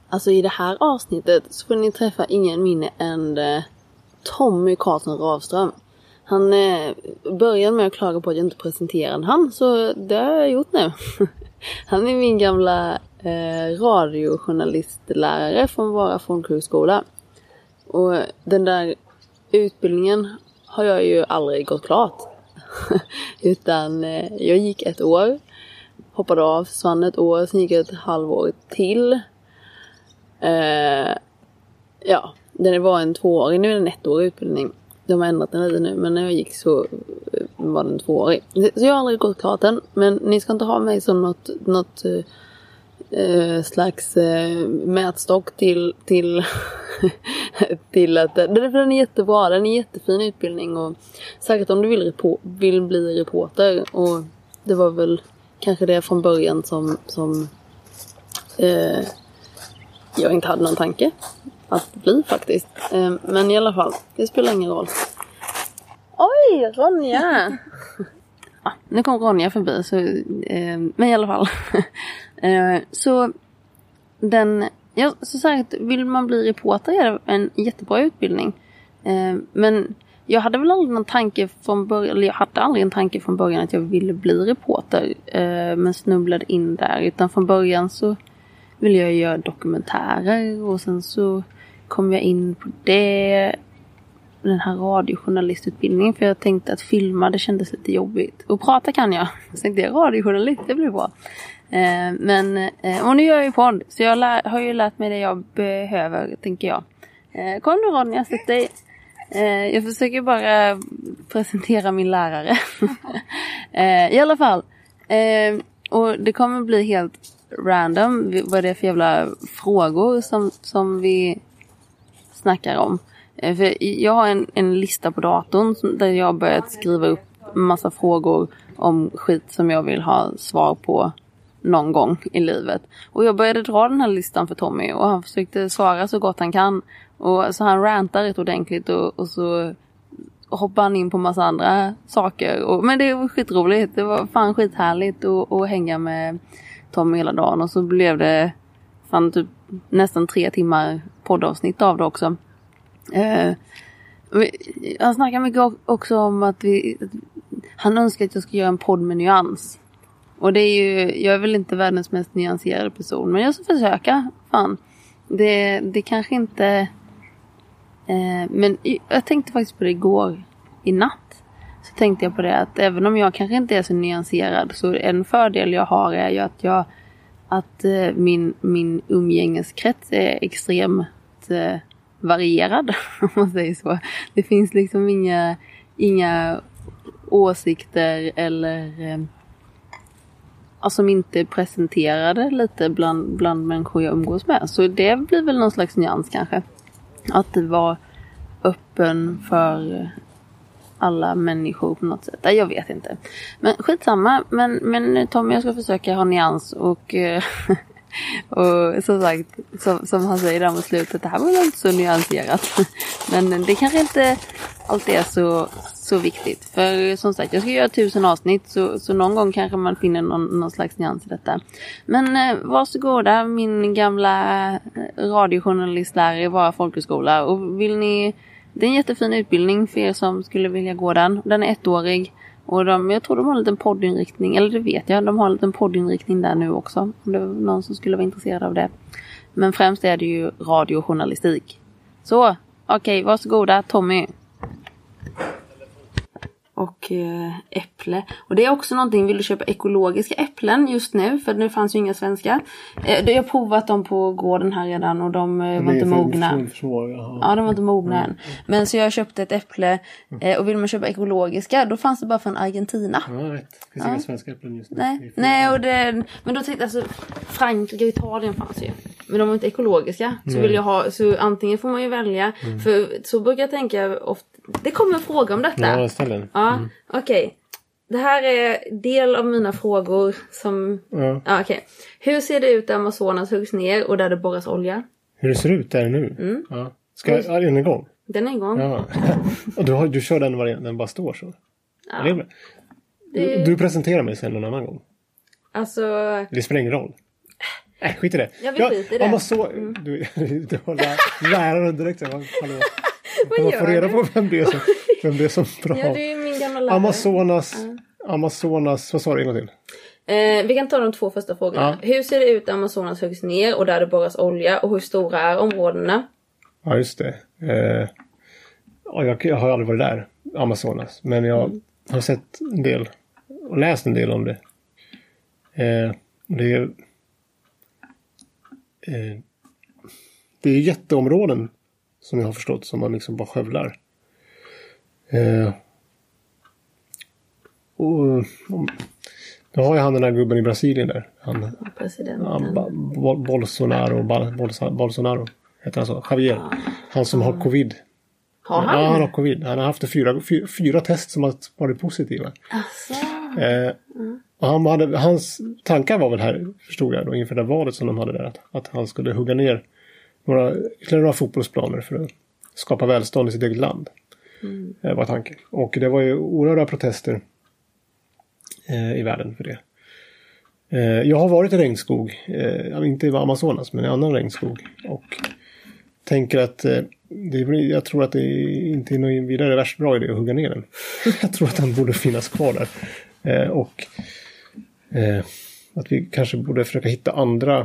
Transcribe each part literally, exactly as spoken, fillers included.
Alltså i det här avsnittet så får ni träffa ingen minne än eh, Tommy Karlsson Ravström. Han eh, började med att klaga på att jag inte presenterade han, så det har jag gjort nu. Han är min gamla eh, radiojournalistlärare från Vara folkhögskola. Och den där utbildningen har jag ju aldrig gått klart. Utan eh, jag gick ett år, hoppade av, försvann ett år, sen gick jag ett halvår till. Eh, ja, det var en tvåårig, nu är det en ettårig utbildning. De har ändrat den lite nu, men när jag gick så var den tvåårig. Så jag har aldrig gått klart den, men ni ska inte ha mig som något, något eh, slags eh, mätstock till till, till att därför den är jättebra, den är jättefin utbildning och säkert om du vill, repo, vill bli reporter, och det var väl kanske det från början som, som eh, jag inte hade någon tanke att bli faktiskt. Eh, men i alla fall, det spelar ingen roll. Oj, Ronja! Ja, nu kom Ronja förbi, så, eh, men i alla fall. eh, så den, ja, så sagt, vill man bli reporter är det en jättebra utbildning. Eh, men jag hade väl aldrig någon tanke från början, eller jag hade aldrig en tanke från början att jag ville bli reporter, eh, men snubblade in där. Utan från början så ville jag göra dokumentärer, och sen så kom jag in på det, den här radiojournalistutbildningen, för jag tänkte att filma, det kändes lite jobbigt. Och prata kan jag, så tänkte jag radiojournalist, det blir bra. Eh, men, eh, och nu gör jag ju podd, så jag lär, har ju lärt mig det jag behöver, tänker jag. Eh, kom nu Ronja, sätt dig. Eh, jag försöker bara presentera min lärare. eh, I alla fall. Eh, och det kommer bli helt random vad det är för jävla frågor som, som vi snackar om. Eh, för jag har en, en lista på datorn där jag har börjat skriva upp massa frågor om skit som jag vill ha svar på någon gång i livet. Och jag började dra den här listan för Tommy, och han försökte svara så gott han kan. Och så han rantar rätt ordentligt, och, och så hoppar han in på massa andra saker. Och, men det var skitroligt. Det var fan skithärligt att, att hänga med Tommy hela dagen. Och så blev det fan typ nästan tre timmar poddavsnitt av det också. Eh, han snackar mycket också om att vi, han önskar att jag ska göra en podd med nyans. Och det är ju, jag är väl inte världens mest nyanserade person, men jag ska försöka. Fan. Det, det kanske inte... Eh, men jag tänkte faktiskt på det igår, i natt. Så tänkte jag på det att även om jag kanske inte är så nyanserad, så en fördel jag har är ju att jag... Att eh, min, min umgängeskrets är extremt eh, varierad, om man säger så. Det finns liksom inga, inga åsikter eller... Eh, som inte är presenterade lite bland, bland människor jag umgås med. Så det blir väl någon slags nyans kanske. Att det var öppen för alla människor på något sätt. Nej, jag vet inte. Men skitsamma. Men, men Tommy, jag ska försöka ha nyans. Och, och som sagt, som, som han säger där mot slutet, det här var inte så nyanserat. Men det kanske inte alltid är så... så viktigt. För som sagt, jag ska göra tusen avsnitt, så, så någon gång kanske man finner någon, någon slags nyans i detta. Men eh, varsågoda, min gamla radiojournalistlärare i Vara folkhögskola. Och vill ni, det är en jättefin utbildning för er som skulle vilja gå den. Den är ettårig. Och de, jag tror de har en liten poddinriktning, eller det vet jag, de har en liten poddinriktning där nu också. Om det var någon som skulle vara intresserad av det. Men främst är det ju radiojournalistik. Så, okej, okay, varsågoda Tommy. Och äh, äpple. Och det är också någonting, vill du köpa ekologiska äpplen just nu? För nu fanns ju inga svenska. Eh, jag har provat dem på gården här redan, och de eh, var inte mogna. För, för, ja, de var inte mogna mm. än. Men så jag köpte ett äpple, eh, och vill man köpa ekologiska, då fanns det bara från Argentina. Ja, jag vet. Det finns ja. inga svenska äpplen just nu. Nej, Nej och det, men då tänkte jag, alltså, Frankrike och Italien fanns ju. Men de var inte ekologiska. Så Nej. vill jag ha, så antingen får man ju välja. Mm. För så brukar jag tänka ofta, det kommer en fråga om detta. Ja, ställ Ja, mm. okej. Okay. Det här är del av mina frågor som... Ja. Ja, okej. Okay. Hur ser det ut där Amazonas huggs ner och där det borras olja? Hur det ser ut där nu? Mm. Ja. Ska jag... Ja, den är igång? Den är igång. Ja. Och du, har, du kör den varianten, den bara står så? Ja. Det är bra. Det... Du, du presenterar mig sen någon annan gång. Alltså... Det spelar ingen roll. Nej, skit i det. Jag vill skita i det. Amazon... Mm. Du, du har lär, läraren direkt. Hallå. Vad man gör får reda du? på vem det är som, vem det är som pratar. Ja, det är min gamla lärare. Amazonas... Ja. Amazonas... Vad sa du en gång till? Eh, vi kan ta de två första frågorna. Ja. Hur ser det ut där Amazonas huggs ner och där det borras olja? Och hur stora är områdena? Ja, just det. Eh, jag, jag har aldrig varit där, Amazonas. Men jag mm. har sett en del och läst en del om det. Eh, det är... Eh, det är jätteområden som jag har förstått som man liksom bara skövlar. Eh, och... och då har jag han den här gubben i Brasilien där. Han, presidenten. Han, Bolsonaro, Bolsonaro, Bolsonaro heter han så. Javier. Ja. Han som har covid. Har han? Ja, han har covid. Han har haft fyra, fyra, fyra test som har varit positiva. Asså. Eh, mm. och han hade, hans tankar var väl här, förstod jag då, inför det valet som de hade där. Att, att han skulle hugga ner några, några fotbollsplaner för att skapa välstånd i sitt eget land. Mm. Eh, var tanken. Och det var ju oerhörda protester i världen för det. Jag har varit i regnskog, inte i Amazonas men i annan regnskog, och tänker att det, jag tror att det inte är någon vidare värst bra idé att hugga ner den. Jag tror att den borde finnas kvar där. Och att vi kanske borde försöka hitta andra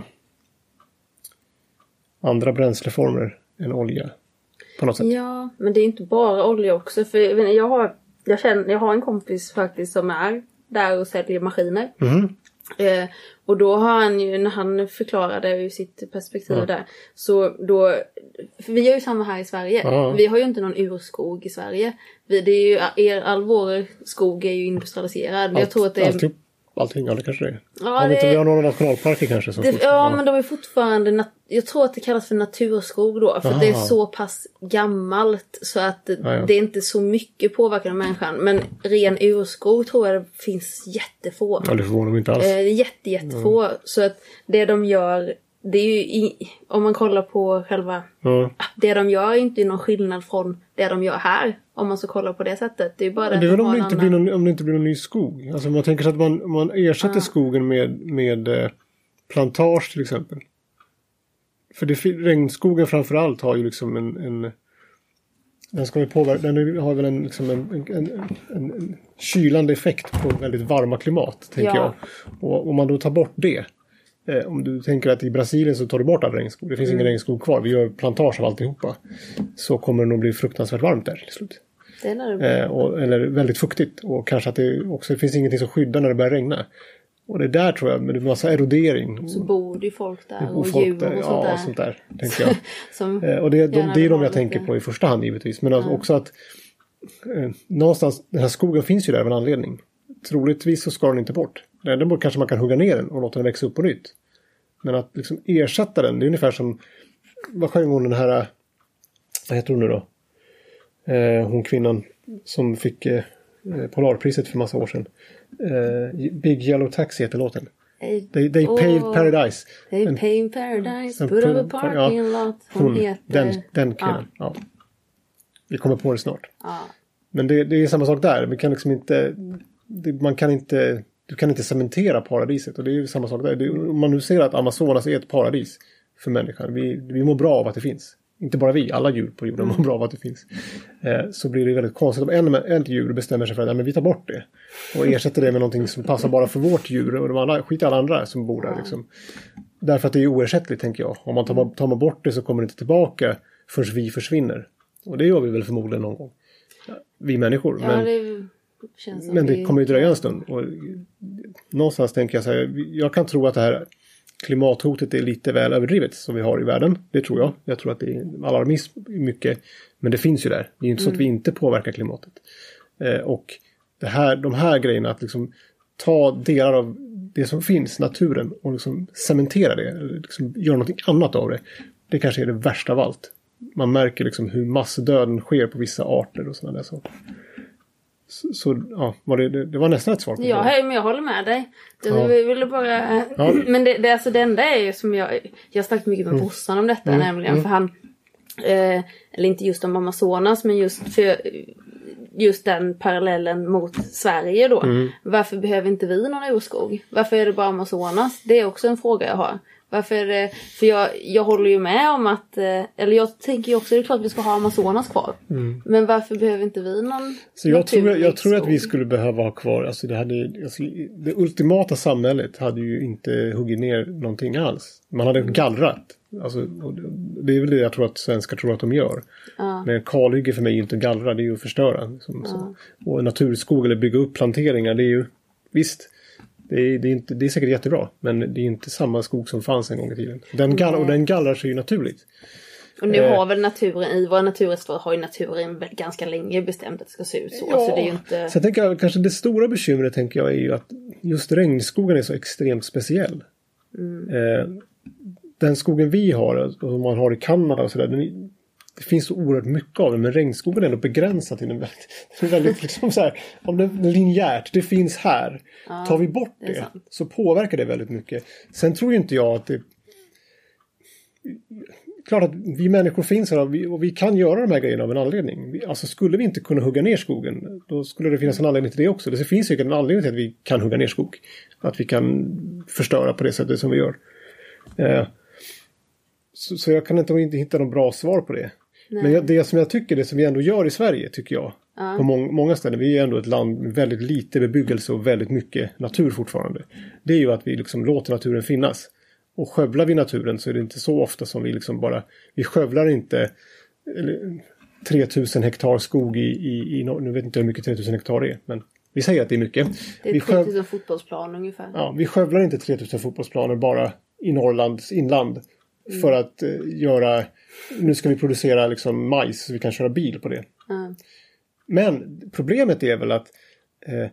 andra bränsleformer än olja på något sätt. Ja, men det är inte bara olja också, för jag har jag känner jag har en kompis faktiskt som är där och säljer maskiner. Mm. Eh, och då har han ju, när han förklarade ur sitt perspektiv mm. där, så då, för vi har ju samma här i Sverige. Mm. Vi har ju inte någon urskog i Sverige. Vi, det är ju, er, all vår skog är ju industrialiserad. Allt, jag tror att det är... Alltid, allting, ja det kanske det är. Ja, Om det... inte vi har några nationalparker kanske. Som det, ja, ja, men de är fortfarande, nat- jag tror att det kallas för naturskog då. För det är så pass gammalt så att ja, ja. det är inte så mycket påverkan av människan. Men ren urskog tror jag det finns jättefå. Ja, det förvånar mig inte alls. Eh, jätte, jättefå. Ja. Så att det de gör, det är ju, i, om man kollar på själva, ja. det de gör är inte någon skillnad från det de gör här. Om man så kollar på det sättet. Det är bara det, det är väl om det, inte annan... blir någon, om det inte blir någon ny skog. Alltså man tänker sig att man, man ersätter ja. skogen med, med eh, plantage till exempel. För det, regnskogen framförallt har ju liksom en, en den ska ju påverka, den har väl en, liksom en, en, en, en kylande effekt på väldigt varma klimat, tänker ja. jag. Och om man då tar bort det, eh, om du tänker att i Brasilien så tar du bort all regnskog, det finns mm. ingen regnskog kvar, vi gör plantage av alltihopa, så kommer det nog bli fruktansvärt varmt där till slut. Det är det. Eh, och, eller väldigt fuktigt, och kanske att det också det finns ingenting som skyddar när det börjar regna. Och det där tror jag, med en massa erodering. Så bor det folk där och, och folk djur där, och sånt ja, där. sånt där, tänker jag. Som eh, och det, de, det är de jag tänker på i första hand givetvis. Men ja. också att eh, någonstans, den här skogen finns ju där av en anledning. Troligtvis så ska den inte bort. Den borde kanske man kan hugga ner den och låta den växa upp på nytt. Men att liksom ersätta den, det är ungefär som, vad sjöng hon den här, vad heter hon nu då? Eh, hon kvinnan som fick eh, Polarpriset för massa år sedan. Uh, Big Yellow Taxi heter låten. They, they oh, paved paradise. They en, paved paradise. Put up a parking ja, lot. Hon, hon heter... Den, den killen. Ja. Ja. Vi kommer på det snart. Ja. Men det, det är samma sak där. Vi kan liksom inte... Det, man kan inte... Du kan inte cementera paradiset. Och det är ju samma sak där. Det, om man nu ser att Amazonas är ett paradis för människan. Vi, vi mår bra av att det finns. Inte bara vi, alla djur på jorden mår bra av att det finns. Eh, så blir det väldigt konstigt om en, en djur bestämmer sig för att nej, men vi tar bort det. Och ersätter det med någonting som passar bara för vårt djur. Och de andra, skit alla andra som bor där liksom. Därför att det är oersättligt, tänker jag. Om man tar, tar man bort det så kommer det inte tillbaka förrän vi försvinner. Och det gör vi väl förmodligen någon gång. Vi människor. Ja, men det känns som men det vi... kommer ju dröja en stund. Och någonstans tänker jag så här, jag kan tro att det här klimathotet är lite väl överdrivet som vi har i världen. Det tror jag. Jag tror att det är alarmism mycket. Men det finns ju där. Det är inte så att vi inte påverkar klimatet. Eh, och det här, de här grejerna, att liksom ta delar av det som finns, naturen, och liksom cementera det. Eller liksom göra något annat av det. Det kanske är det värsta av allt. Man märker liksom hur massdöden sker på vissa arter och sådana där saker. Så, så ja, var det, det var nästan ett svar på det. Ja, hej, men jag håller med dig. Jag ja. ville bara... Ja. Men det, det, alltså, det enda är ju som jag... Jag har snackat mycket med mm. Bossan om detta, mm. nämligen. Mm. För han... Eh, eller inte just om Amazonas, men just för... Just den parallellen mot Sverige då. Mm. Varför behöver inte vi någon urskog? Varför är det bara Amazonas? Det är också en fråga jag har. Varför, för jag, jag håller ju med om att, eller jag tänker ju också, det är klart att vi ska ha Amazonas kvar. Mm. Men varför behöver inte vi någon så jag tror, jag, jag tror att vi skulle behöva ha kvar, alltså det, hade, alltså det ultimata samhället hade ju inte huggit ner någonting alls. Man hade gallrat. Alltså, det är väl det jag tror att svenskar tror att de gör. Ja. Men kalhygge för mig är ju inte gallra, det är ju att förstöra. Liksom, ja. Så. Och naturskog eller bygga upp planteringar, det är ju, visst, det är, det är, inte, det är säkert jättebra. Men det är inte samma skog som fanns en gång i tiden. Den gall, och den gallrar sig ju naturligt. Och nu har väl naturen, i våra naturreservat har ju naturen ganska länge bestämt att det ska se ut så. Ja, så det är ju inte... så jag tänker kanske det stora bekymret tänker jag är ju att just regnskogen är så extremt speciell. Mm. Eh, den skogen vi har, och som man har i Kanada och sådär, den, det finns så oerhört mycket av den, men regnskogen är ändå begränsad till en väldigt, den är väldigt liksom så här, om det är linjärt, det finns här. Ja, tar vi bort det, det så påverkar det väldigt mycket. Sen tror ju inte jag att det... Klart att vi människor finns här och vi, och vi kan göra de här grejerna av en anledning. Vi, alltså skulle vi inte kunna hugga ner skogen, då skulle det finnas en anledning till det också. Det finns ju en anledning till att vi kan hugga ner skog. Att vi kan förstöra på det sättet som vi gör. Eh, så, så jag kan inte, inte hitta någon bra svar på det. Nej. Men jag, det som jag tycker, det som vi ändå gör i Sverige tycker jag. Ja. På må, många ställen, vi är ändå ett land med väldigt lite bebyggelse och väldigt mycket natur fortfarande. Det är ju att vi liksom låter naturen finnas. Och skövlar vi naturen så är det inte så ofta som vi liksom bara... Vi skövlar inte eller, tre tusen hektar skog i, i, i... Nu vet inte hur mycket tre tusen hektar är, men vi säger att det är mycket. Det är vi tre tusen sköv... fotbollsplaner ungefär. Ja, vi skövlar inte tre tusen fotbollsplaner bara i Norrlands inland. Mm. För att uh, göra... Nu ska vi producera liksom majs så vi kan köra bil på det. Mm. Men problemet är väl att... Uh,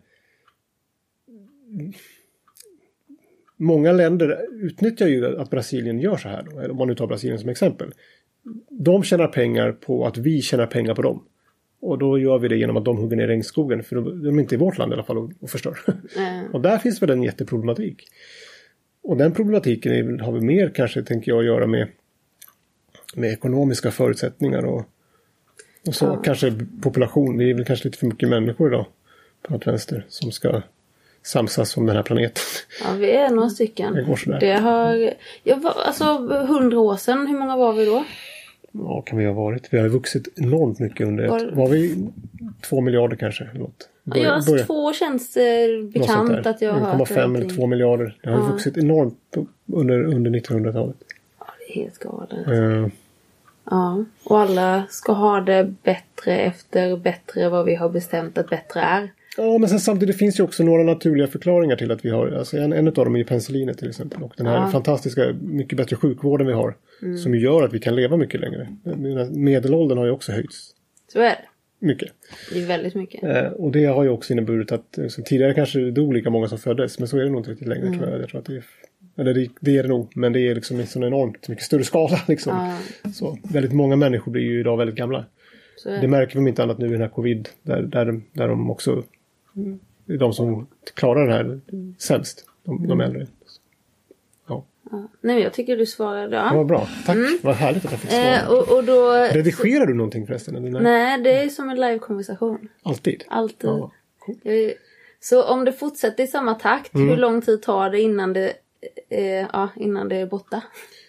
många länder utnyttjar ju att Brasilien gör så här då, om man nu tar Brasilien som exempel. De tjänar pengar på att vi tjänar pengar på dem. Och då gör vi det genom att de hugger ner regnskogen, för de är inte i vårt land i alla fall och, och förstör. Mm. Och där finns väl en jätteproblematik. Och den problematiken är, har vi mer kanske, tänker jag, att göra med, med ekonomiska förutsättningar och, och så. Ja. Kanske population, vi är väl kanske lite för mycket människor idag på något vänster som ska samsas om den här planeten. Ja, vi är några stycken. Det går sådär. Det har, jag var, alltså hundra år sedan, hur många var vi då? Ja, kan vi ha varit? Vi har vuxit enormt mycket under var, ett, var vi två miljarder kanske? Något. Börja, ja, alltså två känns eh, bekant att jag har hört. en komma fem eller två miljarder. Det har ja. vuxit enormt under, under nittonhundratalet. Ja, det är helt galet. Uh. Ja, och alla ska ha det bättre efter bättre vad vi har bestämt att bättre är. Ja, men sen samtidigt finns ju också några naturliga förklaringar till att vi har, alltså en, en av dem är ju penicillinet till exempel. Och den här ja. fantastiska, mycket bättre sjukvården vi har. Mm. Som ju gör att vi kan leva mycket längre. Medelåldern har ju också höjts. Så är det. Mycket. Det är väldigt mycket. Eh, och det har ju också inneburit att liksom, tidigare kanske det dog lika många som föddes. Men så är det nog inte riktigt längre mm. tror jag. Jag tror att det är, eller det, det är det nog. Men det är liksom i sån enormt mycket större skala liksom. Ja. Så väldigt många människor blir ju idag väldigt gamla. Så det. det märker vi om inte annat nu i den här covid. Där, där, där de också... Mm. Det är de som klarar det här sämst. De, mm. de äldre. Ja. Ja. Nej, men jag tycker du svarade. Ja. Det var bra. Tack. Mm. Vad härligt att jag fick svara. Eh, och, och då... Redigerar du någonting förresten? Eller? Nej, det är som en live-konversation. Alltid? Alltid. Ja, cool. jag, så om det fortsätter i samma takt, mm. hur lång tid tar det innan det, eh, ja, innan det är borta?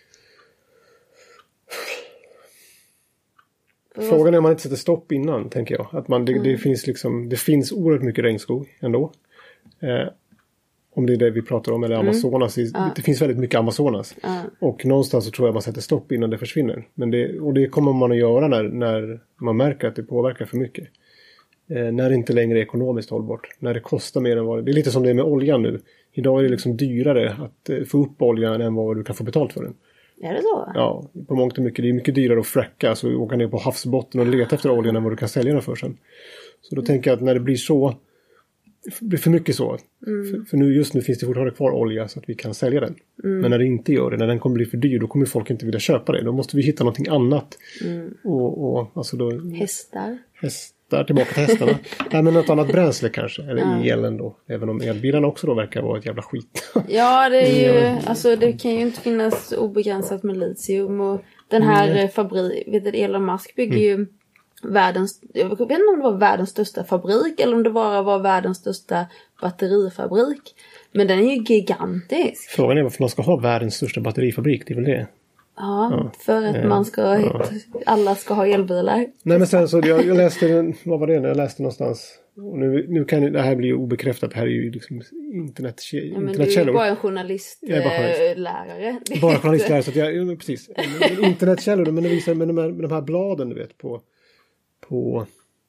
Frågan är om man inte sätter stopp innan, tänker jag. Att man, det, mm. det, finns liksom, det finns oerhört mycket regnskog ändå. Eh, om det är det vi pratar om, eller Amazonas. Mm. Ja. Det finns väldigt mycket Amazonas. Ja. Och någonstans så tror jag man sätter stopp innan det försvinner. Men det, och det kommer man att göra när, när man märker att det påverkar för mycket. Eh, när det inte längre är ekonomiskt hållbart. När det kostar mer än vad det... Det är lite som det är med oljan nu. Idag är det liksom dyrare att eh, få upp oljan än vad du kan få betalt för den. Är det så? Ja, på mångt och mycket. Det är mycket dyrare att fracka, alltså åka ner på havsbotten och leta efter oljan än vad du kan sälja den för sen. Så då mm. tänker jag att när det blir så, det blir för mycket så. Mm. För, för nu, just nu finns det fortfarande kvar olja så att vi kan sälja den. Mm. Men när det inte gör det, när den kommer bli för dyr, då kommer folk inte vilja köpa det. Då måste vi hitta någonting annat. Mm. Och, och, alltså då, hästar. Hästar, tillbaka till hästarna. Nej, men något annat bränsle kanske. Eller ja. elen då. Även om elbilarna också då verkar vara ett jävla skit. Ja, det är ju... Alltså det kan ju inte finnas obegränsat med litium. Och den här mm. fabriken... Vet du, Elon Musk bygger mm. ju världens... Jag vet inte om det var världens största fabrik. Eller om det bara var världens största batterifabrik. Men den är ju gigantisk. Frågan är varför man ska ha världens största batterifabrik, det är väl det. Ja, ja. för att man ska ja. alla ska ha elbilar. Nej, men sen så jag, jag läste, vad var det jag läste någonstans? Och nu, nu kan det här bli ju obekräftat, det här är ju liksom internet, ja, men internetkällor. Du är bara en journalistlärare. Bara, bara journalistlärare, så att jag, ja, precis. Internetkällor, men det visar med de här, med de här bladen, du vet, på, på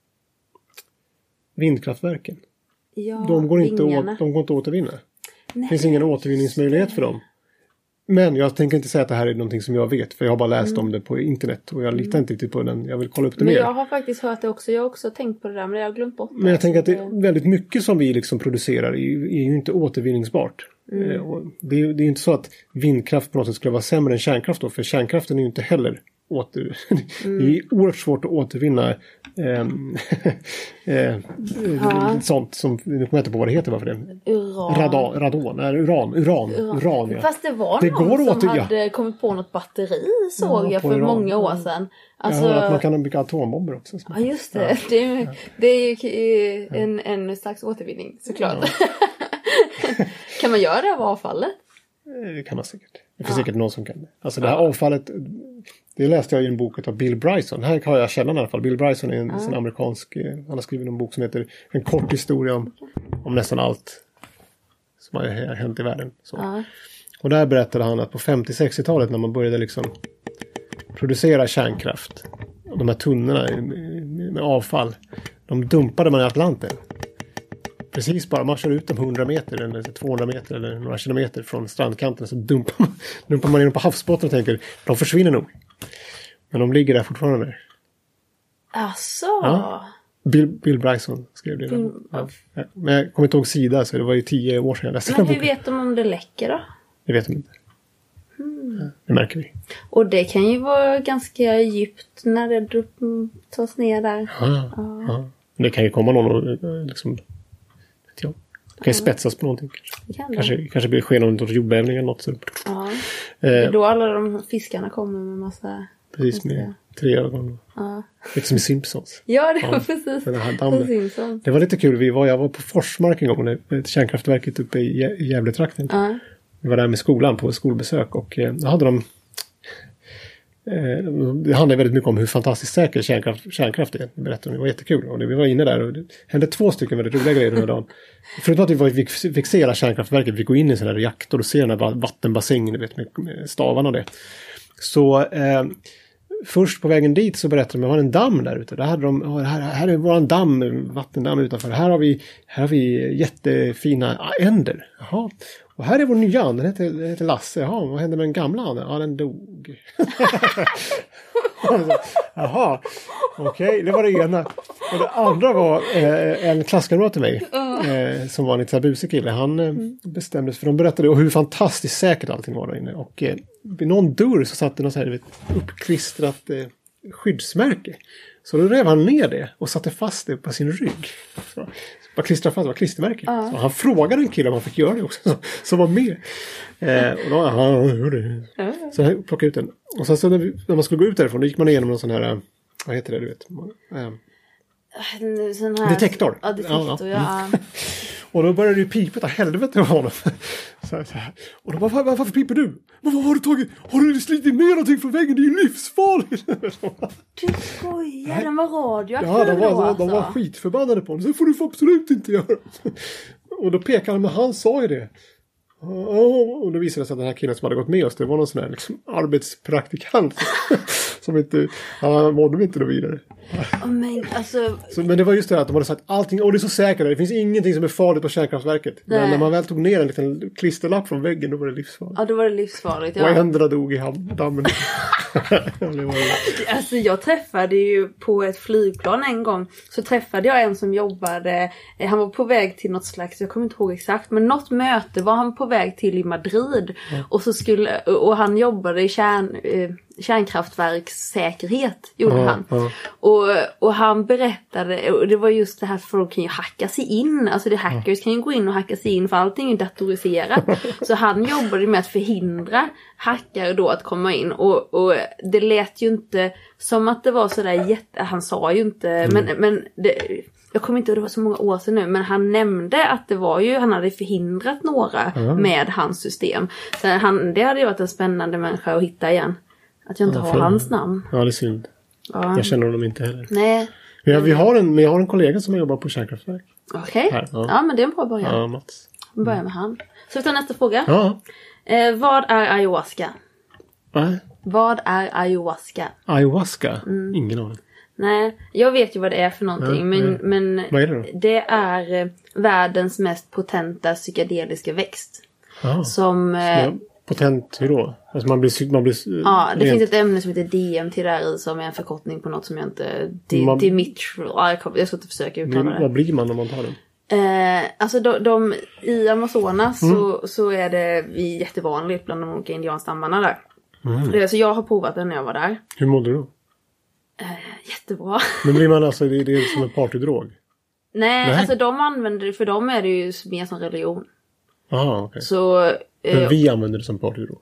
vindkraftverken. Ja, de, går inte åt, de går inte att återvinna. Det finns ingen återvinningsmöjlighet för dem. Men jag tänker inte säga att det här är någonting som jag vet. För jag har bara läst mm. om det på internet. Och jag litar mm. inte riktigt på den. Jag vill kolla upp det men mer. Men jag har faktiskt hört det också. Jag har också tänkt på det där. Men jag har glömt bort det. Men jag tänker att det är väldigt mycket som vi liksom producerar. Är ju, är ju inte återvinningsbart. Mm. Eh, och det, är, det är inte så att vindkraft på något sätt skulle vara sämre än kärnkraft då. För kärnkraften är ju inte heller åter... Mm. Det är oerhört svårt att återvinna ähm, äh, ja. sånt som... Nu kommer jag inte på vad det heter, varför det? Uran. Radon. Radon. Nej, uran. Uran. uran. uran ja. Fast det var det någon går som åter, hade ja. kommit på något batteri, såg ja, jag för uran. många år sedan. Alltså... Jag hör att man kan bygga atombomber också. Ja, just det. Ja. Det, är, det är ju en, en slags återvinning, såklart. Ja. Kan man göra det av avfallet? Det kan man säkert. Det finns ja. säkert någon som kan det. Alltså det här avfallet, det läste jag i en bok av Bill Bryson. Här har jag källan i alla fall. Bill Bryson är en, ja. en amerikansk, han har skrivit en bok som heter En kort historia om, om nästan allt som har hänt i världen. Så. Ja. Och där berättade han att på femtio-sextiotalet när man började liksom producera kärnkraft, och de här tunnorna med avfall, de dumpade man i Atlanten. Precis bara, man kör ut dem hundra meter eller tvåhundra meter eller några kilometer från strandkanten, så dumpar man, dumpar man in på havsbotten och tänker, de försvinner nog. Men de ligger där fortfarande. Asså? Ja. Bill, Bill Bryson skrev det. Bill... Ja. Men jag kommer inte ihåg sida, så det var ju tio år sedan jag läste. Men hur vet de om det läcker då? Det vet de inte. Mm. Ja, det märker vi. Och det kan ju vara ganska djupt när det tas ner där. Ja, ja. ja. Det kan ju komma någon och liksom... Ja. Det kan ju spetsas på någonting. Kan kanske, kanske blir ske någon jordbävning eller något. Så. Ja. Det är då alla de fiskarna kommer med massa... Precis, med tre ögon. Ja. Liksom i Simpsons. Ja, det var ja. precis. Den här Simpsons. Det var lite kul. Vi var, jag var på Forsmark en gång. Ett kärnkraftverket uppe i Gävletrakten. Ja. Vi var där med skolan på skolbesök. Och eh, då hade de... Eh, det handlar väldigt mycket om hur fantastiskt säker kärnkraft, kärnkraft är. Det berättade de. Det var jättekul. Och det, vi var inne där och det hände två stycken väldigt roliga grejer den här dagen. Förutom att vi, var, vi fick se hela kärnkraftverket. Vi går in i en sån här reaktor och ser den här vattenbassängen vet, med, med stavarna och det. Så eh, först på vägen dit så berättade de att det var en damm där ute. Där hade de, här, här är våran damm, vattendamm utanför. Här har vi, här har vi jättefina änder. Jaha. Och här är vår nya and, den heter, den heter Lasse. Jaha, vad hände med den gamla anden? Ja, den dog. Jaha, okej, okay, det var det ena. Och det andra var eh, en klasskamrat till mig. Eh, som var en lite busig kille. Han eh, bestämdes, för de berättade hur fantastiskt säkert allting var där inne. Och eh, vid någon dörr så satt det något så här, vet, uppklistrat eh, skyddsmärke. Så då rev han ner det och satte fast det på sin rygg. Så. Bara klistra fast, det var klistermärke. Uh. Så han frågade en kille om han fick göra det också. Som var med. Eh, och då, ja, jag gjorde det. Uh. Så han plockade ut den. Och sen så när, vi, när man skulle gå ut därifrån, då gick man igenom någon sån här, vad heter det du vet? Eh, sån här, detektor. Ja, detektor, ja. ja. Och då började det ju pipa, helvete av honom. Så, så här. Och då bara, var, varför piper du? Varför har du tagit, har du slitit ner någonting från väggen? Det är ju livsfarligt. Du skojar, den var radioaktiv. Ja, de var, de, alltså. de var skitförbannade på honom. Så får du få absolut inte göra. Och då pekade han, men han sa ju det. Och då visade det sig att den här killen som hade gått med oss, det var någon sån här liksom, arbetspraktikant. Som inte, han mådde inte då vidare. Oh, men, alltså... så, men det var just det att de hade sagt allting, och det är så säkert, det finns ingenting som är farligt på kärnkraftverket. Nej. Men när man väl tog ner en liten klisterlapp från väggen, då var det livsfarligt. Ja, då var det livsfarligt, ja. Och ändra dog i dammen. Alltså jag träffade ju på ett flygplan en gång, så träffade jag en som jobbade, han var på väg till något slags, jag kommer inte ihåg exakt, men något möte var han på väg till i Madrid. Mm. Och så skulle, och han jobbade i kärn, kärnkraftverkssäkerhet gjorde ja, han. Ja. Och, och han berättade, och det var just det här för folk kan ju hacka sig in. Alltså det hackers kan ju gå in och hacka sig in för allting är datoriserat. Så han jobbade med att förhindra hackare då att komma in. Och, och det lät ju inte som att det var sådär jätte... Han sa ju inte... Mm. Men, men det, jag kommer inte ihåg, det var så många år sedan nu. Men han nämnde att det var ju... Han hade förhindrat några mm. med hans system. Så han, det hade ju varit en spännande människa att hitta igen. Att jag inte ja, har hans namn. Ja, det är synd. Ja. Jag känner honom inte heller. Nej. Ja, vi har en, vi har en kollega som jobbar på kärnkraftverk. Okej. Okay. Ja. ja, men det är en bra början. Ja, Mats. Vi börjar med han. Så vi tar nästa fråga. Ja. Eh, vad är ayahuasca? Va? Vad är ayahuasca? Ayahuasca? Mm. Ingen aning. Nej, jag vet ju vad det är för någonting. Ja, men, men vad är det då? Det är världens mest potenta psykedeliska växt. Ja. Som... Eh, potent, hur då? Alltså man blir... Man blir ja, det rent... finns ett ämne som heter D M T där som är en förkortning på något som jag inte... Man... Dimitri... Ja, jag, jag ska inte försöka uttala det. Vad blir man när man tar den? Eh, alltså de, de, i Amazonas mm. så, så är det jättevanligt bland de olika indianstammarna där. Mm. Så jag har provat den när jag var där. Hur mådde du då? Eh, jättebra. Men blir man alltså, det, det är som en partydrog? Nej, Nej, alltså de använder det, för dem är det ju mer som religion. Aha, okej. Okay. Så... Eh, Men vi använder det som partydrog?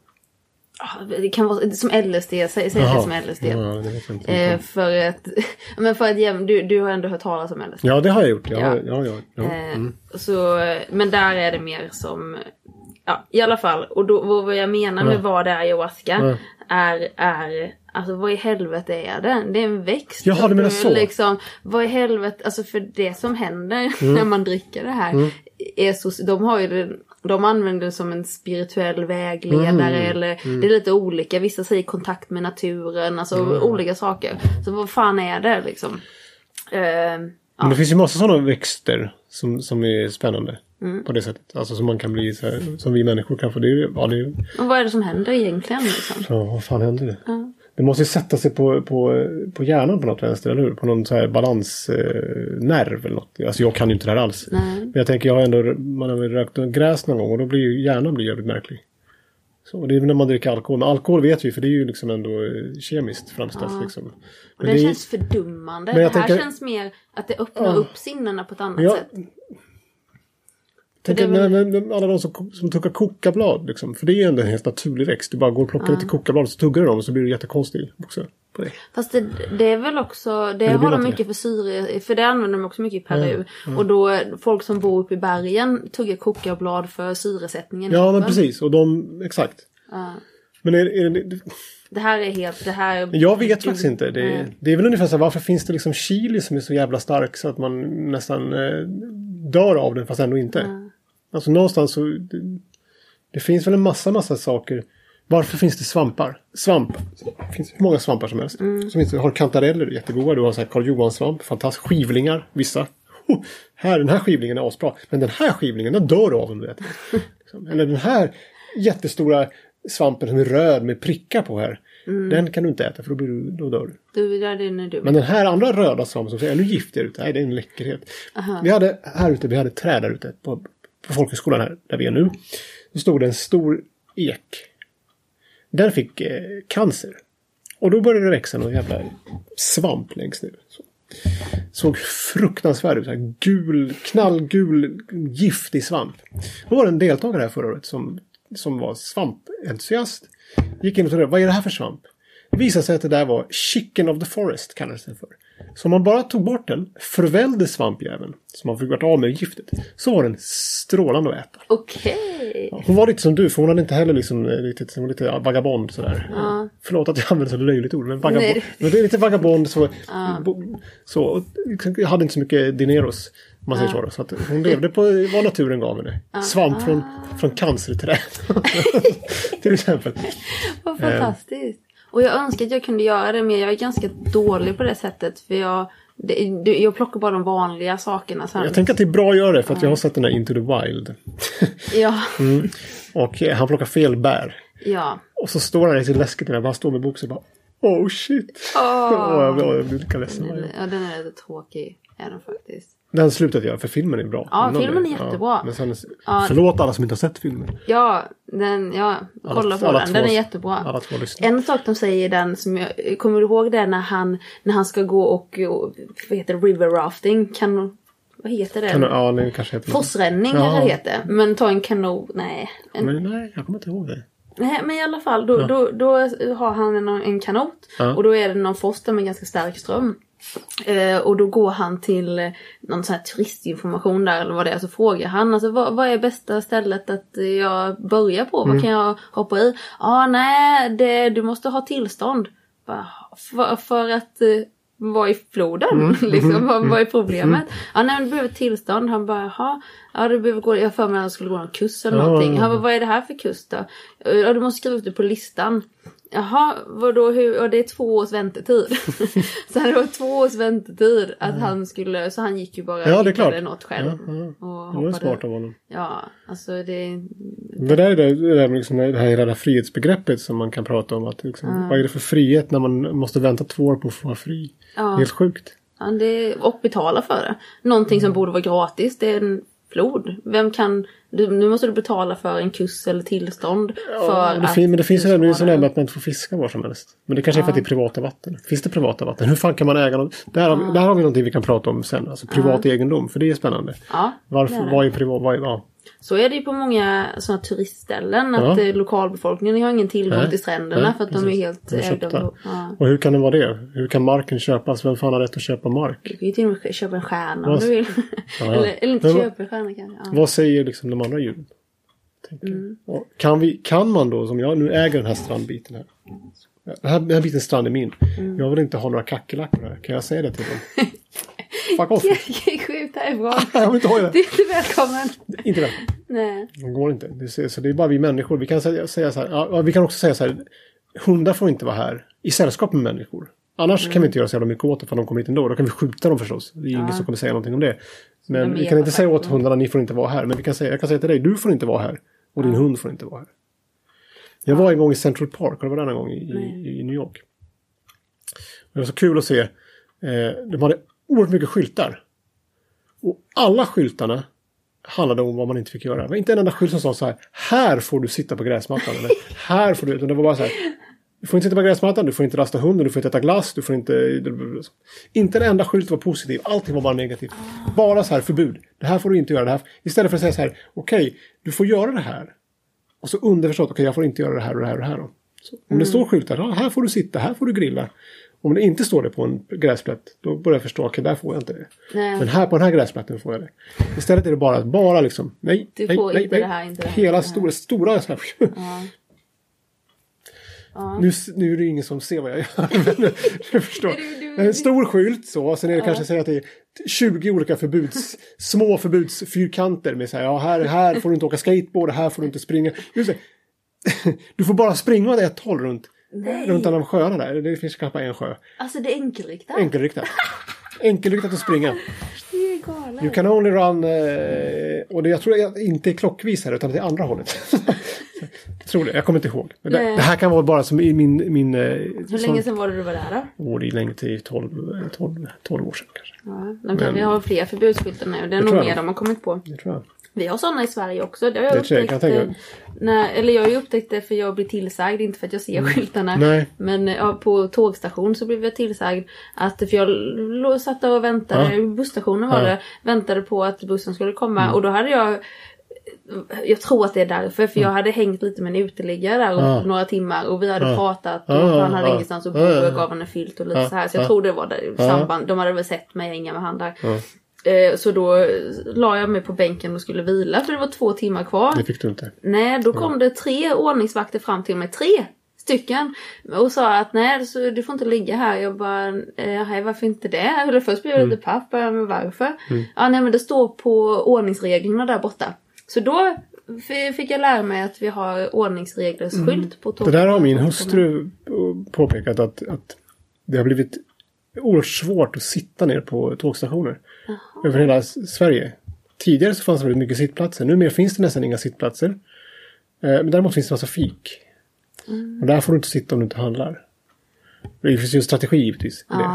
Det kan vara som L S D, säg, säg det som L S D. Ja, det vet jag inte. Eh, för att, men för att du, du har ändå hört talas om L S D. Ja, det har jag gjort. Ja, ja. Ja, ja, ja. Mm. Eh, så, men där är det mer som, ja, i alla fall. Och då, vad jag menar med ja. vad det är ayahuasca ja. är, är, alltså vad i helvete är det? Det är en växt. Jaha, du menar så. Liksom, vad i helvete, alltså för det som händer mm. när man dricker det här mm. är så, de har ju det, de använder det som en spirituell vägledare mm. eller mm. det är lite olika. Vissa säger kontakt med naturen, alltså mm. olika saker. Så vad fan är det liksom? Uh, Men ja. det finns ju massa sådana växter som, som är spännande mm. på det sättet. Alltså som man kan bli så här, som vi människor kan få. Det är, ja, det är... Och vad är det som händer egentligen liksom? Ja, vad fan händer det? Ja. Det måste ju sätta sig på, på, på hjärnan på något vänster, eller hur? På någon så här balansnerv eh, eller något. Alltså jag kan ju inte det här alls. Nej. Men jag tänker, jag har ändå, man har väl rökt gräs någon gång och då blir ju hjärnan blir jävligt märklig. Så det är när man dricker alkohol. Men alkohol vet vi, för det är ju liksom ändå kemiskt framställt. Ja. Liksom. Och det, det känns är... fördummande. Det här tänker... känns mer att det öppnar ja. upp sinnena på ett annat ja. sätt. Tänker, väl... när, när, alla de som, som tuggar kokablad liksom, för det är ju ändå en helt naturlig växt. Du bara går och plockar ja. lite kokablad så tuggar du dem och så blir du jättekonstig också på det. Fast det, det är väl också, det, det har de mycket det. för syre, för det använder de också mycket i Peru. Ja, ja. Och då folk som bor uppe i bergen tuggar kokablad för syresättningen. Ja, men precis. Och de, exakt. Ja. Men är, är det... Det här är helt, det här... Jag vet du, faktiskt inte. Det, mm. det är väl ungefär så här, varför finns det liksom chili som är så jävla stark så att man nästan eh, dör av den fast ändå inte. Mm. Alltså någonstans så, det, det finns väl en massa, massa saker. Varför finns det svampar? Svamp. Det finns hur många svampar som helst. Mm. Som inte, har kantareller, jättegoda. Du har så här Karl Johan svamp, fantastiskt. Skivlingar, vissa. Oh, här, den här skivlingen är asbra. Men den här skivlingen, den dör av om du äter. Eller den här jättestora svampen som är röd med prickar på här. Mm. Den kan du inte äta för då, blir du, då dör du. Du gör det när du. Men den här andra röda svampen som säger ännu giftigare ut. Nej, det är en läckerhet. Aha. Vi hade här ute, vi hade träd där ute på, på folkhögskolan här där vi är nu. Så stod det en stor ek. Den fick eh, cancer. Och då började det växa någon jävla svamp längst ner. Så. Såg fruktansvärd ut. Så här gul, knallgul, giftig svamp. Då var det en deltagare här förra året som, som var svampentusiast. Gick in och tog, vad är det här för svamp? Det visade sig att det där var chicken of the forest kallades den för. Så om man bara tog bort den, förvällde svampjäveln, som man fick varit av med giftet, så var den strålande att äta. Okej. Okay. Ja, hon var lite som du, för hon hade inte heller liksom lite, lite ja, vagabond sådär. Ja. Förlåt att jag använder så löjligt ord, men vagabond. Men det är lite vagabond så. Ja. Så jag hade inte så mycket dineros, om man säger ja. så. Så att hon levde på vad naturen gav henne. Ja. Svamp ja. från, från cancerträd. Till exempel. Vad fantastiskt. Och jag önskar att jag kunde göra det, men jag är ganska dålig på det sättet. För jag, det, jag plockar bara de vanliga sakerna. Sen. Jag tänker att det är bra att göra det, för att jag har sett den här Into the Wild. Ja. mm. Och han plockar fel bär. Ja. Och så står han i sin läsket när jag bara står med boxen och bara, oh shit. Oh. oh, jag blir lika ledsen. Ja, den är lite tråkig, är den faktiskt. Den slutet gör, för filmen är bra. Ja, filmen är jättebra. Ja, men sen, ja. Förlåt alla som inte har sett filmen. Ja, den, ja kolla på den. Den är jättebra. Alla två lyssnar. En sak de säger i den, som jag kommer ihåg det, när han, när han ska gå och, och vad heter det, river rafting. Kan, vad heter det? Kan, ja, det kanske heter Forsränning kanske det heter. Men ta en kanon, nej. En, men nej, jag kommer inte ihåg det. Nej, men i alla fall, då, ja. då, då har han en, en kanot. Ja. Och då är det någon foster med ganska stark ström. Eh, och då går han till eh, någon sån här turistinformation där, eller vad det är, så frågar han, alltså vad, vad är bästa stället att eh, jag börjar på? Mm. Vad kan jag hoppa i? Ja, ah, nej, det, du måste ha tillstånd. Bara, för, för att eh, vara i floden, mm. liksom, vad, vad är problemet? Ja, ah, nej, men du behöver tillstånd. Han bara, jaha, ja, du behöver gå, jag för mig att han skulle gå någon kurs eller någonting. Ja, vad är det här för kurs då? Ja, du måste skriva ut det på listan. Jaha, vadå, hur? Och det är två års väntetid. Så det var två års väntetid att mm. han skulle, så han gick ju bara ja, det är klart. något själv. Ja, ja. Och det var smart av honom. Ja, alltså det... Det där är det, det, där liksom, det här hela frihetsbegreppet som man kan prata om. Att liksom, mm. vad är det för frihet när man måste vänta två år på att få vara fri? Ja. Helt sjukt. Ja, det, och betala för det. Någonting mm. som borde vara gratis, det är en flod. Vem kan... Du, nu måste du betala för en kurs eller tillstånd. Ja, för det att fin, men det finns ju även sådär med att man inte får fiska var som helst. Men det kanske ja. är för att det är privata vatten. Finns det privata vatten? Hur fan kan man äga något? Där, ja. har, där har vi någonting vi kan prata om sen. Alltså privat ja. egendom. För det är spännande. Ja, Varför, det är det. Vad är privat? Vad är, ja. Så är det ju på många sådana turistställen. Att ja. lokalbefolkningen har ingen tillgång Nej. till stränderna. Nej, för att precis. de är helt ägda. Ja. Och hur kan det vara det? Hur kan marken köpas? Vem fan har rätt att köpa mark? Du kan ju till och med köpa en stjärna vad... om du vill. Ja. eller, eller inte men, köpa en stjärna kanske. Ja. Vad säger liksom de andra djuren? Mm. Kan, vi, kan man då, som jag nu äger den här strandbiten här. Den här, den här biten strand är min. Mm. Jag vill inte ha några kackerlackor här. Kan jag säga det till dem? Fuck off. Skjut härifrån. Jag vill inte ha det. Du är inte välkommen. Inte välkommen. Nej. Det går inte. Det är, så det är bara vi människor. Vi kan säga, säga så här. Ja, vi kan också säga så här. Hundar får inte vara här i sällskap med människor. Annars mm. kan vi inte göra så jävla mycket åt det för de kommer hit ändå. Då kan vi skjuta dem förstås. Det är ja. ingen som kommer säga någonting om det. Men vi kan inte säga åt hundarna, ni får inte vara här. Men vi kan säga, jag kan säga till dig, du får inte vara här. Och din ja. hund får inte vara här. Jag var en gång i Central Park. Har du varit en gång i, i, i New York? Det var så kul att se. Eh, de hade oerhört mycket skyltar. Och alla skyltarna handlade om vad man inte fick göra. Det var inte en enda skylt som sa så här. Här får du sitta på gräsmattan. Eller här får du. Utan det var bara så här. Du får inte sitta på gräsmattan. Du får inte rasta hunden. Du får inte äta glass. Du får inte... Inte en enda skylt var positiv. Allting var bara negativt. Bara så här förbud. Det här får du inte göra. Det här. Istället för att säga så här. Okej, okay, du får göra det här. Och så underförstått. Okej, okay, jag får inte göra det här och det här och det här. Då. Så, om mm. det står skyltar. Ja, här får du sitta. Här får du grilla. Om det inte står det på en gräsplätt, då börjar jag förstå, okej, okay, där får jag inte det. Nej. Men här på den här gräsplätten får jag det. Istället är det bara, bara liksom, nej, du nej, får nej, inte nej. Det här, inte det här. Hela stora, stora så här. Ja. Ja. Nu, nu är det ingen som ser vad jag gör. Men du förstår. Du, du, en stor skylt så, sen är det ja. kanske säga att det är tjugo olika förbuds, små förbudsfyrkanter med så här, ja, här, här får du inte åka skateboard, här får du inte springa. Just det. Du får bara springa åt ett håll runt. Nej. Runt alla de sjöarna där. Det finns knappt en sjö. Alltså det är enkelriktat. Enkelriktat. Enkelriktat att springa. Det är galet. You can only run... Eh, och det, jag tror jag inte är klockvis här utan det är andra hållet. Jag tror det. Jag kommer inte ihåg. Det, det här kan vara bara som i min... min Hur som, länge sedan var det du var där då? Åh, det är länge till tolv, tolv, tolv år sedan kanske. Ja, de kan, vi har fler förbudsskyltar nu. Det är nog mer de har kommit på. Det tror jag. Vi har sådana i Sverige också. Det har jag det upptäckt. Jag kan när, eller jag har ju upptäckt det för jag blir tillsagd. Inte för att jag ser mm. skyltarna. Nej. Men ja, på tågstation så blev jag tillsagd. Att, för jag låg, satt och väntade. Ja. Busstationen var ja. det. Väntade på att bussen skulle komma. Mm. Och då hade jag... Jag tror att det är därför. För jag hade hängt lite med en uteliggare där ja. några timmar. Och vi hade ja. pratat. Och ja, han hade ja. ingenstans att bo. Och jag gav honom en filt och lite ja. så här. Så jag ja. tror det var där, ja. samband. De hade väl sett mig hänga med han där. Ja. Så då la jag mig på bänken och skulle vila. För det var två timmar kvar. Det fick du inte. Nej, då kom ja. det tre ordningsvakter fram till mig. Tre stycken. Och sa att nej, så du får inte ligga här. Jag bara, nej, varför inte det? Eller först blev jag lite paff. Men varför? Mm. Ja, nej, men det står på ordningsreglerna där borta. Så då fick jag lära mig att vi har ordningsreglerskylt mm. på tåget. Det där har min hustru påpekat att, att det har blivit oerhört svårt att sitta ner på tågstationer. Aha. Över hela Sverige. Tidigare så fanns det väldigt mycket sittplatser. Numera finns det nästan inga sittplatser. Eh, men däremot finns det en massa fik. Mm. Och där får du inte sitta om du inte handlar. Det finns ju en strategi givetvis. Ja.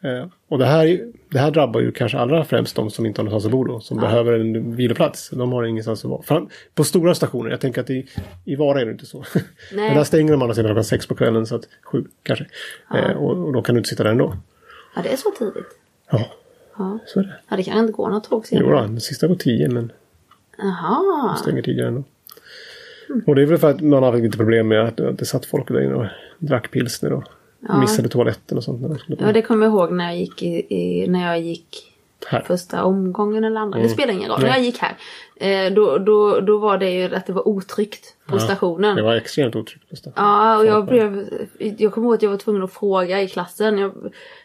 Eh, och det här, det här drabbar ju kanske allra främst de som inte har någonstans att bo då. Som ja. behöver en viloplats. De har ingenstans att vara. Fram, på stora stationer. Jag tänker att i, i Vara är det inte så. Men där stänger de andra sidan klockan sex på kvällen. Så att sju kanske. Ja. Eh, och, och då kan du inte sitta där ändå. Ja, det är så tidigt. Ja, ja. så är det. Ja, det kan inte gå något tåg senare. Jo då, den sista går tio men... Jaha. De stänger tidigare ändå. Mm. Och det är väl för att man har lite problem med att, att det satt folk där inne och drack pilsner och ja. missade toaletten och sånt. Ja, det kommer jag ihåg när jag gick, i, i, när jag gick här. Första omgången eller andra. Mm. Det spelar ingen roll. Nej. När jag gick här, eh, då, då, då var det ju att det var otryggt på ja. stationen. Det var extremt otryggt på stationen. Ja, och jag blev, jag kommer ihåg att jag var tvungen att fråga i klassen. Jag,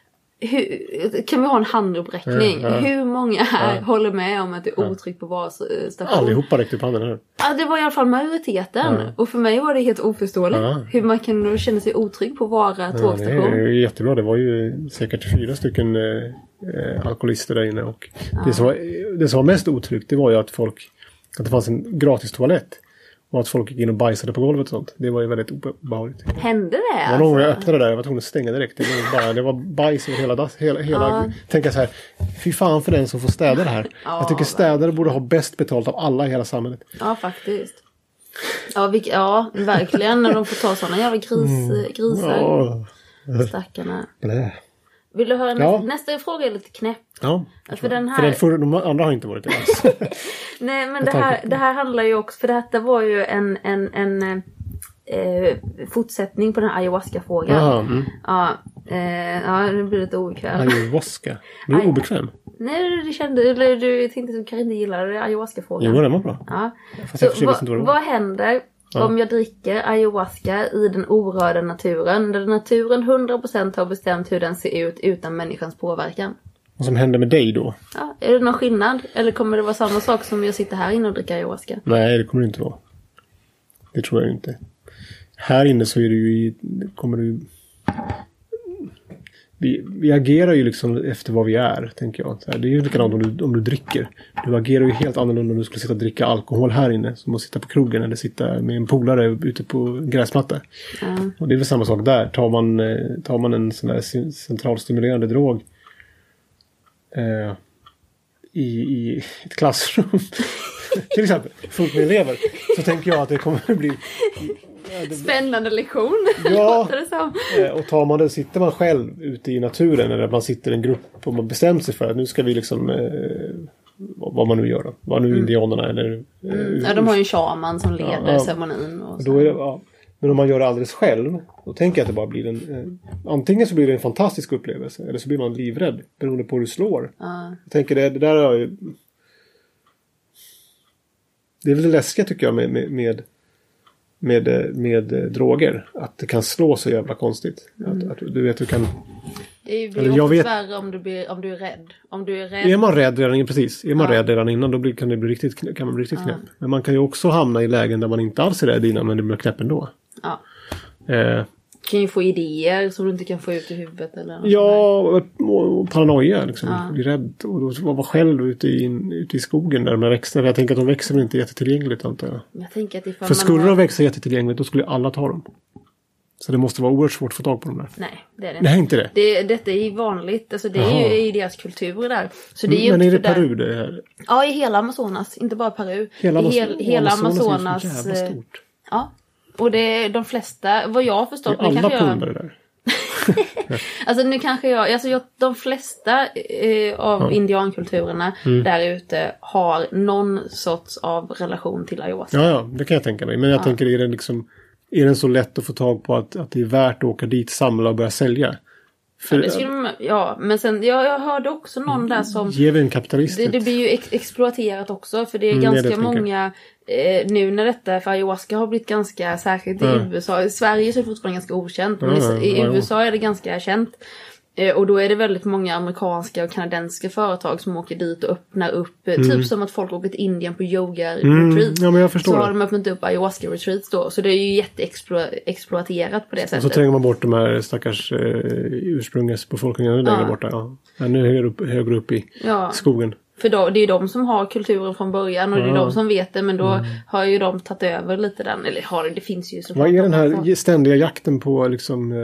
hur, kan vi ha en handuppräckning? Ja, ja. Hur många här ja. håller med om att det är otryggt på var station? Allihopa räckte upp handen här. Ja, det var i alla fall majoriteten. Ja. Och för mig var det helt oförståeligt. Ja. Hur man kan känna sig otrygg på Vara tågstation. Ja, det är jättebra. Det var ju säkert fyra stycken eh, alkoholister där inne. Och ja. det, som var, det som var mest otryggt, det var ju att folk, att det fanns en gratis toalett. Och att folk gick in och bajsade på golvet och sånt. Det var ju väldigt obehagligt. Hände det? Det var någon gång jag öppnade det där. Jag var tvungen att stänga direkt. Det var, bara, det var bajs över hela... Das, hela, hela ja. Tänka så här. Fy fan för den som får städa det här. Ja, jag tycker städare borde ha bäst betalt av alla i hela samhället. Ja, faktiskt. Ja, vilka, ja verkligen. När de får ta sådana jävla gris, grisar. Ja. Stackarna. Blä. Vill du höra nästa, ja. nästa fråga är lite knäpp. Ja. För den här... För den för, de andra har inte varit det alls. Nej, men det här, det här handlar ju också... För detta var ju en, en, en eh, fortsättning på den här ayahuasca-frågan. Aha, mm. Ja, eh, ja, det blir lite obekväm. Ayahuasca? Du är obekväm? Nej, du kände... Eller du tänkte som Karin gillade ayahuasca-frågan. Jo, den var bra. Ja. Så, vad, vad, vad händer... Ja. Om jag dricker ayahuasca i den orörda naturen, där naturen hundra procent har bestämt hur den ser ut utan människans påverkan. Vad som händer med dig då? Ja, är det någon skillnad? Eller kommer det vara samma sak som jag sitter här inne och dricker ayahuasca? Nej, det kommer det inte vara. Det tror jag inte. Här inne så är det ju i, kommer du... Vi, vi agerar ju liksom efter vad vi är, tänker jag. Så här, det är ju likadant om du, om du dricker. Du agerar ju helt annorlunda om du skulle sitta och dricka alkohol här inne. Som att sitta på krogen eller sitta med en polare ute på gräsmatta. Mm. Och det är väl samma sak där. Tar man, tar man en sån här centralstimulerande drog eh, i, i ett klassrum till exempel, fullt med elever, så tänker jag att det kommer att bli... Spännande lektion. Ja, och tar man det, sitter man själv ute i naturen eller man sitter i en grupp och man bestämt sig för att nu ska vi liksom eh, vad man nu gör då. Vad nu mm. indianerna eller... Eh, mm. Ja, de har ju en shaman som leder ja, ja. ceremonin. Och då är det, ja. Men om man gör det alldeles själv, då tänker jag att det bara blir en... Eh, antingen så blir det en fantastisk upplevelse eller så blir man livrädd beroende på hur du slår. Ja. Jag tänker det, det där är ju... Det är väl det läskiga tycker jag med... med, med Med, med eh, droger. Att det kan slå så jävla konstigt. Mm. Att, att du vet du kan... Det blir ju vet... värre om du, blir, om du är rädd. Om du är rädd... Är man rädd redan innan, precis. Är man ja. rädd redan innan, då blir, kan, det bli riktigt, kan man bli riktigt ja. knäpp. Men man kan ju också hamna i lägen där man inte alls är rädd innan, men det blir knäpp ändå. Ja. Eh, kan ju få idéer som du inte kan få ut i huvudet eller något. Ja, och, och paranoia liksom. Ja. Bli rädd. Och då vara själv ute i, ute i skogen där med växterna. Jag tänker att de växer väl inte jättetillgängligt, antar jag. jag tänker att För skulle de har... växa jättetillgängligt, då skulle alla ta dem. Så det måste vara oerhört svårt att få tag på dem där. Nej, det är det Nej, inte det. det detta är ju vanligt. Alltså det är ju i deras kultur där. Så det är ju Men inte är det Peru där... det här? Ja, i hela Amazonas. Inte bara Peru. Hela, I hel, hela Amazonas. Amazonas är så jävla stort. Ja. Och det är de flesta, vad jag har förstått... Det är alla polare där. Alltså nu kanske jag, alltså jag de flesta eh, av ja. indiankulturerna mm. där ute har någon sorts av relation till ayahuasca. Ja, ja, det kan jag tänka mig. Men jag ja. tänker, är det liksom, är den så lätt att få tag på att, att det är värt att åka dit, samla och börja sälja? För, ja, det skulle man, ja, men sen, jag, jag hörde också någon där som... Ger vi en kapitalist? Det, det blir ju ex- exploaterat också, för det är mm, ganska det många... Eh, nu när detta, för ayahuasca har blivit ganska särskilt mm. i U S A. I Sverige så är det fortfarande ganska okänt, men mm, i, i U S A är det ganska känt. Eh, och då är det väldigt många amerikanska och kanadensiska företag som åker dit och öppnar upp. Mm. Typ som att folk åker till Indien på yoga-retreat. Mm, ja, men jag förstår så det. har de öppnat upp ayahuasca-retreats då. Så det är ju jätteexploaterat på det sättet. Och så tränger man bort de här stackars eh, ursprungsbefolkningen längre ja. borta. Ja. Ja, nu högre upp, högre upp i ja. skogen. För då, det är ju de som har kulturen från början och ja. det är de som vet det, men då mm. har ju de tagit över lite den, eller har det, det finns ju så. Vad är den här ständiga jakten på liksom,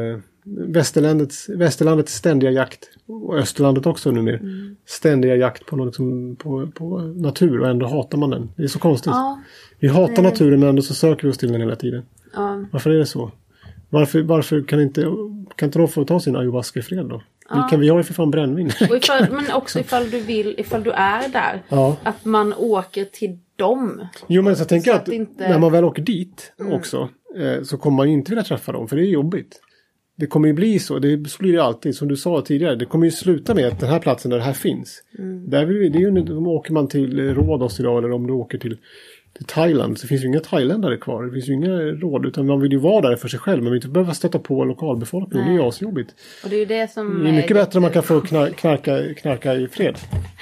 västerlandets, västerlandets ständiga jakt. Och österlandet också numera. Mm. Ständiga jakt på, någon, liksom, på, på natur och ändå hatar man den. Det är så konstigt. Ja, vi hatar det... naturen men ändå så söker vi oss till den hela tiden. Ja. Varför är det så? Varför, varför kan, inte, kan inte de få ta sin ayahuasca i fred då? Ja. Vi, kan, vi har ju för fan brännvin. Och ifall, men också ifall du vill, ifall du är där. Ja. Att man åker till dem. Jo men så jag tänker så att, att inte... när man väl åker dit mm. också. Eh, så kommer man ju inte vilja träffa dem. För det är jobbigt. Det kommer ju bli så. Det så blir det alltid. Som du sa tidigare. Det kommer ju sluta med att den här platsen där det här finns. Mm. Där vill vi, det är ju, om åker man till Rhodos idag. Eller om du åker till... till Thailand så finns ju inga thailändare kvar. Det finns ju inga råd utan man vill ju vara där för sig själv. Man vill inte behöva stöta på lokalbefolkningen. Nej. Det är ju asjobbigt. Och det är ju det som... Det är mycket är bättre om man kan få knar- knarka, knarka i fred.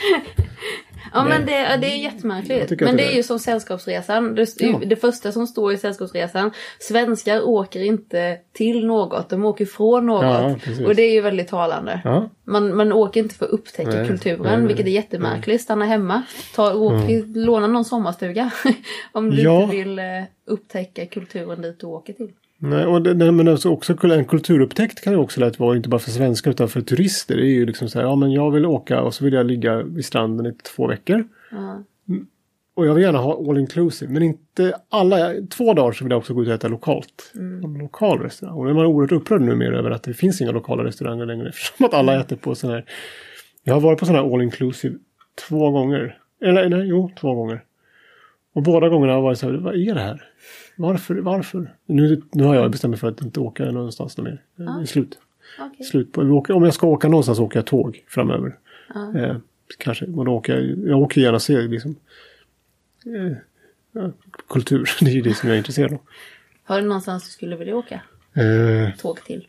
Ja, men det, det är jättemärkligt. Men det är ju som Sällskapsresan. Det, ja. det första som står i Sällskapsresan. Svenskar åker inte till något. De åker från något. Ja, och det är ju väldigt talande. Ja. Man, man åker inte för att upptäcka nej, kulturen. Nej, nej, vilket är jättemärkligt. Nej. Stanna hemma. Ta, åk, mm. Låna någon sommarstuga. Om du ja. inte vill upptäcka kulturen dit du åker till. Nej, och det, men alltså också en kulturupptäckt kan ju också lätt vara inte bara för svenskar utan för turister. Det är ju liksom så här, ja men jag vill åka och så vill jag ligga vid stranden i två veckor. Mm. Och jag vill gärna ha all inclusive, men inte alla, två dagar så vill jag också gå ut och äta lokalt. Mm. En lokal restaurang. Och då är man oerhört upprörd nu mer över att det finns inga lokala restauranger längre. Eftersom att alla äter på sån här, jag har varit på sån här all inclusive två gånger. Eller nej, jo, två gånger. Och båda gångerna har jag varit så här, vad är det här? Varför? Varför? Nu, nu har jag bestämt mig för att inte åka någonstans mer. Ah. Det är slut. Okay. Slut på, åker, om jag ska åka någonstans åker jag tåg framöver. Ah. Eh, kanske. Och då åker jag, jag åker gärna se liksom, eh, ja, kultur. Det är ju det som jag är intresserad av. Har du någonstans du skulle vilja åka? Eh, tåg till?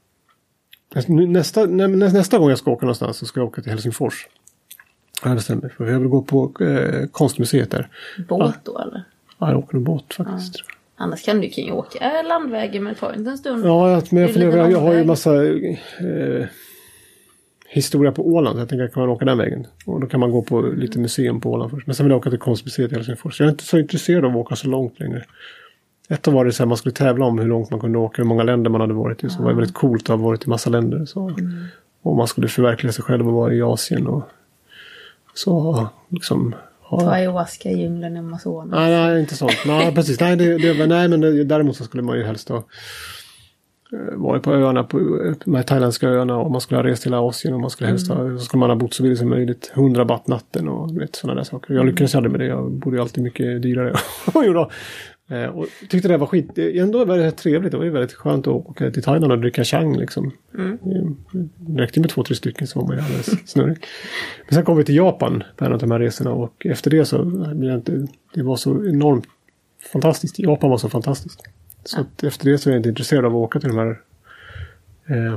Nästa, nä, nästa gång jag ska åka någonstans så ska jag åka till Helsingfors. Jag bestämmer för jag vill gå på eh, konstmuseet där. Båt då eller? Ja, jag åker en båt faktiskt. Ja. Annars kan du ju åka landvägen med ta en stund. Ja, men jag, funderar, jag, jag har ju massa eh, historia på Åland. Jag tänker att jag kan åka den vägen. Och då kan man gå på lite museum på Åland först. Men sen vill jag åka till konstmuseet i Helsingfors. Jag är inte så intresserad av att åka så långt längre. Ett av var det så här, man skulle tävla om hur långt man kunde åka. Hur många länder man hade varit i. Så ja. Det var väldigt coolt att ha varit i massa länder. Så. Mm. Och man skulle förverkliga sig själv och vara i Asien. Och så liksom... Ta ayahuasca i djungeln i Amazonas. Nej, nej, inte sånt. Nej, precis. Nej, det, det, nej men det, däremot så skulle man ju helst ha varit på öarna, på de här thailändska öarna och man skulle ha rest till Asien och man skulle helst ha, mm. så skulle man ha bott så billigt som möjligt. hundra baht natten och vet, sådana där saker. Jag lyckades aldrig med det. Jag bodde ju alltid mycket dyrare. Och tyckte det var skit. Ändå var det trevligt. Det var ju väldigt skönt att åka till Thailand och dricka chang liksom. Mm. Det räckte med två, tre stycken så var man ju alldeles snurrig. Men sen kom vi till Japan på en av de här resorna och efter det så det var så enormt fantastiskt. Japan var så fantastiskt. Så ja. Att efter det så är jag inte intresserad av att åka till de här eh,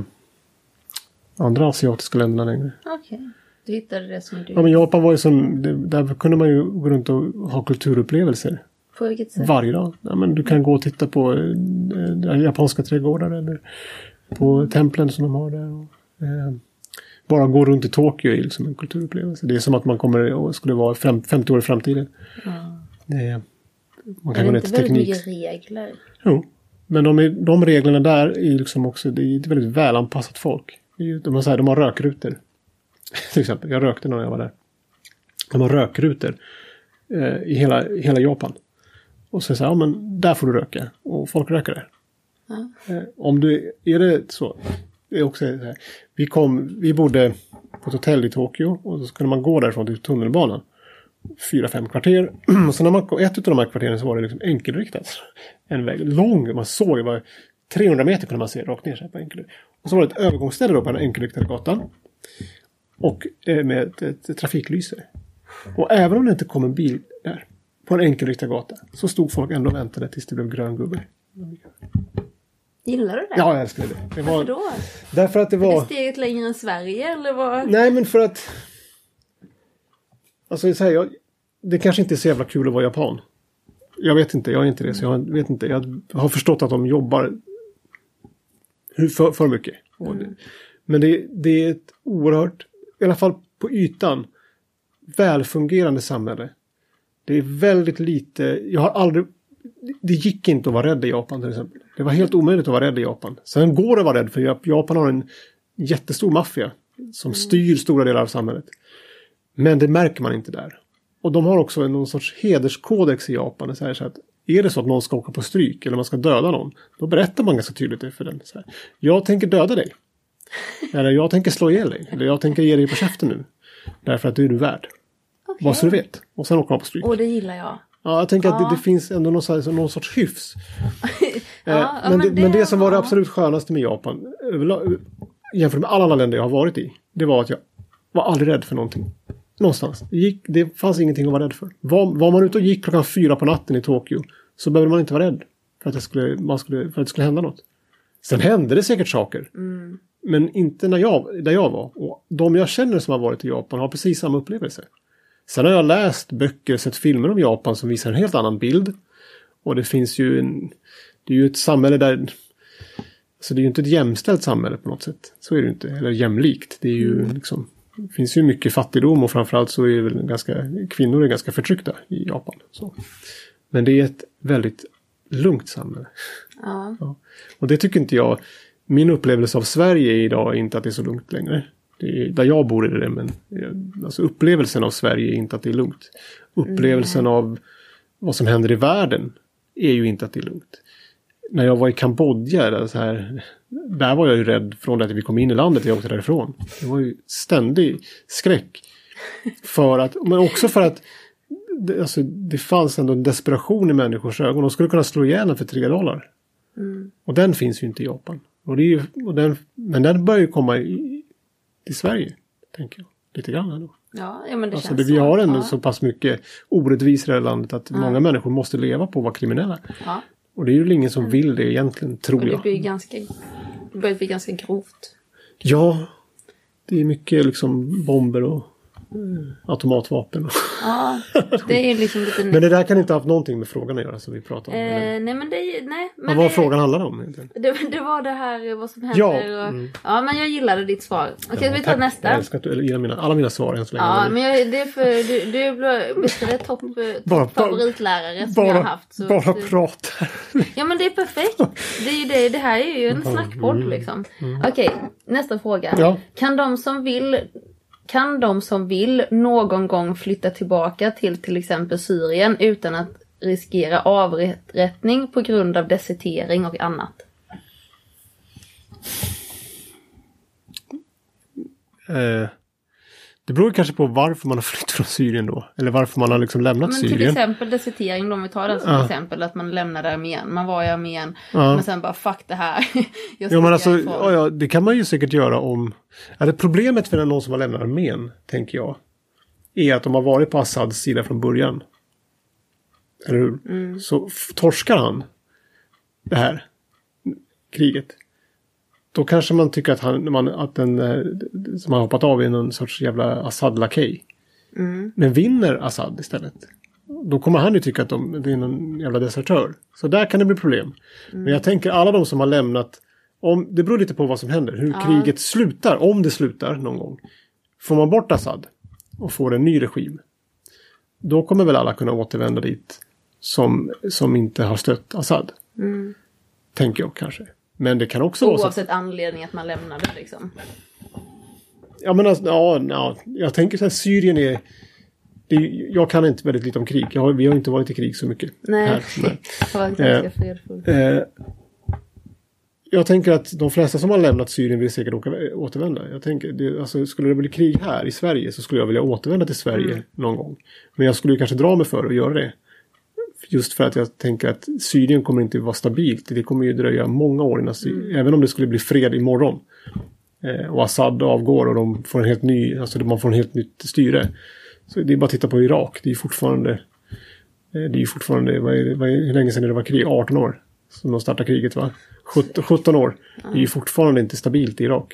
andra asiatiska länderna längre. Okej. Okay. Du hittade det som du... Ja, men Japan var ju som... Där kunde man ju gå runt och ha kulturupplevelser. På vilket sätt? Varje dag. Ja, men du kan gå och titta på äh, japanska trädgårdar eller på templen som de har där. Och, äh, bara gå runt i Tokyo är liksom en kulturupplevelse. Det är som att man kommer och skulle vara fem, femtio år i framtiden. Ja. Det, man kan är gå det ner till inte teknik. väldigt mycket regler? Jo. Men de, är, de reglerna där är liksom också, det är ett väldigt välanpassat folk. De har, så här, de har rökrutor. Till exempel, jag rökte när jag var där. De har rökrutor eh, i hela, hela Japan. Och så säger ja men där får du röka. Och folk röker där. Ja. Eh, om du, är det så. Det är också så här. Vi kom, vi bodde på ett hotell i Tokyo. Och så kunde man gå därifrån till tunnelbanan. Fyra, fem kvarter. Och så när man kom, ett av de här kvarteren så var det liksom enkelriktat. En väg, lång, man såg det var trehundra meter kunde man se rakt ner sig på enkel. Och så var det ett övergångsställe då på den enkelriktade gatan. Och eh, med ett, ett, ett trafiklyse. Och även om det inte kom en bil där på en enkelriktad gata så stod folk ändå och väntade tills det blev grön gubbe. Gillar du det? Ja, jag älskar det. det var, Varför då? Därför att det var... Är det steget längre än Sverige eller vad? Nej, men för att... Alltså, jag säger, jag, det kanske inte är så jävla kul att vara japan. Jag vet inte, jag är inte det. Så jag vet inte. Jag har förstått att de jobbar för, för mycket. Mm. Det, men det, det är ett oerhört, i alla fall på ytan, välfungerande samhälle. Det är väldigt lite, jag har aldrig, det gick inte att vara rädd i Japan till exempel. Det var helt omöjligt att vara rädd i Japan. Sen går det att vara rädd för Japan har en jättestor maffia som mm. styr stora delar av samhället. Men det märker man inte där. Och de har också någon sorts hederskodex i Japan. Det är så att är det så att någon ska åka på stryk eller man ska döda någon, då berättar man ganska tydligt det för den. Så här, jag tänker döda dig. Eller jag tänker slå ihjäl dig. Eller jag tänker ge dig på käften nu. Därför att du är du värd. Okay. Vad så du vet. Och sen åker man på stryk. Och det gillar jag. Ja, jag tänker ja. att det, det finns ändå någon, sorts, någon sorts hyfs. ja, eh, ja, men, men, det, det, men det som var ja. det absolut skönaste med Japan, jämfört med alla andra länder jag har varit i, det var att jag var aldrig rädd för någonting. Någonstans. Det, gick, det fanns ingenting att vara rädd för. Var, var man ute och gick klockan fyra på natten i Tokyo, så behövde man inte vara rädd för att det skulle, man skulle, för att det skulle hända något. Sen hände det säkert saker. Mm. Men inte när jag, där jag var. Och de jag känner som har varit i Japan har precis samma upplevelse. Sen har jag läst böcker, sett filmer om Japan som visar en helt annan bild. Och det finns ju en, det är ju ett samhälle där, alltså det är ju inte ett jämställt samhälle på något sätt. Så är det ju inte, eller jämlikt. Det är ju mm. liksom, det finns ju mycket fattigdom och framförallt så är väl ganska, kvinnor är ganska förtryckta i Japan. Så. Men det är ett väldigt lugnt samhälle. Ja. Ja. Och det tycker inte jag, min upplevelse av Sverige idag är inte att det är så lugnt längre. Det är, där jag bor är det, men alltså upplevelsen av Sverige är inte att det är lugnt. Upplevelsen mm. av vad som händer i världen är ju inte att det är lugnt. När jag var i Kambodja, där, så här, där var jag ju rädd från att vi kom in i landet och jag åkte därifrån. Det var ju ständig skräck. För att, men också för att det, alltså, det fanns ändå en desperation i människors ögon. De skulle kunna slå ihjäl en för tre dollar. Mm. Och den finns ju inte i Japan. Och det är ju, och den, men den börjar ju komma i, till Sverige, tänker jag. Lite grann ändå. Ja, ja men det alltså, känns det, vi har ändå ja. så pass mycket orättvisor i det här landet att ja. många människor måste leva på att vara kriminella. Ja. Och det är ju ingen som vill det egentligen, tror och det jag. blir ganska, det börjar bli ganska grovt. Ja, det är mycket liksom bomber och eh, automatvapen. Ja, det är liksom lite... Men det där kan inte ha haft någonting med frågan att göra som vi pratade om. Eh, nej, men det... Nej, men vad var det, frågan handlade om egentligen? Det, det var det här, vad som händer. Ja, och, mm. ja men jag gillade ditt svar. Okej, okay, ja, vi tar tack. nästa. Jag älskar att du gillar mina, alla mina svar än så länge. Ja, men jag, det är för... Du, du är visst är det topp top favoritlärare som bara, jag har haft. Så bara du, prata. Ja, men det är perfekt. Det, är ju det, det här är ju en snackpodd mm. liksom. Mm. Okej, okay, nästa fråga. Ja. Kan de som vill... Kan de som vill någon gång flytta tillbaka till till exempel Syrien utan att riskera avrättning på grund av desertering och annat? Eh, det beror kanske på varför man har flytt från Syrien då. Eller varför man har liksom lämnat men Syrien. Till exempel desertering, om vi tar det som ja. exempel att man lämnade armén. Man var i armén ja. men sen bara fuck det här. Jag ja, men alltså, ja, ja, det kan man ju säkert göra om... Ja, det problemet för någon som har lämnat armén, tänker jag, är att de har varit på Assads sida från början. Eller hur? Mm. Så f- torskar han det här kriget. Då kanske man tycker att, han, man, att den som har hoppat av är någon sorts jävla Assad-lakej. Mm. Men vinner Assad istället, då kommer han ju tycka att de, det är någon jävla desertör. Så där kan det bli problem. Mm. Men jag tänker alla de som har lämnat, om, det beror lite på vad som händer. Hur ja. kriget slutar, om det slutar någon gång. Får man bort Assad och får en ny regim, då kommer väl alla kunna återvända dit som, som inte har stött Assad. Mm. Tänker jag kanske. Men det kan också vara så... Oavsett anledning att man lämnade liksom. Ja, men alltså, ja, ja, jag tänker så här, Syrien är... Det är, jag kan inte väldigt lite om krig. Jag har, vi har inte varit i krig så mycket. Nej, här, nej. Jag var ganska fredfull. Eh, jag tänker att de flesta som har lämnat Syrien vill säkert åka, återvända. Jag tänker, det, alltså, skulle det bli krig här i Sverige så skulle jag vilja återvända till Sverige mm. någon gång. Men jag skulle ju kanske dra mig för att göra det. Just för att jag tänker att Syrien kommer inte vara stabilt. Det kommer ju dröja många år innan Syrien, mm. även om det skulle bli fred imorgon. Eh, och Assad avgår och de får en helt ny, alltså man får en helt nytt styre. Så det är bara att titta på Irak. Det är fortfarande, eh, det är fortfarande, vad är, vad är, hur länge sedan det var krig? arton år. Som de startade kriget, va? sjutton, sjutton år. Mm. Det är ju fortfarande inte stabilt i Irak.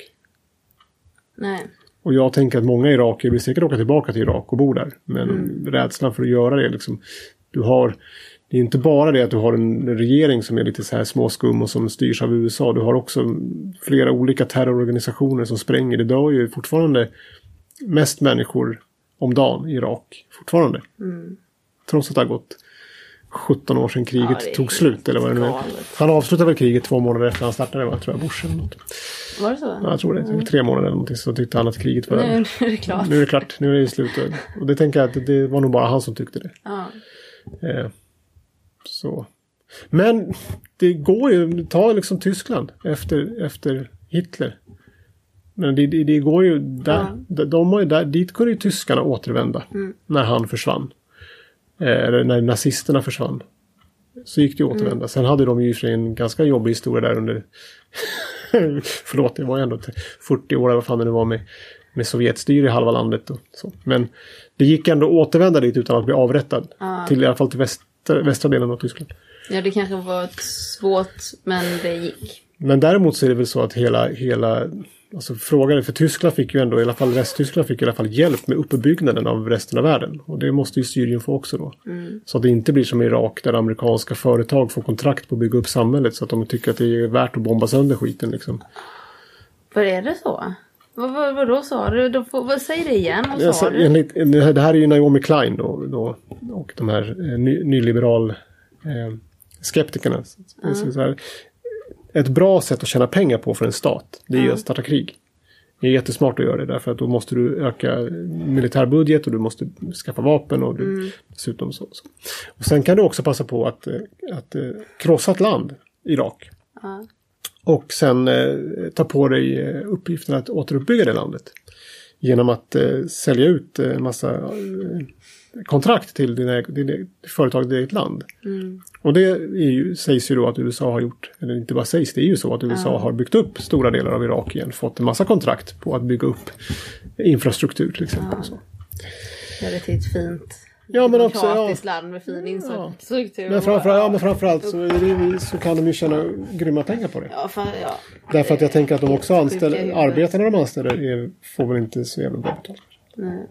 Nej. Och jag tänker att många iraker vill säkert åka tillbaka till Irak och bo där. Men mm. rädslan för att göra det liksom. Du har, det är inte bara det att du har en regering som är lite så här småskum och som styrs av U S A. Du har också flera olika terrororganisationer som spränger. Det dör ju fortfarande mest människor om dagen i Irak. Fortfarande. Mm. Trots att det har gått sjutton år sedan kriget Ja, tog slut. Eller vad det nu är. Han avslutade väl kriget två månader efter han startade, va? Tror jag, Bush eller något. Var det så? Ja, jag tror det. Mm. Tre månader eller någonting, så tyckte han att kriget var över. Nu, nu är det klart. Nu är det klart. Nu är det slut. Och det tänker jag att det var nog bara han som tyckte det. Ja. Eh, så. Men det går ju, ta liksom Tyskland efter, efter Hitler. Men det, det, det går ju där, ja. de, de har ju där, dit kunde ju tyskarna återvända mm. när han försvann. Eh, eller när nazisterna försvann. Så gick det ju återvända. Mm. Sen hade de ju för en ganska jobbig historia där under förlåt, det var ju ändå fyrtio år, vad fan det nu var med, med Sovjetstyr i halva landet och så. Men det gick ändå återvända dit utan att bli avrättad. Ah. Till i alla fall till västra, västra delen av Tyskland. Ja, det kanske var svårt, men det gick. Men däremot så är det väl så att hela, hela alltså frågan, för Tyskland fick ju ändå, i alla fall Västtyskland fick i alla fall hjälp med uppbyggnaden av resten av världen. Och det måste ju Syrien få också då. Mm. Så att det inte blir som i Irak där amerikanska företag får kontrakt på att bygga upp samhället så att de tycker att det är värt att bomba sönder skiten liksom. För är det så? Vad, vad, vad då sa du? Då får, vad, säg det igen. Vad ja, sa du? Enligt, det här är ju Naomi Klein då, då och de här eh, ny, nyliberal eh, skeptikerna. Mm. Så här, ett bra sätt att tjäna pengar på för en stat, det är mm. att starta krig. Det är jättesmart att göra det därför att då måste du öka militärbudget och du måste skaffa vapen och du, mm. dessutom så, så. Och sen kan du också passa på att, att, att krossa ett land, Irak. Mm. Och sen eh, ta på dig uppgiften att återuppbygga det landet. Genom att eh, sälja ut en eh, massa eh, kontrakt till dina, dina företag i ditt land. Mm. Och det är ju, sägs ju då att U S A har gjort, eller inte bara sägs, det är ju så att U S A mm. har byggt upp stora delar av Irak igen. Fått en massa kontrakt på att bygga upp infrastruktur till exempel. Mm. Så. Ja, det är ett fint ja, men också, ja, land med fin infrastruktur. Ja. Men, framför, ja, men framförallt så, är det, så kan de ju tjäna grymma pengar på det. Ja, för, ja. Därför att jag tänker att de också anställer, arbetarna de anställer är, får väl inte så jävla bra betalt. Nej.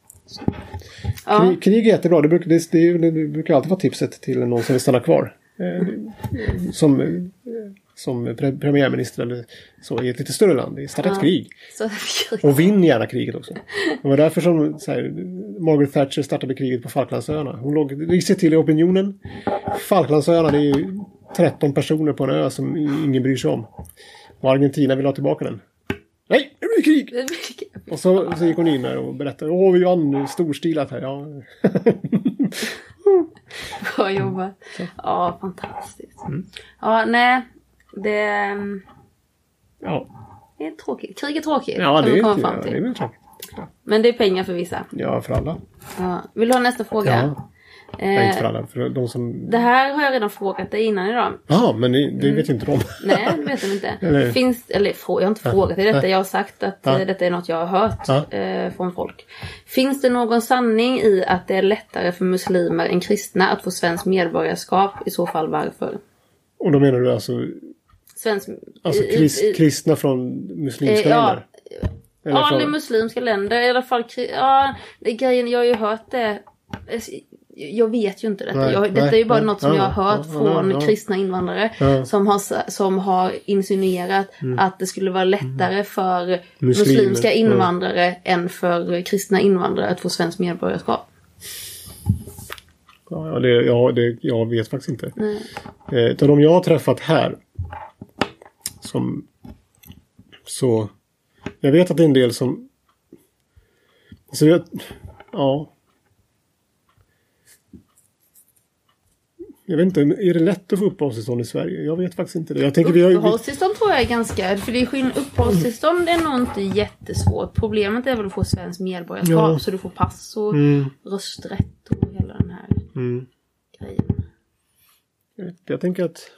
Ja. Krig, krig är jättebra. Det brukar, det, det, det brukar alltid vara tipset till någon som vill stanna kvar. Eh, som, eh, som pre- premiärminister eller så i ett lite större land. Starta ett ja. krig. Så, och vinn gärna kriget också. Det var därför som så här, Margaret Thatcher startade kriget på Falklandsöarna. Hon låg, det ser till i opinionen. Falklandsöarna, det är ju tretton personer på en ö som ingen bryr sig om. Och Argentina vill ha tillbaka den. Nej, det blir krig! Det blir krig. Och så, så gick hon in här och berättade, åh vi vann storstilat här. Ja. Bra jobbat. Ja, fantastiskt. Mm. Ja, nej, det, ja. det är tråkigt. Krig är tråkigt. Ja, det är, ja, det är väl tråkigt. Men det är pengar för vissa. Ja, för alla. Ja. Vill du ha nästa fråga? Ja. Nej, inte för alla. För de som... Det här har jag redan frågat dig innan idag. Ja, men det, det vet inte de. Nej, det vet de inte. Eller... Finns, eller jag har inte frågat dig detta. Jag har sagt att ja. detta är något jag har hört ja. eh, från folk. Finns det någon sanning i att det är lättare för muslimer än kristna att få svensk medborgarskap? I så fall varför? Och då menar du alltså... Svensk... Alltså krist, i, kristna från muslimska eh, länder? Ja, ja från... det är muslimska länder. I alla fall... Ja, det, grejen, jag har ju hört det... Jag vet ju inte detta. Nej, jag, detta nej, är ju bara nej, något som nej, jag har hört nej, från nej, kristna invandrare nej. Som, har, som har insinuerat mm. att det skulle vara lättare för Muslimer. muslimska invandrare mm. än för kristna invandrare att få svensk medborgarskap. Ja, det, ja det, jag vet faktiskt inte. Eh, de jag har träffat här som så jag vet att det är en del som så jag, ja jag vet inte, är det lätt att få uppehållstillstånd i Sverige? Jag vet faktiskt inte det. Jag tänker, uppehållstillstånd vi har... tror jag är ganska... För det är skillnad, uppehållstillstånd är nog inte jättesvårt. Problemet är väl att få svensk medborgarskap. Ja. Så du får pass och mm. rösträtt och hela den här mm. grejen. Jag, vet, jag tänker att...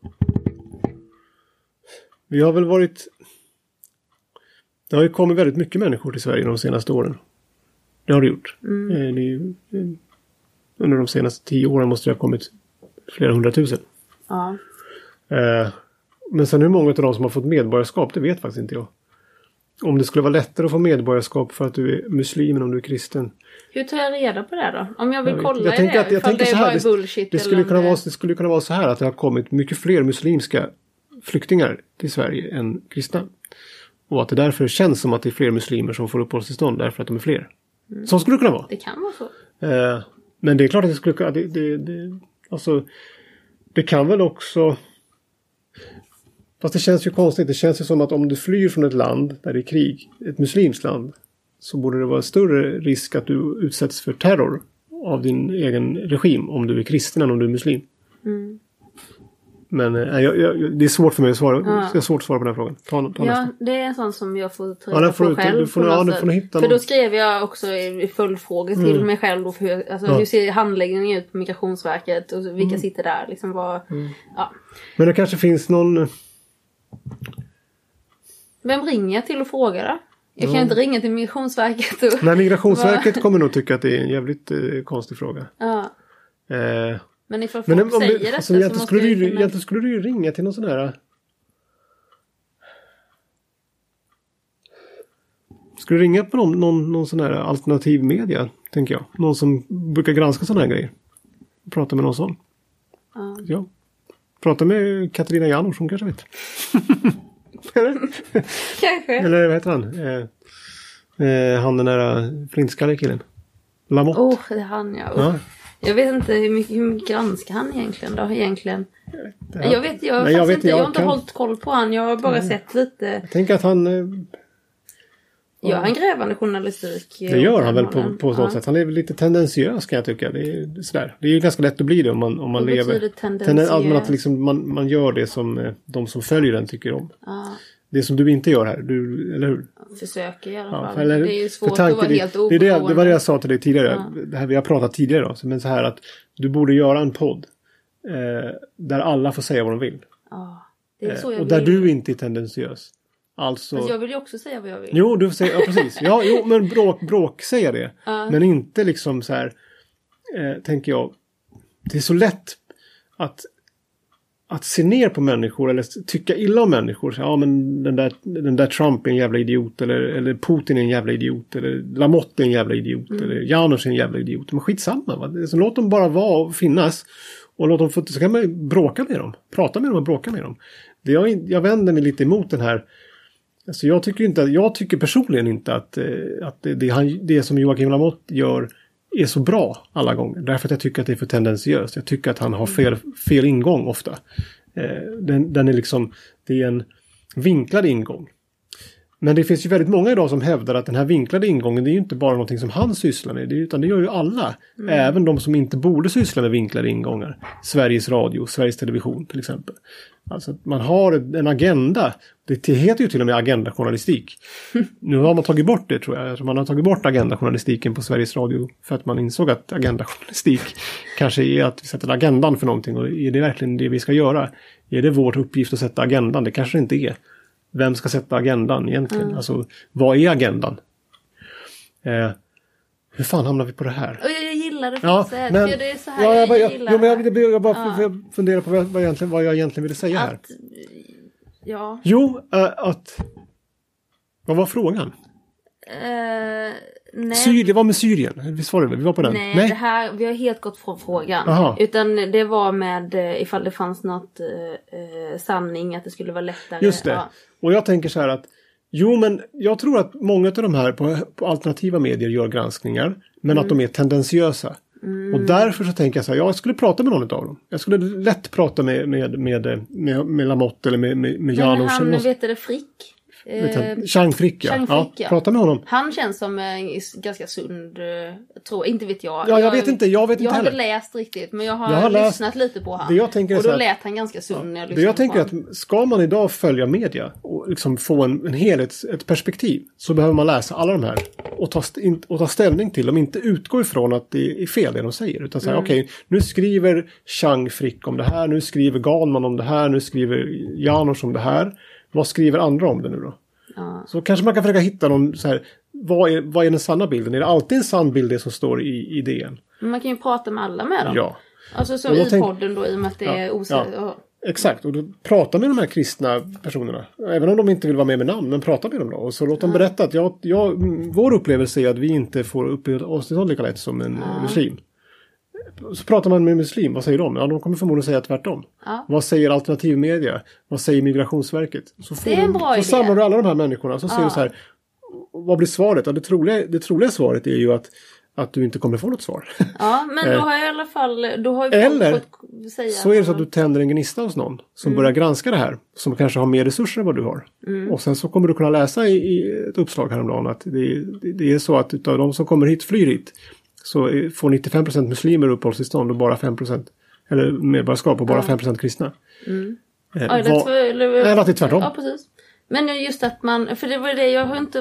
Vi har väl varit... Det har ju kommit väldigt mycket människor till Sverige de senaste åren. Det har det gjort. Mm. Det är ju... Under de senaste tio åren måste det ha kommit flera hundratusen. Ja. Eh, men sen hur många av de som har fått medborgarskap, det vet faktiskt inte jag. Om det skulle vara lättare att få medborgarskap för att du är muslim än om du är kristen. Hur tar jag reda på det då? Om jag vill jag kolla jag i tänker det, att, jag tänker det så här, det, bullshit det, skulle kunna det... vara, det skulle kunna vara så här att det har kommit mycket fler muslimska flyktingar till Sverige än kristna. Och att det därför känns som att det är fler muslimer som får uppehållstillstånd därför att de är fler. Mm. Så skulle det kunna vara. Det kan vara så. Eh, Men det är klart att det skulle det, det, det, Alltså, det kan väl också... Fast det känns ju konstigt. Det känns ju som att om du flyr från ett land där det är krig, ett muslimskt land, så borde det vara större risk att du utsätts för terror av din egen regim om du är kristen än om du är muslim. Mm. Men äh, jag, jag, det är svårt för mig att svara. Ja. Det är svårt att svara på den här frågan. Ta, ta ja, nästa. det är en sån som jag får ta ja, reda får på du, själv. Du får, ja, du får hitta för någon. då skrev jag också i följdfrågor till mm. mig själv. Då för hur, alltså, ja. hur ser handläggningen ut på Migrationsverket? Och vilka mm. sitter där? Liksom, vad, mm. ja. Men det kanske finns någon... Vem ringer jag till och frågar då? Jag kan ja. inte ringa till Migrationsverket. Och Nej, Migrationsverket kommer nog tycka att det är en jävligt eh, konstig fråga. Ja. Eh, men ifall folk men, om säger det, alltså, detta så skulle du, kunna... egentligen skulle du ju ringa till någon sån här... Skulle du ringa på någon, någon, någon sån här alternativ media, tänker jag. Någon som brukar granska såna här grejer. Prata med någon sån. Ja. ja. Prata med Katarina Janouch, hon kanske vet. Eller? Kanske. Eller vad heter han? Eh, eh, han den där flintskalliga killen. Lamotte. Åh, oh, det är han ja. ja. Jag vet inte hur mycket, hur mycket granskar han egentligen då? Egentligen. Jag, jag vet, jag, Nej, jag, vet, inte, jag, jag har inte kan... hållit koll på han. Jag har bara mm. sett lite. Jag tänker att han... Eh, Gör han grävande journalistik? Det gör han väl på, på något ja. sätt. Han är lite tendensiös kan jag tycka. Det är, sådär. Det är ju ganska lätt att bli det om man, om man lever. Tendensiös? Tenden, att liksom man, man gör det som de som följer den tycker om. Ja. Det som du inte gör här, du, eller hur? Försöker i alla fall. Ja, eller, det är ju svårt tanke, att vara det, helt oberoende. Det, det, det var det jag sa till dig tidigare. Ja. Det här vi har pratat tidigare då. Men så här att du borde göra en podd eh, där alla får säga vad de vill. Ja, det är så jag eh, och vill. där du inte är tendensiös. Alltså... Fast jag vill ju också säga vad jag vill. Jo, du säger, ja precis. Ja, jo, men bråk, bråk säga det. Uh. Men inte liksom så här, eh, tänker jag. Det är så lätt att, att se ner på människor eller tycka illa om människor. Så, ja, men den där, den där Trump är en jävla idiot. Eller, eller Putin är en jävla idiot. Eller Lamotte är en jävla idiot. Mm. Eller Janouch är en jävla idiot. Men skitsamma, va? Så låt dem bara vara och finnas. Och låt dem få, så kan man bråka med dem. Prata med dem och bråka med dem. Det jag, jag vänder mig lite emot den här. Alltså jag tycker inte, jag tycker personligen inte att, att det, det, han, det som Joakim Lamotte gör är så bra alla gånger. Därför att jag tycker att det är för tendensiöst. Jag tycker att han har fel, fel ingång ofta. Eh, den, den är liksom, det är en vinklad ingång. Men det finns ju väldigt många idag som hävdar att den här vinklade ingången, det är ju inte bara någonting som han sysslar med. Det är, utan det gör ju alla. Mm. Även de som inte borde syssla med vinklade ingångar. Sveriges Radio, Sveriges Television till exempel. Alltså man har en agenda. Det heter ju till och med agendajournalistik. Nu har man tagit bort det tror jag. Man har tagit bort agendajournalistiken på Sveriges Radio. För att man insåg att agendajournalistik kanske är att vi sätter agendan för någonting. Och är det verkligen det vi ska göra? Är det vår uppgift att sätta agendan? Det kanske det inte är. Vem ska sätta agendan egentligen? Mm. Alltså, vad är agendan? Eh, hur fan hamnar vi på det här? Och jag, jag gillar det ja, för men, det är så här ja, jag, jag, jag gillar jo, men jag, jag, jag bara ja. jag funderar på vad, vad, jag egentligen, vad jag egentligen ville säga att, här. Ja. Jo, äh, att... Vad var frågan? Uh, nej. Syr, det var med Syrien. Visst var det? Vi var på den. Nej, nej? Det här, vi har helt gått från frågan. Aha. Utan det var med ifall det fanns något uh, sanning att det skulle vara lättare. Just det. Ja. Och jag tänker så här att jo, men jag tror att många av de här på, på alternativa medier gör granskningar. Men mm. att de är tendensiösa. Mm. Och därför så tänker jag så här, jag skulle prata med någon av dem. Jag skulle lätt prata med, med, med, med, med Lamotte eller med, med, med Janouch. Men han, vet du det, Frick? Eh, Chang Frick, ja. Chang Frick, ja. Prata med honom. Han känns som en ganska sund, jag tror, inte vet jag. Ja, jag, jag vet inte, jag vet inte Jag har heller. inte läst riktigt, men jag har, jag har lyssnat läst, lite på han. Det jag tänker och då så här, lät han ganska sund ja, när jag lyssnade det jag tänker på att ska man idag följa media och liksom få en, en helhets, ett perspektiv, så behöver man läsa alla de här och ta, och ta ställning till dem. Inte utgå ifrån att det är fel det de säger, utan säga mm. okej, okay, nu skriver Chang Frick om det här, nu skriver Galman om det här, nu skriver Janouch om det här. Vad skriver andra om det nu då? Ja. Så kanske man kan försöka hitta någon så här, vad är, vad är den sanna bilden? Är det alltid en sann bild det som står i idén? Men man kan ju prata med alla med dem. Ja. Alltså som i tänk... podden då, i och med att det ja. är osäkert. Ja. Exakt, och då prata med de här kristna personerna. Även om de inte vill vara med med namn, men prata med dem då. Och så låt dem ja. berätta att jag, jag, vår upplevelse är att vi inte får uppleva oss lika lätt som en ja. muslim. Så pratar man med en muslim, vad säger de? Ja, de kommer förmodligen säga tvärtom. Ja. Vad säger alternativmedia? Vad säger Migrationsverket? Så får det är en bra de, idé. Så samlar du alla de här människorna, så ja. ser du så här, vad blir svaret? Ja, det, troliga, det troliga svaret är ju att, att du inte kommer få något svar. Ja, men då har jag i alla fall då har ju Eller fått säga så är det så att du tänder en gnista hos någon som mm. börjar granska det här. Som kanske har mer resurser än vad du har. Mm. Och sen så kommer du kunna läsa i, i ett uppslag häromdagen att det, det är så att utav de som kommer hit, flyr hit, så får nittiofem procent muslimer uppehållstillstånd och bara fem procent eller medborgarskap och bara ja. fem procent kristna. Mm. Eh, ja, det var, eller, eller att det är tvärtom. Ja, precis. Men just att man, för det var det jag har inte,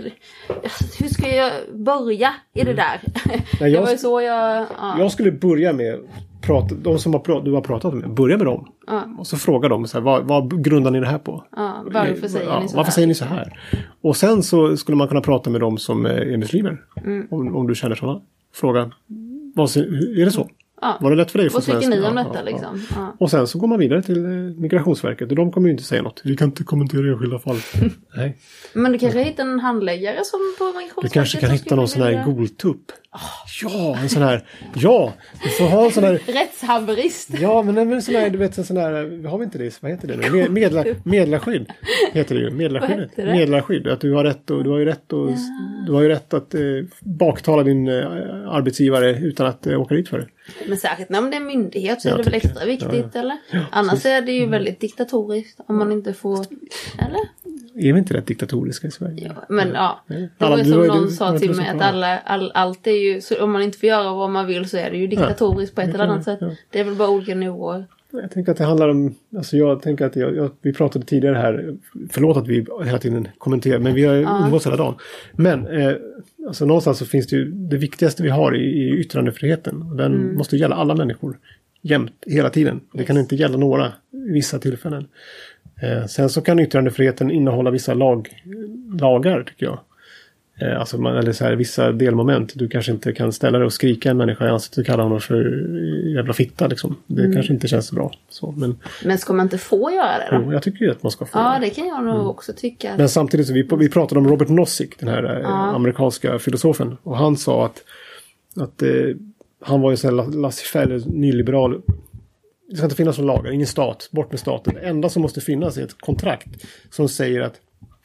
hur ska jag börja i det där? Nej, jag, det var ju så jag... Ja. Jag skulle börja med, prata, de som har, du har pratat med, börja med dem. Ja. Och så fråga dem, så här, vad, vad grundar ni det här på? Ja, varför säger ja, ni så varför här? säger ni så här? Och sen så skulle man kunna prata med dem som är muslimer. Mm. Om, om du känner sådana. Fråga, vad, är det så? Ja. Var det lätt för dig? Vad tycker ni om ja, detta ja, liksom? Ja. Och sen så går man vidare till Migrationsverket och de kommer ju inte säga något. Vi kan inte kommentera enskilda fall. Nej. Men du kanske hittar en handläggare som på Migrationsverket. Du kanske kan hitta någon sån här goltupp. Oh. Ja, en sån här. Ja, du får ha en sån här. Rättshaverist. Ja, men en sån här, du vet en sån här, har vi inte det? Vad heter det nu? Medla, medlarskydd heter det ju. Medlarskydd. Medlarskydd. Att du har rätt och du har ju rätt och ja. du har ju rätt att eh, baktala din eh, arbetsgivare utan att eh, åka dit för det. Men särskilt när det är myndighet så ja, är det väl extra viktigt, ja, ja. eller? Ja, annars så, är det ju väldigt diktatoriskt om man inte får, eller? Är vi inte rätt diktatoriska i Sverige? Ja, men ja, det var ju som någon sa till mig att alla, all, allt är ju, så om man inte får göra vad man vill så är det ju diktatoriskt ja, på ett eller annat sätt. Ja. Det är väl bara olika nivåer. Jag tänker att det handlar om, alltså jag tänker att jag, jag, vi pratade tidigare här, förlåt att vi hela tiden kommenterar, men vi har ju ja. umgåtts hela dagen. Men eh, alltså någonstans så finns det ju, det viktigaste vi har i, i yttrandefriheten. Och den mm. måste gälla alla människor jämt, hela tiden. Det yes. kan inte gälla några i vissa tillfällen. Eh, sen så kan yttrandefriheten innehålla vissa lag, lagar tycker jag. Eh, alltså man, eller så här, vissa delmoment. Du kanske inte kan ställa dig och skrika en människa i ansiktet och kalla honom för jävla fitta liksom. Det mm. kanske inte känns så bra. Så, men, men ska man inte få göra det då? Jo, jag tycker ju att man ska få Ja, göra det. det kan jag nog mm. också tycka. Men samtidigt så vi, vi pratade om Robert Nozick, den här ja. amerikanska filosofen. Och han sa att, att eh, han var ju så här laissez-faire, nyliberal. Det ska inte finnas någon lagar, ingen stat, bort med staten. Det enda som måste finnas är ett kontrakt som säger att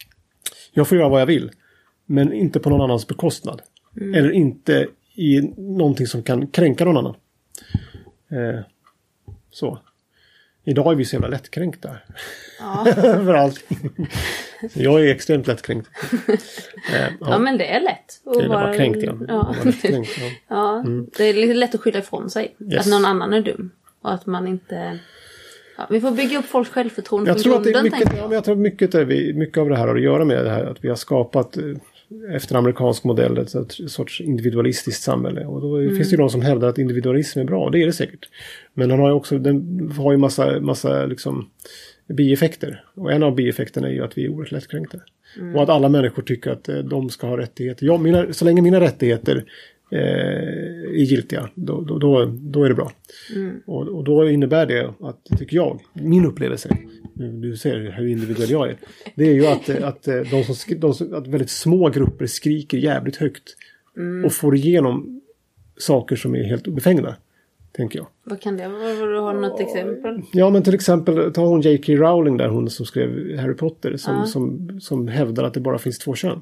jag får göra vad jag vill, men inte på någon annans bekostnad. Mm. Eller inte i någonting som kan kränka någon annan. Eh, så. Idag är vi så jävla lättkränkta. Ja. För allting. Jag är extremt lättkränkt. Eh, ja. ja, men det är lätt. Det är bara kränkt igen. Ja. Ja. Ja. Mm. Det är lite lätt att skylla ifrån sig. Yes. Att någon annan är dum. Och att man inte... Ja, vi får bygga upp folks självförtroende jag från tror grunden, att det är mycket, jag. Ja, jag tror mycket, är vi, mycket av det här har att göra med det här. Att vi har skapat efter amerikansk modell ett, ett sorts individualistiskt samhälle. Och då mm. finns det ju de som hävdar att individualism är bra. Det är det säkert. Men den har ju också den har ju massa, massa liksom bieffekter. Och en av bieffekterna är ju att vi är oerhört lättkränkta. Mm. Och att alla människor tycker att de ska ha rättigheter. Ja, mina, så länge mina rättigheter eh, är giltiga, då, då, då, då är det bra. Mm. Och, och då innebär det att, tycker jag, min upplevelse, du ser hur individuell jag är, det är ju att, att, de som, de som, att väldigt små grupper skriker jävligt högt mm. och får igenom saker som är helt befängda, tänker jag. Vad kan det vara? Har du har något exempel? Ja, men till exempel ta hon J K Rowling där, hon som skrev Harry Potter, som, ja. som, som hävdar att det bara finns två kön.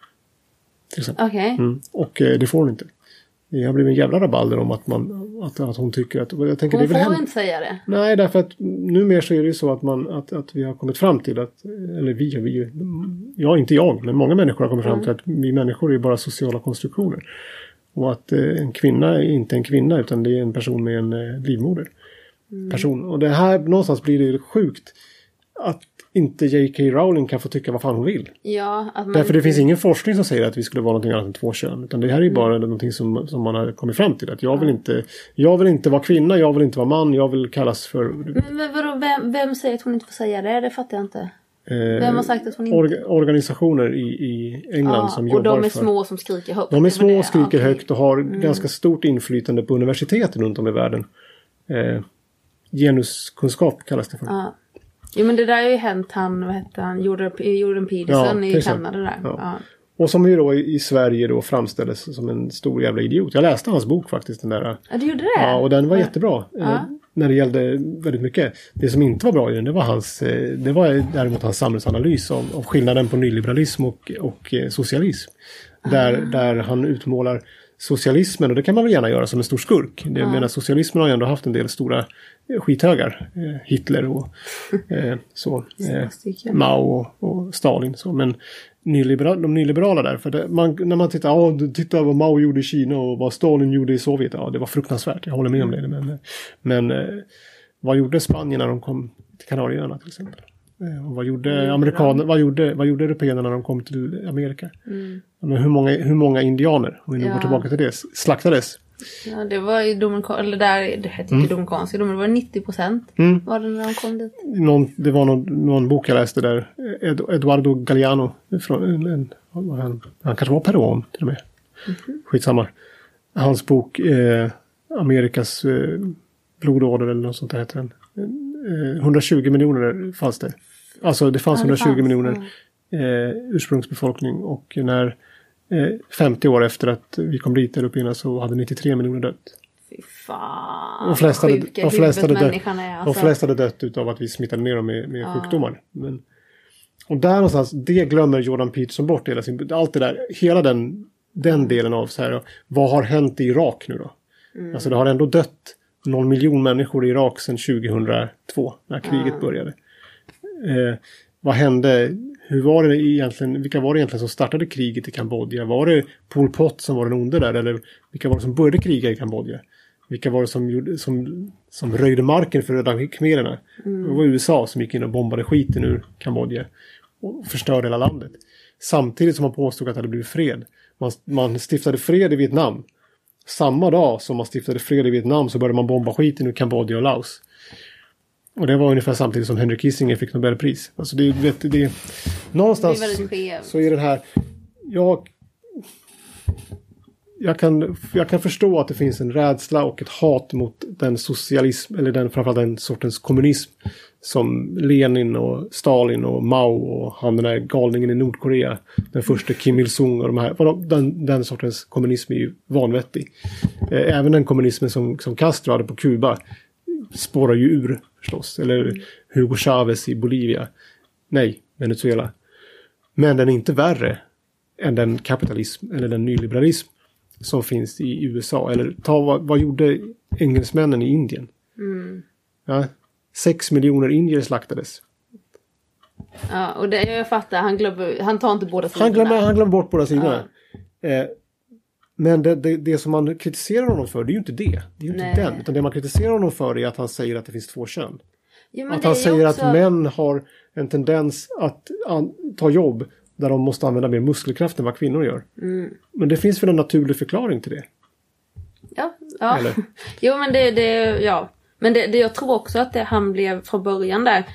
Okej. Okay. Mm. Och eh, det får hon inte. Det har blivit en jävla rabalder om att, man, att, att hon tycker att... Jag tänker, hon det är väl får hem... inte säga det. Nej, därför att numera så är det ju så att, man, att, att vi har kommit fram till att... Eller vi, vi ja, inte jag, men många människor har kommit fram till mm. att vi människor är bara sociala konstruktioner. Och att eh, en kvinna är inte en kvinna, utan det är en person med en eh, livmoder. Mm. Person. Och det här, någonstans blir det sjukt att inte J K Rowling kan få tycka vad fan hon vill. Ja, att man Därför inte... det finns ingen forskning som säger att vi skulle vara någonting annat än två kön. Utan det här är ju mm. bara någonting som, som man har kommit fram till. Att jag vill, inte, jag vill inte vara kvinna, jag vill inte vara man, jag vill kallas för... Men, men vadå, vem, vem säger att hon inte får säga det? Det fattar jag inte. Eh, vem har sagt att hon inte... Or, organisationer i, i England ja, som och jobbar för... Och de är små som skriker högt. De är små och skriker okay. högt och har mm. ganska stort inflytande på universitet runt om i världen. Eh, genuskunskap kallas det för. Ja. Jo, men det där har ju hänt han, vad heter han, Jordan, Jordan Peterson ja, i Kanada där. Ja. Ja. Och som ju då i Sverige då framställdes som en stor jävla idiot. Jag läste hans bok faktiskt, den där. Ja, du gjorde det? Ja, och den var ja. jättebra. Ja. Eh, när det gällde väldigt mycket. Det som inte var bra i den, det var hans, eh, det var däremot hans samhällsanalys av, av skillnaden på nyliberalism och, och eh, socialism. Där, ah. där han utmålar socialismen, och det kan man väl gärna göra som en stor skurk. Det, Ja. Jag menar, socialismen har ju ändå haft en del stora eh, skithögar. Eh, Hitler och eh, så. Eh, stycken. Mao och, och Stalin. Så. Men nyliberal, de nyliberala där, för det, man, när man tittar, ja, du tittar vad Mao gjorde i Kina och vad Stalin gjorde i Sovjet, ja, det var fruktansvärt, jag håller med om det. Men, men eh, vad gjorde Spanien när de kom till Kanarieöarna till exempel? Eh, och vad gjorde amerikaner, vad gjorde, vad gjorde européerna när de kom till Amerika? Mm. Men hur många, hur många indianer, om vi nu Ja. går tillbaka till det, slaktades? Ja, det var ju Dominikan, eller där, det hette inte Dominikanska, men det var nittio procent Mm. var det när de kom dit. Någon, det var någon, någon bok jag läste där, Ed, Eduardo Galeano, från, en, en, han, han kanske var peruan till och med. Mm-hmm. Skitsamma. Hans bok eh, Amerikas eh, blodorder eller något sånt där heter den. Eh, hundratjugo miljoner fanns det. Alltså det fanns Ja, det hundratjugo fanns, miljoner eh, ursprungsbefolkning, och när eh, femtio år efter att vi kom dit där uppe innan så hade nittiotre miljoner dött. Fy fan. De flesta hade, sjuka de flesta hade, dött, människan är alltså. de flesta hade dött utav att vi smittade ner dem med, med Ja. sjukdomar. Men, och där någonstans, det glömmer Jordan Peterson bort hela sin, allt det där, hela den, den delen av så här, vad har hänt i Irak nu då? Mm. Alltså det har ändå dött någon miljon människor i Irak sedan tjugohundratvå när kriget Ja. började. Eh, vad hände? Hur var det egentligen? Vilka var det egentligen som startade kriget i Kambodja? Var det Pol Pot som var den onde där? Eller vilka var det som började kriga i Kambodja? Vilka var det som, gjorde, som, som röjde marken för röda khmererna? Mm. Det var U S A som gick in och bombade skiten ur Kambodja och förstörde hela landet. Samtidigt som man påstod att det hade blivit fred. Man, man stiftade fred i Vietnam. Samma dag som man stiftade fred i Vietnam så började man bomba skiten ur Kambodja och Laos. Och det var ungefär samtidigt som Henry Kissinger fick Nobelpris. Alltså det, vet, det, någonstans Det är väldigt skevt. så är den här... Jag, jag, kan, jag kan förstå att det finns en rädsla och ett hat mot den socialism, eller den, framförallt den sortens kommunism som Lenin och Stalin och Mao och han den där galningen i Nordkorea, den första Kim Il-sung och de här, den, den sortens kommunism är ju vanvettig. Även den kommunismen som, som Castro hade på Kuba spårar ju ur förstås. Eller Hugo Chavez i Bolivia. Nej, Venezuela. Men den är inte värre än den kapitalism eller den nyliberalism som finns i U S A. Eller ta vad, vad gjorde engelsmännen i Indien? Mm. Ja, sex miljoner indier slaktades. Ja, och det jag fattar, han glömmer, han tar inte båda sidorna. Han glömmer, han glömmer bort båda sidorna. Ja. Eh, men det, det, det som man kritiserar honom för, det är ju inte det. Det är ju inte Nej. den. Utan det man kritiserar honom för är att han säger att det finns två kön. Jo, att han säger också... att män har en tendens att an, ta jobb där de måste använda mer muskelkraft än vad kvinnor gör. Mm. Men det finns väl en naturlig förklaring till det? Ja, ja. Jo, men det, det ja. Men det, det, jag tror också att det, han blev från början där.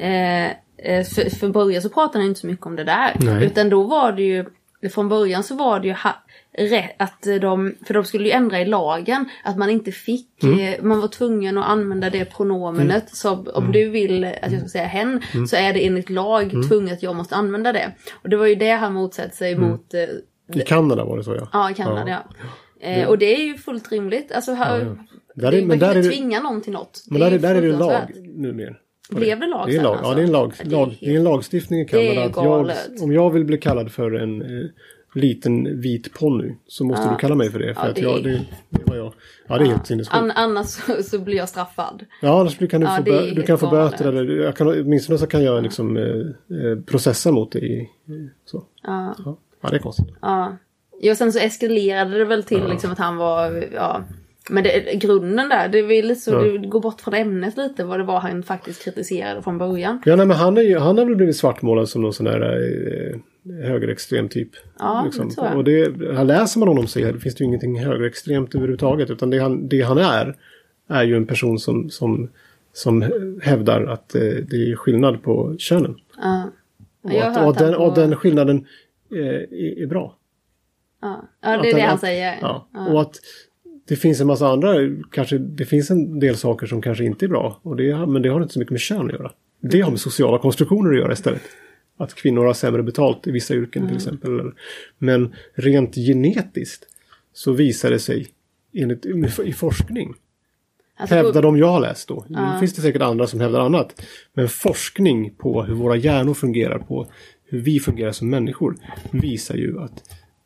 Eh, för, för början så pratade han inte så mycket om det där. Nej. Utan då var det ju, från början så var det ju ha, rätt att de, för de skulle ju ändra i lagen att man inte fick, mm. eh, man var tvungen att använda det pronomenet. Mm. Så om mm. du vill att jag ska säga hen, mm. så är det enligt lag mm. tvunget att jag måste använda det. Och det var ju det han motsatte sig mm. mot. Eh, I Kanada var det så, ja. Ja, i Kanada, ja. ja. Eh, och det är ju fullt rimligt. Alltså, ja, ja. Där är, det, man kan inte tvinga någon till något. Men där är, där är det lag numera. Blev det lag det är lag, sen, alltså? Ja, det är en, lag, det är lag, det är en lagstiftning i Kanada. Att jag, om jag vill bli kallad för en eh, liten vit ponny så måste ja. du kalla mig för det. För ja, att det, jag, det, det var jag. Ja, det är ja. helt sinnessjukt. An, annars så, så blir jag straffad. Ja, annars kan du, ja, få, bö- du kan få galet. böter. Eller, jag kan, åtminstone så kan jag ja. liksom, eh, processa mot det. I, så. Ja. Ja. ja, det är konstigt. Ja. Jo, sen så eskalerade det väl till ja. liksom, att han var... Ja, men det, grunden där, det vill så ja. du går bort från ämnet lite vad det var han faktiskt kritiserade från början. Ja, nej, men han, är ju, han har väl blivit svartmålad som någon sån där eh, högerextrem typ. Ja, liksom. det tror jag. Och det, här läser man honom säga, det finns ju ingenting högerextremt överhuvudtaget, utan det han, det han är är ju en person som, som, som hävdar att eh, det är skillnad på könen. Ja. Och, att, och, den, på... och den skillnaden eh, är, är bra. Ja, ja det är det han säger. Ja. Ja. Och att det finns en massa andra, kanske det finns en del saker som kanske inte är bra. Och det, men det har inte så mycket med kön att göra. Det har med sociala konstruktioner att göra istället. Att kvinnor har sämre betalt i vissa yrken mm. till exempel. Men rent genetiskt så visar det sig enligt, i forskning. Alltså, hävdar de jag har läst då. Nu uh. finns det säkert andra som hävdar annat. Men forskning på hur våra hjärnor fungerar, på hur vi fungerar som människor, visar ju att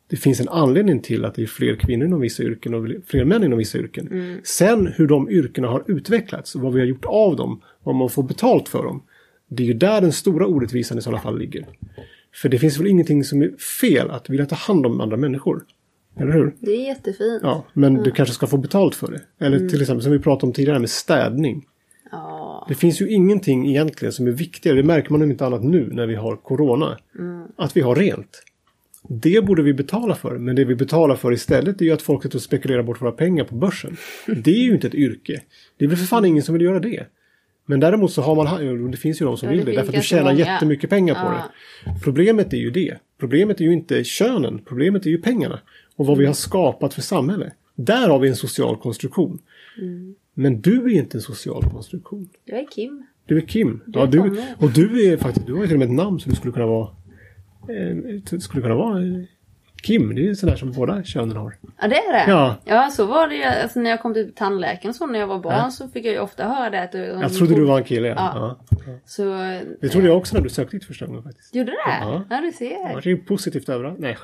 Det finns en anledning till att det är fler kvinnor inom vissa yrken och fler män inom vissa yrken. Mm. Sen hur de yrkena har utvecklats och vad vi har gjort av dem, vad man får betalt för dem. Det är ju där den stora orättvisan i sådana fall ligger. För det finns väl ingenting som är fel att vilja ta hand om andra människor. Eller hur? Det är jättefint. Ja, men mm. du kanske ska få betalt för det. Eller mm. till exempel som vi pratade om tidigare med städning. Ja. Det finns ju ingenting egentligen som är viktigare. Det märker man inte annat nu när vi har corona. Mm. Att vi har rent. Det borde vi betala för. Men det vi betalar för istället är ju att folk sitter och spekulerar bort våra pengar på börsen. Det är ju inte ett yrke. Det är väl för fan ingen som vill göra det. Men däremot så har man, det finns ju de som ja, vill det. det. Därför att du tjänar många. jättemycket pengar på ja. det. Problemet är ju det. Problemet är ju inte könen. Problemet är ju pengarna. Och vad mm. vi har skapat för samhälle. Där har vi en social konstruktion. Mm. Men du är inte en social konstruktion. Jag är Kim. Du är Kim. Du ja, är du, och du är faktiskt, du har ju till och med ett namn som du skulle kunna vara eh, skulle kunna vara eh, Kim. Det är ju sådär som båda könen har. Ja, det är det. Ja, ja så var det alltså, när jag kom till tandläkaren så när jag var barn ja. så fick jag ju ofta höra det. Att du, jag trodde du var en kille. Ja. Ja. Ja. Så, det trodde jag också när du sökte dit första gången faktiskt. Gjorde det? Ja, ja du ser. Ja, det är ju positivt överallt. Nej,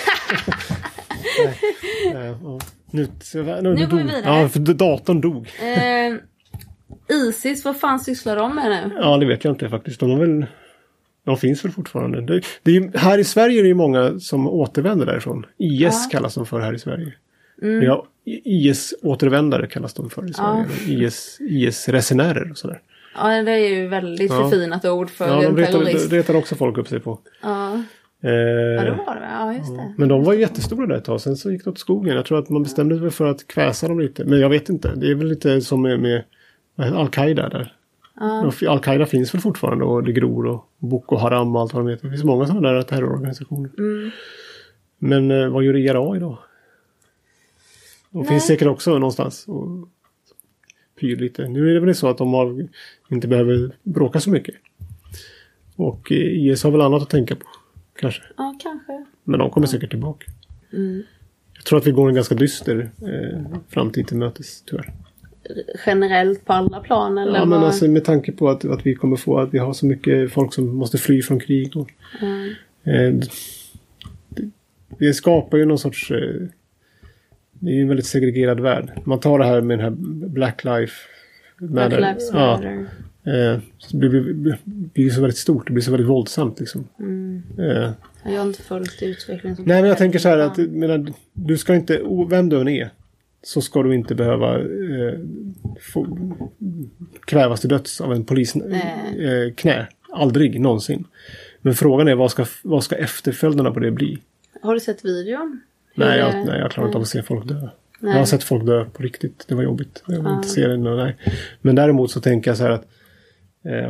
Nej. Ja, nu, nu, nu, nu går vi vidare. Ja, för datorn dog. Eh, Isis, vad fan sysslar de med nu? Ja, det vet jag inte faktiskt. De har väl... De finns väl fortfarande. Det, det är ju, här i Sverige är det ju många som återvänder därifrån. I S ja. kallas de för här i Sverige. Mm. Ja, I S-återvändare kallas de för i Sverige. Ja. I S, I S-resenärer och sådär. Ja, det är ju väldigt ja. förfinat ord för ja, en de terrorist. Det retar också folk upp sig på. Ja. Eh, ja, det var det. Ja, just det. Men de var jättestora där ett tag. Sen så gick det åt skogen. Jag tror att man bestämde sig för att kväsa dem lite. Men jag vet inte. Det är väl lite som med, med Al-Qaida där. Ja. Al-Qaida finns väl fortfarande och det gror och Boko Haram och allt vad de heter. Det finns många sådana där terrororganisationer. Mm. Men eh, vad gör I R A idag? De Nej. finns säkert också någonstans och pyr lite. Nu är det väl så att de har, inte behöver bråka så mycket. Och eh, I S har väl annat att tänka på. Kanske. Ja, kanske. Men de kommer säkert tillbaka. Mm. Jag tror att vi går en ganska dyster eh, framtid till mötes, tyvärr. Generellt på alla plan? Eller ja, men vad? alltså med tanke på att, att vi kommer få att vi har så mycket folk som måste fly från krig. Då. Mm. Eh, det, det skapar ju någon sorts... Eh, det är ju en väldigt segregerad värld. Man tar det här med den här Black Life Black Matter. Lives Matter. Ja, eh, så det blir, blir, blir så väldigt stort. Det blir så väldigt våldsamt liksom. Mm. Eh. Jag har inte följt utvecklingen. Nej, men jag tänker så här att menar, du ska inte, vem du än är, så ska du inte behöva eh, få, krävas till döds av en polis eh, knä. Aldrig, någonsin. Men frågan är, vad ska, vad ska efterföljderna på det bli? Har du sett videon? Nej, jag, nej, jag klarar inte av att se folk dö. Nej. Jag har sett folk dö på riktigt. Det var jobbigt. Jag vill ah. inte se det. Nej. Men däremot så tänker jag så här att eh,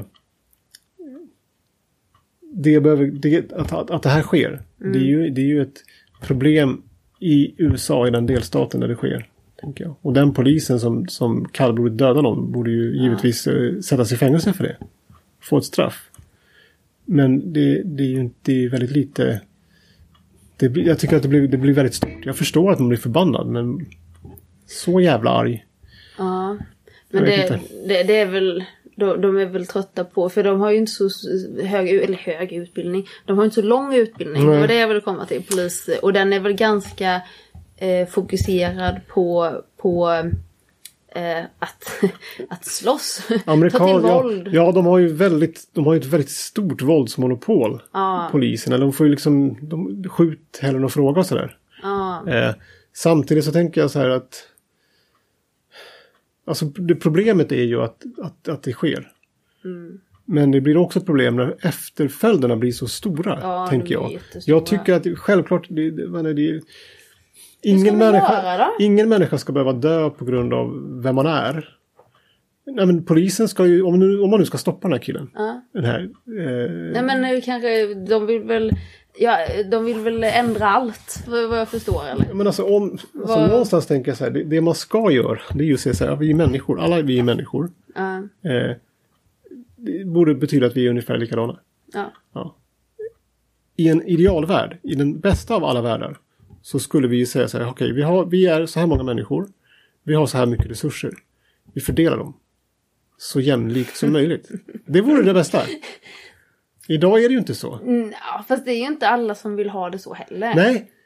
det behöver, det, att, att, att det här sker. Mm. Det, är ju, det är ju ett problem i U S A, i den delstaten där det sker. Tänker jag. Och den polisen som, som kallblodigt dödar någon borde ju givetvis uh, sättas i fängelse för det. Få ett straff. Men det, det är ju inte, det är väldigt lite... Det blir, jag tycker att det blir, det blir väldigt stort. Jag förstår att man blir förbannad, men så jävla arg. Ja, men det, det, det är väl... De, de är väl trötta på, för de har ju inte så hög, eller hög utbildning. De har inte så lång utbildning. Nej. Och det är väl komma till polis. Och den är väl ganska eh, fokuserad på, på eh, att, att slåss. Amerikan, ta till våld. Ja, ja, de har ju väldigt, de har ju ett väldigt stort våldsmonopol. Ja. Polisen. Eller de får ju liksom, de skjut hellre än att fråga och sådär. Ja. Eh, samtidigt så tänker jag så här att alltså det problemet är ju att, att, att det sker. Mm. Men det blir också ett problem när efterföljderna blir så stora, ja, tänker jag. Jag tycker att det, självklart det, det, det, ingen, människa, göra, ingen människa ska behöva dö på grund av vem man är. Nej, men polisen ska ju, om, nu, om man nu ska stoppa den här killen. Ja. Den här, eh, Nej, men nu kanske de vill väl... Ja, de vill väl ändra allt, vad jag förstår, eller? Men alltså, om, alltså vad... någonstans tänker jag så här, det, det man ska göra, det är ju att säga så här, vi är människor, alla vi är människor. Uh. Eh, det borde betyda att vi är ungefär likadana. Ja. Ja. I en idealvärld, i den bästa av alla världar, så skulle vi ju säga så här, okej, okay, vi, har, vi är så här många människor, vi har så här mycket resurser, vi fördelar dem så jämlikt som möjligt. Det vore det bästa. Idag är det ju inte så. Ja, fast det är ju inte alla som vill ha det så heller. Nej,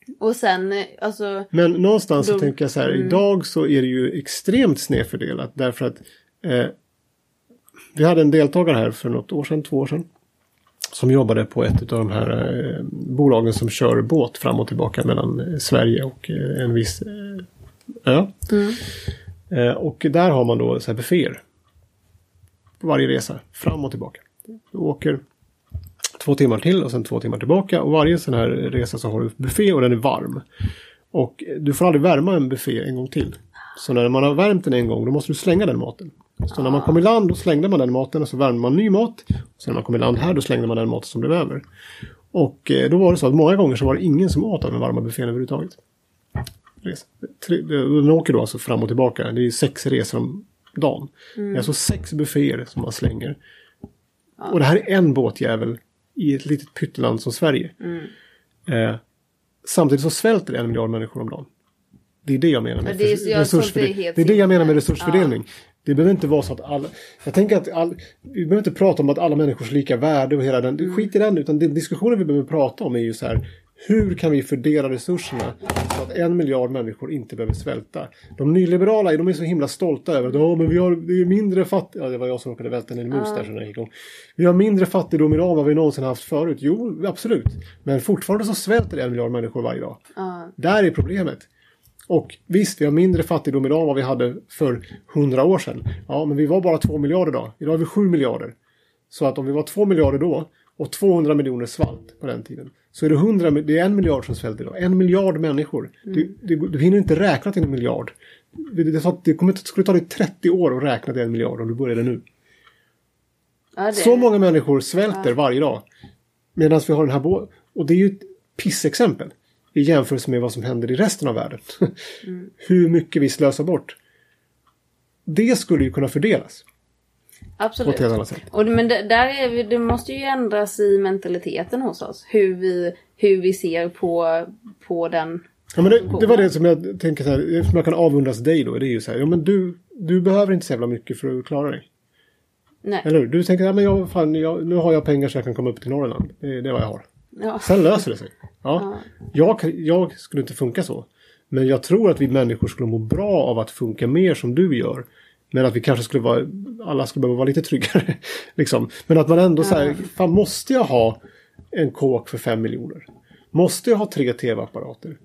Och sen, alltså... Men någonstans då, så tänker jag så här, mm. idag så är det ju extremt snedfördelat. Därför att eh, vi hade en deltagare här för något år sedan, två år sedan. Som jobbade på ett av de här eh, bolagen som kör båt fram och tillbaka mellan eh, Sverige och eh, en viss eh, ö. Mm. Eh, och där har man då så här bufféer. På varje resa, fram och tillbaka. Du åker två timmar till och sen två timmar tillbaka. Och varje sån här resa så har du buffé och den är varm. Och du får aldrig värma en buffé en gång till. Så när man har värmt den en gång, då måste du slänga den maten. Så när man kom i land, då slängde man den maten och så värmde man ny mat. Så när man kom i land här, då slängde man den maten som blev över. Och eh, då var det så att många gånger så var det ingen som åt av den varma buffén överhuvudtaget. Den åker då alltså fram och tillbaka. Det är sex resor om dagen. Mm. Det är alltså sex bufféer som man slänger. Ja. Och det här är en båtjävel i ett litet pytteland som Sverige. Mm. Eh, samtidigt så svälter en miljard människor om dagen. Det är det jag menar med ja, det är, jag resursfördelning. Det, det är det jag menar med resursfördelning. Ja. Det behöver inte vara så att alla... Jag tänker att all, vi behöver inte prata om att alla människors lika värde och hela den... Mm. Skit i den, utan den diskussionen vi behöver prata om är ju så här... Hur kan vi fördela resurserna så att en miljard människor inte behöver svälta? De nyliberala, de är så himla stolta över att oh, men vi har det är mindre fattigdom. Ja, det var jag som råkade välta en mus där så gick igång. Vi har mindre fattigdom idag än vad vi någonsin haft förut. Jo, absolut. Men fortfarande så svälter en miljard människor varje dag. Uh. Där är problemet. Och visst, vi har mindre fattigdom idag än vad vi hade för hundra år sedan. Ja, men vi var bara två miljarder då. Idag är vi sju miljarder. Så att om vi var två miljarder då och tvåhundra miljoner svalt på den tiden. Så är det, hundra, det är en miljard som svälter idag. En miljard människor. Mm. Du, du, du hinner inte räkna till en miljard. Det, det, det kommer, skulle ta dig trettio år att räkna till en miljard om du började nu. Ja, det... Så många människor svälter ja. varje dag. Medan vi har den här båten. Och det är ju ett pissexempel. I jämförelse med vad som händer i resten av världen. Mm. Hur mycket vi slösar bort. Det skulle ju kunna fördelas. Absolut. Och, men det, där är vi, det måste ju ändras i mentaliteten hos oss. Hur vi, hur vi ser på, på den... Ja, men det, det var det som jag tänker så här, som jag kan avundas dig då. Det är ju så här, ja men du, du behöver inte så jävla mycket för att klara dig. Nej. Eller hur? Du tänker, ja men jag, fan, jag, nu har jag pengar så jag kan komma upp till Norrland. Det, det är vad jag har. Ja. Sen löser det sig. Ja. Ja. Jag, jag skulle inte funka så. Men jag tror att vi människor skulle må bra av att funka mer som du gör. Men att vi kanske skulle vara, alla skulle behöva vara lite tryggare. liksom. Men att man ändå ja. säger, fan måste jag ha en kåk för fem miljoner? Måste jag ha tre tv-apparater?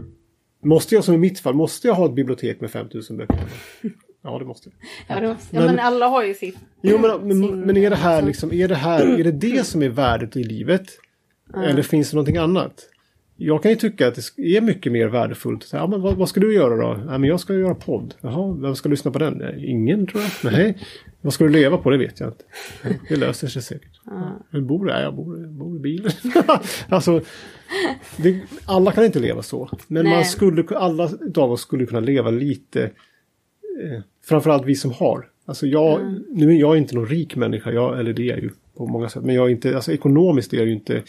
Måste jag, som i mitt fall, måste jag ha ett bibliotek med femtusen böcker? Ja, det måste jag. Ja, det måste. Ja, men, men alla har ju sitt. Jo, men, men, men är det här liksom, är det här, är det det som är värdet i livet? Mm. Eller finns det någonting annat? Jag kan ju tycka att det är mycket mer värdefullt. Så, ja, men vad, vad ska du göra då? Ja, men jag ska göra podd. Jaha, vem ska lyssna på den? Ingen, tror jag. Nej. Vad ska du leva på? Det vet jag inte. Det löser sig säkert. Mm. Jag bor där, jag bor, jag bor i bilen. alltså, det, alla kan inte leva så. Men man skulle, alla av oss skulle kunna leva lite. Eh, framförallt vi som har. Alltså jag, mm. nu är jag inte någon rik människa. Jag, eller det är ju på många sätt. Men jag är inte, alltså ekonomiskt är jag ju inte.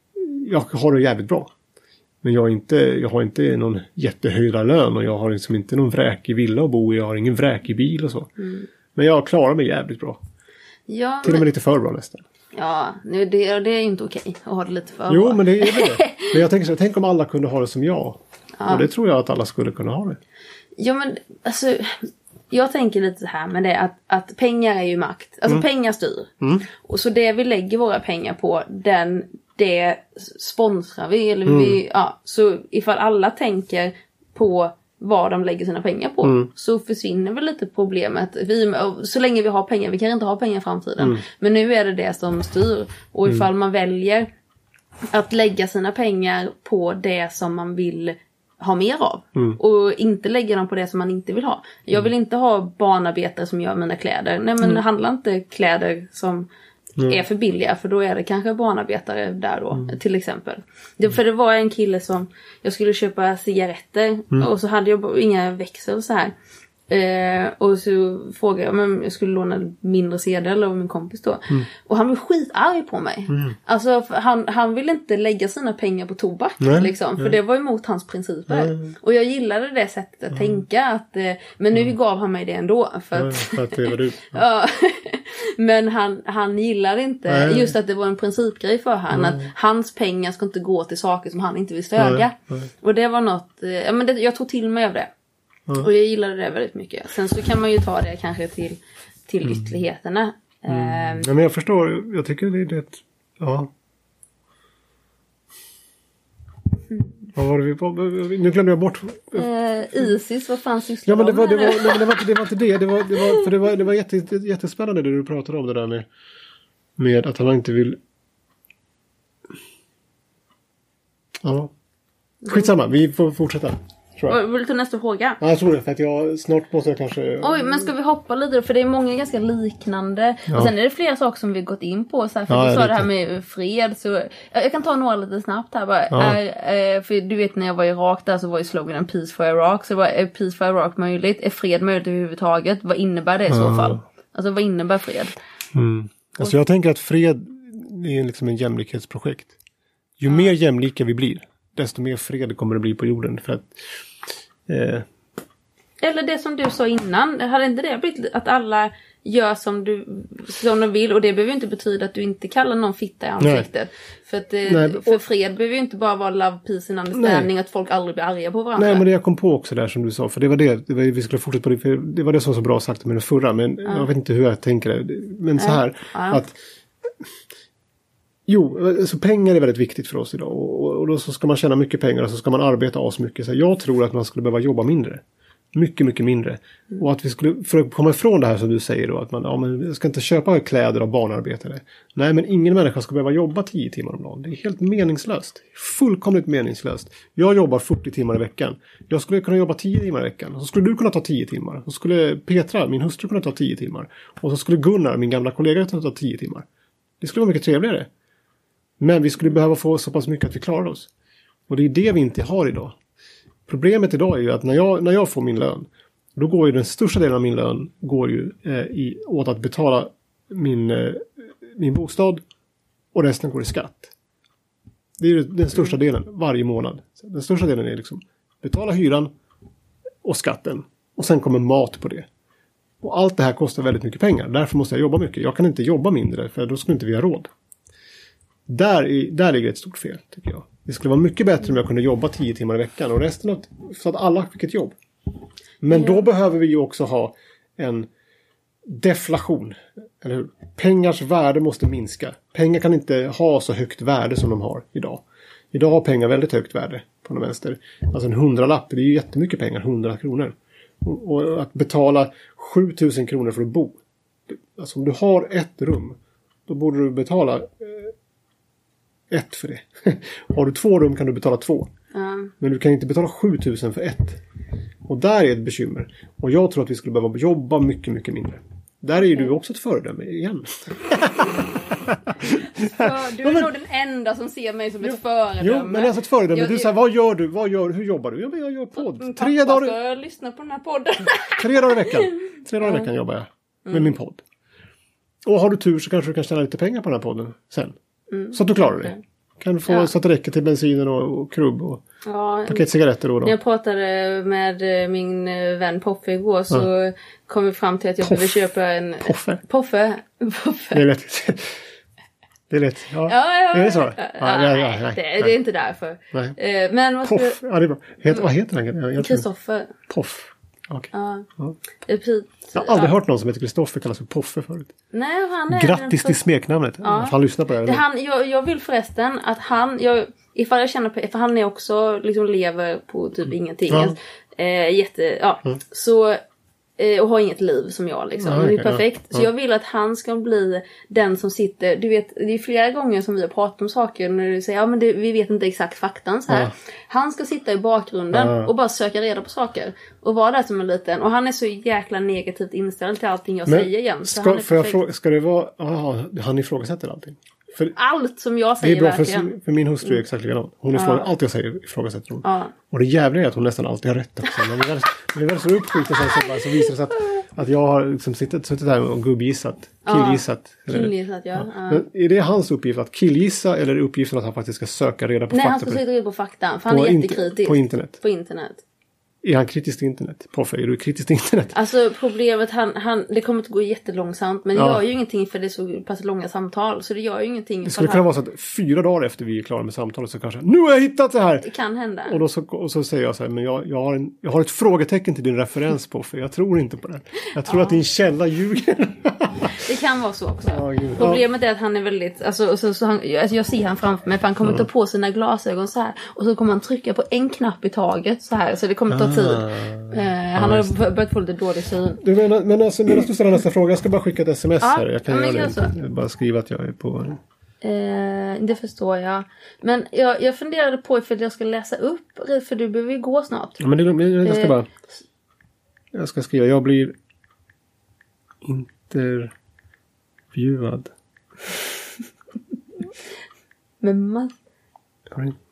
Jag har det jävligt bra. Men jag, är inte, jag har inte någon jättehöjda lön och jag har liksom inte någon vräk i villa att bo i. Jag har ingen vräk i bil och så. Mm. Men jag klarar mig jävligt bra. Ja, Till och med men... lite för bra nästan. Ja, det, det är inte okej att ha det lite för Jo, bra. men det är det. Men jag tänker så, tänk om alla kunde ha det som jag. Ja. Och det tror jag att alla skulle kunna ha det. Ja, men alltså... Jag tänker lite så här med det att, att pengar är ju makt. Alltså mm. pengar styr. Mm. Och så det vi lägger våra pengar på, den... det sponsrar vi eller mm. vi, ja, så ifall alla tänker på vad de lägger sina pengar på mm. så försvinner väl lite problemet. Vi, så länge vi har pengar, vi kan inte ha pengar i framtiden. Mm. Men nu är det det som styr. Och ifall mm. man väljer att lägga sina pengar på det som man vill ha mer av. Mm. Och inte lägga dem på det som man inte vill ha. Jag vill inte ha barnarbetare som gör mina kläder. Nej, men mm. det handlar inte kläder som Mm. är för billiga, för då är det kanske barnarbetare där då, mm. till exempel. Det, för det var en kille som, jag skulle köpa cigaretter mm. och så hade jag inga växel så här. Eh, och så frågade jag om jag skulle låna mindre sedel av min kompis då. Mm. Och han var skitarg på mig. Mm. Alltså han, han ville inte lägga sina pengar på tobak. Nej, liksom, för nej. det var emot hans principer. Nej. Och jag gillade det sättet att mm. tänka. Att, eh, men nu mm. gav han mig det ändå. För att, nej, för att det var du. ja. Men han, han gillar inte Nej. just att det var en principgrej för han. Mm. Att hans pengar ska inte gå till saker som han inte vill stödja. Nej. Nej. Och det var något, ja, men det, jag tog till mig av det. Mm. Och jag gillade det väldigt mycket. Sen så kan man ju ta det kanske till, till mm. ytterligheterna. Mm. Um, ja, men jag förstår, jag tycker det är det. Ja. Mm. Vad var det vi på? Nu glömde jag bort. Uh, Isis, vad fan sysslar Ja, men det var, det var, nej, men det var inte det. Var inte det. Det, var, det, var, för det, var, det var jätte, jättespännande det du pratade om det där med, med att han inte vill... Ja. Skitsamma, vi får fortsätta. Vill du ta nästa fråga? Ja, jag tror det. För att jag snart måste jag kanske... Oj, men ska vi hoppa lite? För det är många ganska liknande. Ja. Och sen är det flera saker som vi gått in på. Så här, för ja, du sa det här med fred. Så jag kan ta några lite snabbt här. Bara. Ja. Är, för du vet när jag var i Irak där så var ju sloganen Peace for Iraq. Så var, är Peace for Iraq möjligt? Är fred möjligt överhuvudtaget? Vad innebär det i så fall? Alltså vad innebär fred? Mm. Alltså jag tänker att fred är liksom en jämlikhetsprojekt. Ju ja. mer jämlika vi blir, desto mer fred kommer det bli på jorden. För att Eh. Eller det som du sa innan, hade inte det blivit att alla gör som du som de vill, och det behöver inte betyda att du inte kallar någon fitta i ansiktet. Nej. För att eh, Nej, för fred behöver ju inte bara vara love, peace and understanding. Nej. Att folk aldrig blir arga på varandra. Nej, men det jag kom på också där som du sa, för det var det, det var, vi skulle fortsätta på det, för det var det som var så bra sagt med det förra, men ja. jag vet inte hur jag tänker det, men så här ja. att jo, alltså pengar är väldigt viktigt för oss idag. Och, och då så ska man tjäna mycket pengar och så ska man arbeta as mycket. Så jag tror att man skulle behöva jobba mindre. Mycket, mycket mindre. Mm. Och att vi skulle, för att komma ifrån det här som du säger då, att man ja, men jag ska inte köpa kläder av barnarbetare. Nej, men ingen människa ska behöva jobba tio timmar om dagen. Det är helt meningslöst. Fullkomligt meningslöst. Jag jobbar fyrtio timmar i veckan. Jag skulle kunna jobba tio timmar i veckan. Så skulle du kunna ta tio timmar. Så skulle Petra, min hustru, kunna ta tio timmar. Och så skulle Gunnar, min gamla kollega, kunna ta tio timmar. Det skulle vara mycket trevligare. Men vi skulle behöva få så pass mycket att vi klarar oss. Och det är det vi inte har idag. Problemet idag är ju att när jag, när jag får min lön, då går ju den största delen av min lön går ju eh, i, åt att betala min, eh, min bostad, och resten går i skatt. Det är ju den största delen varje månad. Den största delen är liksom betala hyran och skatten. Och sen kommer mat på det. Och allt det här kostar väldigt mycket pengar. Därför måste jag jobba mycket. Jag kan inte jobba mindre, för då skulle inte vi ha råd. Där, är, där ligger ett stort fel, tycker jag. Det skulle vara mycket bättre om jag kunde jobba tio timmar i veckan och resten av, så att alla fick ett jobb. Men ja. då behöver vi ju också ha en deflation. Eller hur? Pengars värde måste minska. Pengar kan inte ha så högt värde som de har idag. Idag har pengar väldigt högt värde på den vänster. Alltså en hundralapp, det är ju jättemycket pengar, hundra kronor. Och, och att betala sjutusen kronor för att bo. Alltså om du har ett rum, då borde du betala eh, ett för det. Har du två rum kan du betala två. Mm. Men du kan inte betala sjutusen för ett. Och där är ett bekymmer. Och jag tror att vi skulle behöva jobba mycket, mycket mindre. Där är ju du också ett föredöme igen. Så, du är men, nog den enda som ser mig som ett jo, föredöme. Jo, men alltså ett föredöme. Jag, du säger, vad gör du? Vad gör, hur jobbar du? Jag, jag gör podd. Pappa Tre dagar... ska lyssna på den här podden. Tre dagar i veckan. Tre dagar i veckan jobbar jag med mm. min podd. Och har du tur så kanske du kan tjäna lite pengar på den här podden sen. Mm. Så att du klarar det. Kan du få ja. så att det räcker till bensinen och, och krubb och ja, paket cigaretter då, då. När jag pratade med min vän Poffe igår så ja. kom vi fram till att jag Poff. behöver köpa en... Poffe? Poffe. Poffe. Det är lätt. Det är lätt. Ja, ja, ja. Är det så? Ja, ja, ja, ja, nej, det, nej. det är inte därför. Nej. Men vad Poff. Skulle... Ja, det är bra. Het, vad heter den? Kristoffer. Poff. Okay. Ja. Ja. Pit, jag har aldrig ja. hört någon som heter Kristoffer kallas för Poffe förut. Nej, han är grattis till smeknamnet. Ja. Han lyssnar på det. det han, jag, jag vill förresten att han, jag, ifall jag känner på, för han är också liksom lever på typ ingenting. Ja. Eh, jätte, ja. Mm. Så eh, och har inget liv som jag liksom. Ja, okay, det är perfekt. Ja. Så jag vill att han ska bli den som sitter, du vet, det är flera gånger som vi har pratat om saker när du säger, ja men det, vi vet inte exakt faktan så här. Ja. Han ska sitta i bakgrunden ja. och bara söka reda på saker. Och vara där som en liten. Och han är så jäkla negativt inställd till allting jag men säger igen. Så ska, han är för jag fråga, ska det vara, aha, han ifrågasätter allting. För allt som jag säger verkligen. Det är bra för, för min hustru är exakt likadant. Hon ifrågasätter ja. allt jag säger ifrågasätter hon. Ja. Och det jävliga är att hon nästan alltid har rätt också. Men vi väl, vi väl så upp skit och sen så, bara, så visar det sig att, att jag har liksom suttit, suttit där och gubbgissat. Killgissat. Ja. Killgissat, ja. ja. Men är det hans uppgift att killgissa eller är uppgiften att han faktiskt ska söka reda på Nej, fakta? Nej, han ska söka reda på fakta. För han är jättekritisk. På internet? På internet. Är han kritisk till internet? Poffe, är du kritisk till internet? Alltså problemet, han, han, det kommer inte gå jättelångsamt. Men det Ja. gör ju ingenting för det är så pass långa samtal. Så det gör ju ingenting. Det skulle för kunna han, vara så att fyra dagar efter vi är klara med samtalet så kanske, nu har jag hittat det här! Det kan hända. Och, då så, och så säger jag så här, men jag, jag, har en, jag har ett frågetecken till din referens på, för jag tror inte på den. Jag tror Ja. att din källa ljuger. Det kan vara så också. Ja, gud. Problemet är att han är väldigt, alltså, så, så han, alltså jag ser han framför mig, för han kommer ta på sina glasögon så här. Och så kommer han trycka på en knapp i taget så här, så det kommer ta Ah. tid. Eh, han har börjat få lite dålig syn. Du menar, men alltså, medan du ställer nästa fråga, jag ska bara skicka ett sms Ja, här. Jag kan ja, men göra gör så. det. Jag bara skriva att jag är på... Eh, det förstår jag. Men jag, jag funderade på ifall jag ska läsa upp, för du behöver ju gå snart. Ja, men det, men jag ska Eh. bara... Jag ska skriva, jag blir intervjuad. Men man... Jag har inte-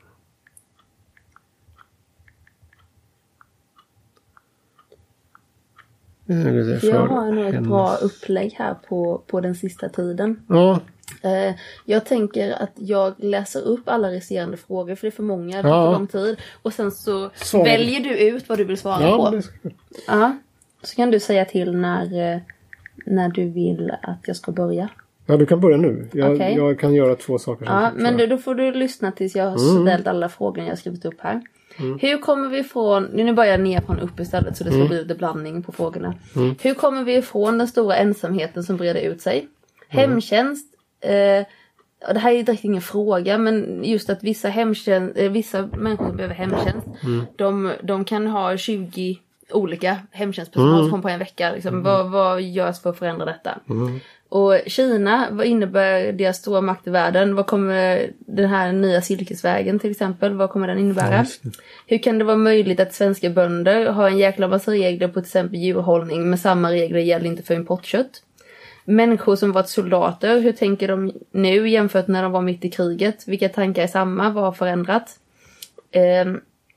Jag, Jag har nog ett bra upplägg här på, på den sista tiden. Ja, Eh, jag tänker att jag läser upp alla resterande frågor, för det är för många, det Ja. tar för lång tid. Och sen så Svara. väljer du ut vad du vill svara ja på. det ska... Ja. Så kan du säga till när, eh, när du vill att jag ska börja. ja, du kan börja nu. Jag, Okej. jag kan göra två saker. Ja, samtidigt, men tror då, jag. då får du lyssna tills jag har Mm. ställt alla frågor jag har skrivit upp här. Hur kommer vi ifrån, nu börjar jag ner från upp istället så det ska Mm. bli lite blandning på frågorna. Hur kommer vi ifrån den stora ensamheten som breder ut sig? Hemtjänst, eh, och det här är direkt ingen fråga, men just att vissa, hemtjänst, eh, vissa människor som behöver hemtjänst, de, de kan ha tjugo olika hemtjänstpersonal som kommer på en vecka. Liksom. Vad, vad görs för att förändra detta? Och Kina, vad innebär deras stora makt i världen? Vad kommer den här nya silkesvägen till exempel, vad kommer den innebära? Ja, just det. Hur kan det vara möjligt att svenska bönder har en jäkla massa regler på till exempel djurhållning, men samma regler gäller inte för importkött? Människor som varit soldater, hur tänker de nu jämfört när de var mitt i kriget? Vilka tankar är samma? Vad har förändrats? Eh,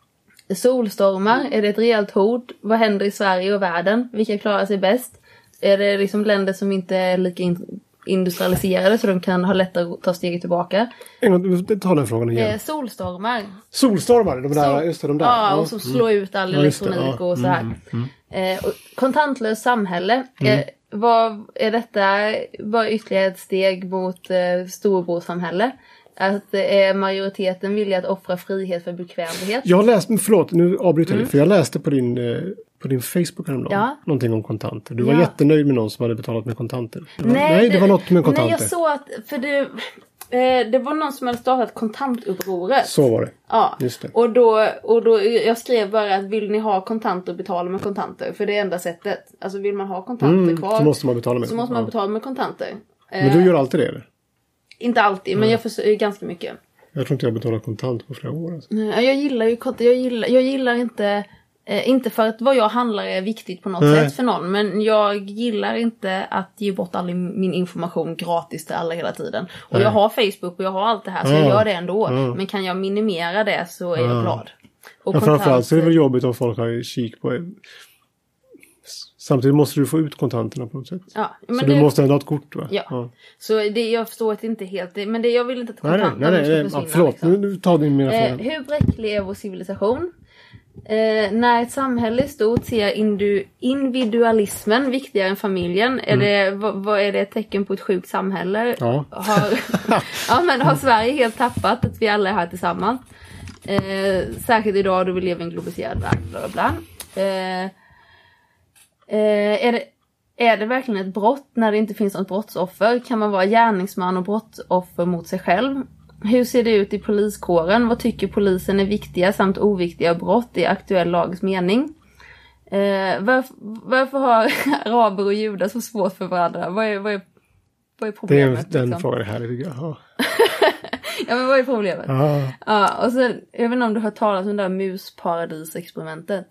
solstormar, är det ett reellt hot? Vad händer i Sverige och världen? Vilka klarar sig bäst? Är det liksom länder som inte är lika in- industrialiserade så de kan ha lättare att ta steget tillbaka? En gång, ta den frågan igen. Eh, solstormar. Solstormar, de där, Sol- just det, de där. Ja, och som slår ut all Ja, just det, elektronik ja. och så här. Eh, och kontantlöst samhälle. Eh, vad är detta? Bara ytterligare ett steg mot eh, storebrorsamhälle? Att eh, är majoriteten villig att offra frihet för bekvämlighet? Jag läste, förlåt, nu avbryter jag dig, för jag läste på din, eh, på din Facebook häromdagen, Ja. någonting om kontanter. Du var Ja. jättenöjd med någon som hade betalat med kontanter. Det var, nej, det, var något med kontanter. Nej, jag såg att, för det, eh, det var någon som hade startat kontantupproret. Så var det. Ja, Just det. och då, och då, jag skrev bara att vill ni ha kontanter, betala med kontanter. För det är enda sättet. Alltså vill man ha kontanter Mm, kvar, så måste man betala med så måste man ja. betala med kontanter. Men Eh, du gör alltid det, eller? Inte alltid, men jag försöker ganska mycket. Jag tror inte jag har betalat kontant på flera år. Alltså. Eh, Jag gillar ju kontanter, jag gillar, jag gillar inte, eh, inte för att vad jag handlar är viktigt på något Nej. sätt för någon. Men jag gillar inte att ge bort all min information gratis till alla hela tiden. Och Nej. jag har Facebook och jag har allt det här, så Ja. jag gör det ändå. Ja. Men kan jag minimera det så är jag glad. Och Ja, framförallt så är det väl kontanter- jobbigt om folk har kik på. Samtidigt måste du få ut kontanterna på något sätt. Ja, men så det- du måste ändå ha ett kort, va? Ja. Så det, jag förstår att det inte helt, det, men det, jag vill inte att Nej, nej, kontanterna nej, nej, ska nej. försvinna. Ja, förlåt, liksom. nu, nu tar du mina Eh, frågor. hur bräcklig är vår civilisation? Eh, när ett samhälle i stort ser indu- individualismen viktigare än familjen, är det, vad, vad är det ett tecken på ett sjukt samhälle? Ja. Har, ja, men har Sverige helt tappat att vi alla är här tillsammans? Eh, särskilt idag då vi lever i en globaliserad värld. Bla, bla, bla. Eh, eh, är det Är det verkligen ett brott när det inte finns något brottsoffer? Kan man vara gärningsman och brottsoffer mot sig själv? Hur ser det ut i poliskåren? Vad tycker polisen är viktiga samt oviktiga brott i aktuell lags mening? Eh, varför, varför har araber och judar så svårt för varandra? Vad är, vad är, vad är Det är, problemet? den liksom? frågan är härlig, tycker jag. Ja. Ja, men vad är problemet? Ja. Ja, och sen, jag vet inte om du har talat om det där musparadisexperimentet.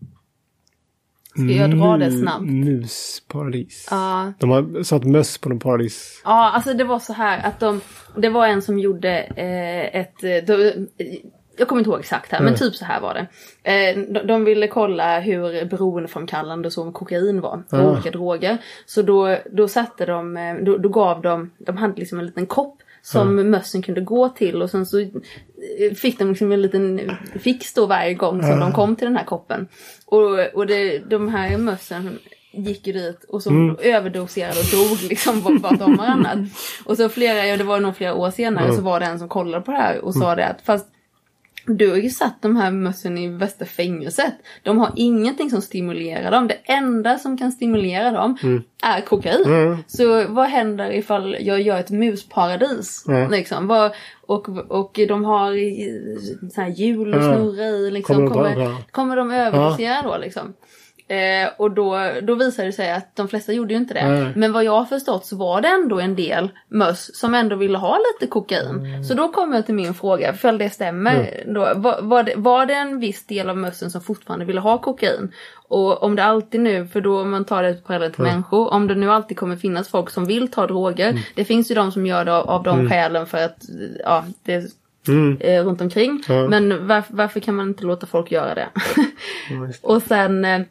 Ska jag dra det snabbt? Musparadis. Ja. De har satt möss på någon paradis. Ja, alltså det var så här att de, det var en som gjorde eh, ett, eh, de, jag kommer inte ihåg exakt här, Mm. men typ så här var det. Eh, de, de ville kolla hur beroendeframkallande så med kokain var, och Ah. olika droger. Så då, då satte de, eh, då, då gav de, de hade liksom en liten kopp som ja. mössen kunde gå till. Och sen så fick de liksom en liten fix då varje gång som ja. de kom till den här koppen. Och, och det, de här mössen gick ju dit och så mm. överdoserade och dog liksom bara om varannat. Och så flera, ja, det var nog flera år senare mm. så var det en som kollade på det här och sa mm. det att fast du har ju satt de här mössen i värsta fängelset. De har ingenting som stimulerar dem. Det enda som kan stimulera dem mm. är kokain. Mm. Så vad händer ifall jag gör ett musparadis? Mm. Liksom? Vad, och, och de har så här hjul och snurra i. Liksom. Kommer, kommer, de, kommer de överdosera ja. då liksom? Eh, och då, då visade det sig att de flesta gjorde ju inte det. Mm. Men vad jag har förstått så var det ändå en del möss som ändå ville ha lite kokain. Mm. Så då kommer jag till min fråga, för det stämmer. Mm. Då, var, var, det, var det en viss del av mössen som fortfarande ville ha kokain? Och om det alltid nu, för då om man tar det på till mm. människor, om det nu alltid kommer finnas folk som vill ta droger. Mm. Det finns ju de som gör det av, av de mm. skälen för att ja, det Mm. Eh, runt omkring. Ja. Men var, varför kan man inte låta folk göra det? Ja, och sen eh,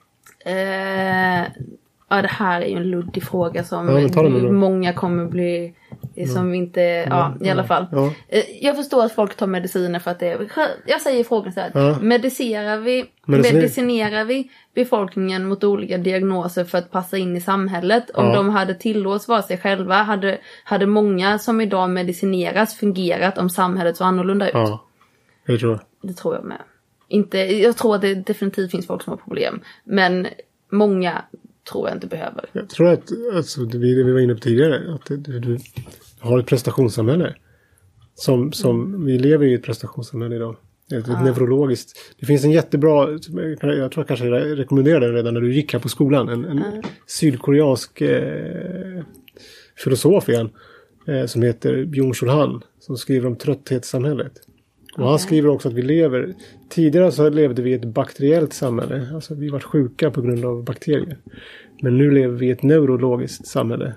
eh, ja, det här är ju en luddig fråga som ja, många kommer bli som ja. inte, ja, ja i alla fall. Ja. Eh, jag förstår att folk tar mediciner för att det är, jag säger frågan så här, ja. medicinerar vi Mediciner. medicinerar vi befolkningen mot olika diagnoser för att passa in i samhället? Om ja. de hade tillåts vara sig själva, hade, hade många som idag medicineras fungerat om samhället så annorlunda ut? Ja, det tror jag. Det tror jag med. Inte, jag tror att det definitivt finns folk som har problem. Men många tror jag inte behöver. Jag tror att, alltså, det vi var inne på tidigare, att du, du har ett prestationssamhälle. Som, som mm. vi lever i ett prestationssamhälle idag. Ett, ah. ett neurologiskt. Det finns en jättebra, jag tror jag kanske rekommenderade den redan när du gick här på skolan. En, en ah. sydkoreansk eh, filosof igen. Eh, som heter Byung-Chul Han. Som skriver om trötthetssamhället. Och okay. han skriver också att vi lever, tidigare så levde vi i ett bakteriellt samhälle. Alltså vi var sjuka på grund av bakterier. Men nu lever vi i ett neurologiskt samhälle.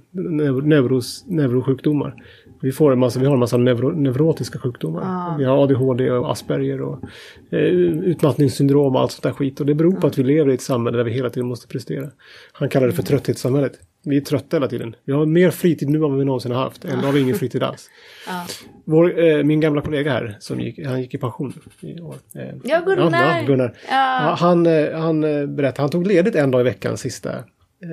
Neuros, neurosjukdomar. Vi, får en massa, vi har en massa neuro, neurotiska sjukdomar. Ah. Vi har A D H D och Asperger och eh, utmattningssyndrom och allt sånt där skit. Och det beror på ah. att vi lever i ett samhälle där vi hela tiden måste prestera. Han kallar det för trötthetssamhället. Vi är trötta hela tiden. Vi har mer fritid nu än vad vi någonsin har haft. Ändå har vi ingen fritid alls. Ja. Vår, eh, min gamla kollega här, som gick, han gick i pension i år. Eh, ja, Gunnar. Ja, Gunnar. Ja. Han, han berättade, han tog ledigt en dag i veckan sista eh,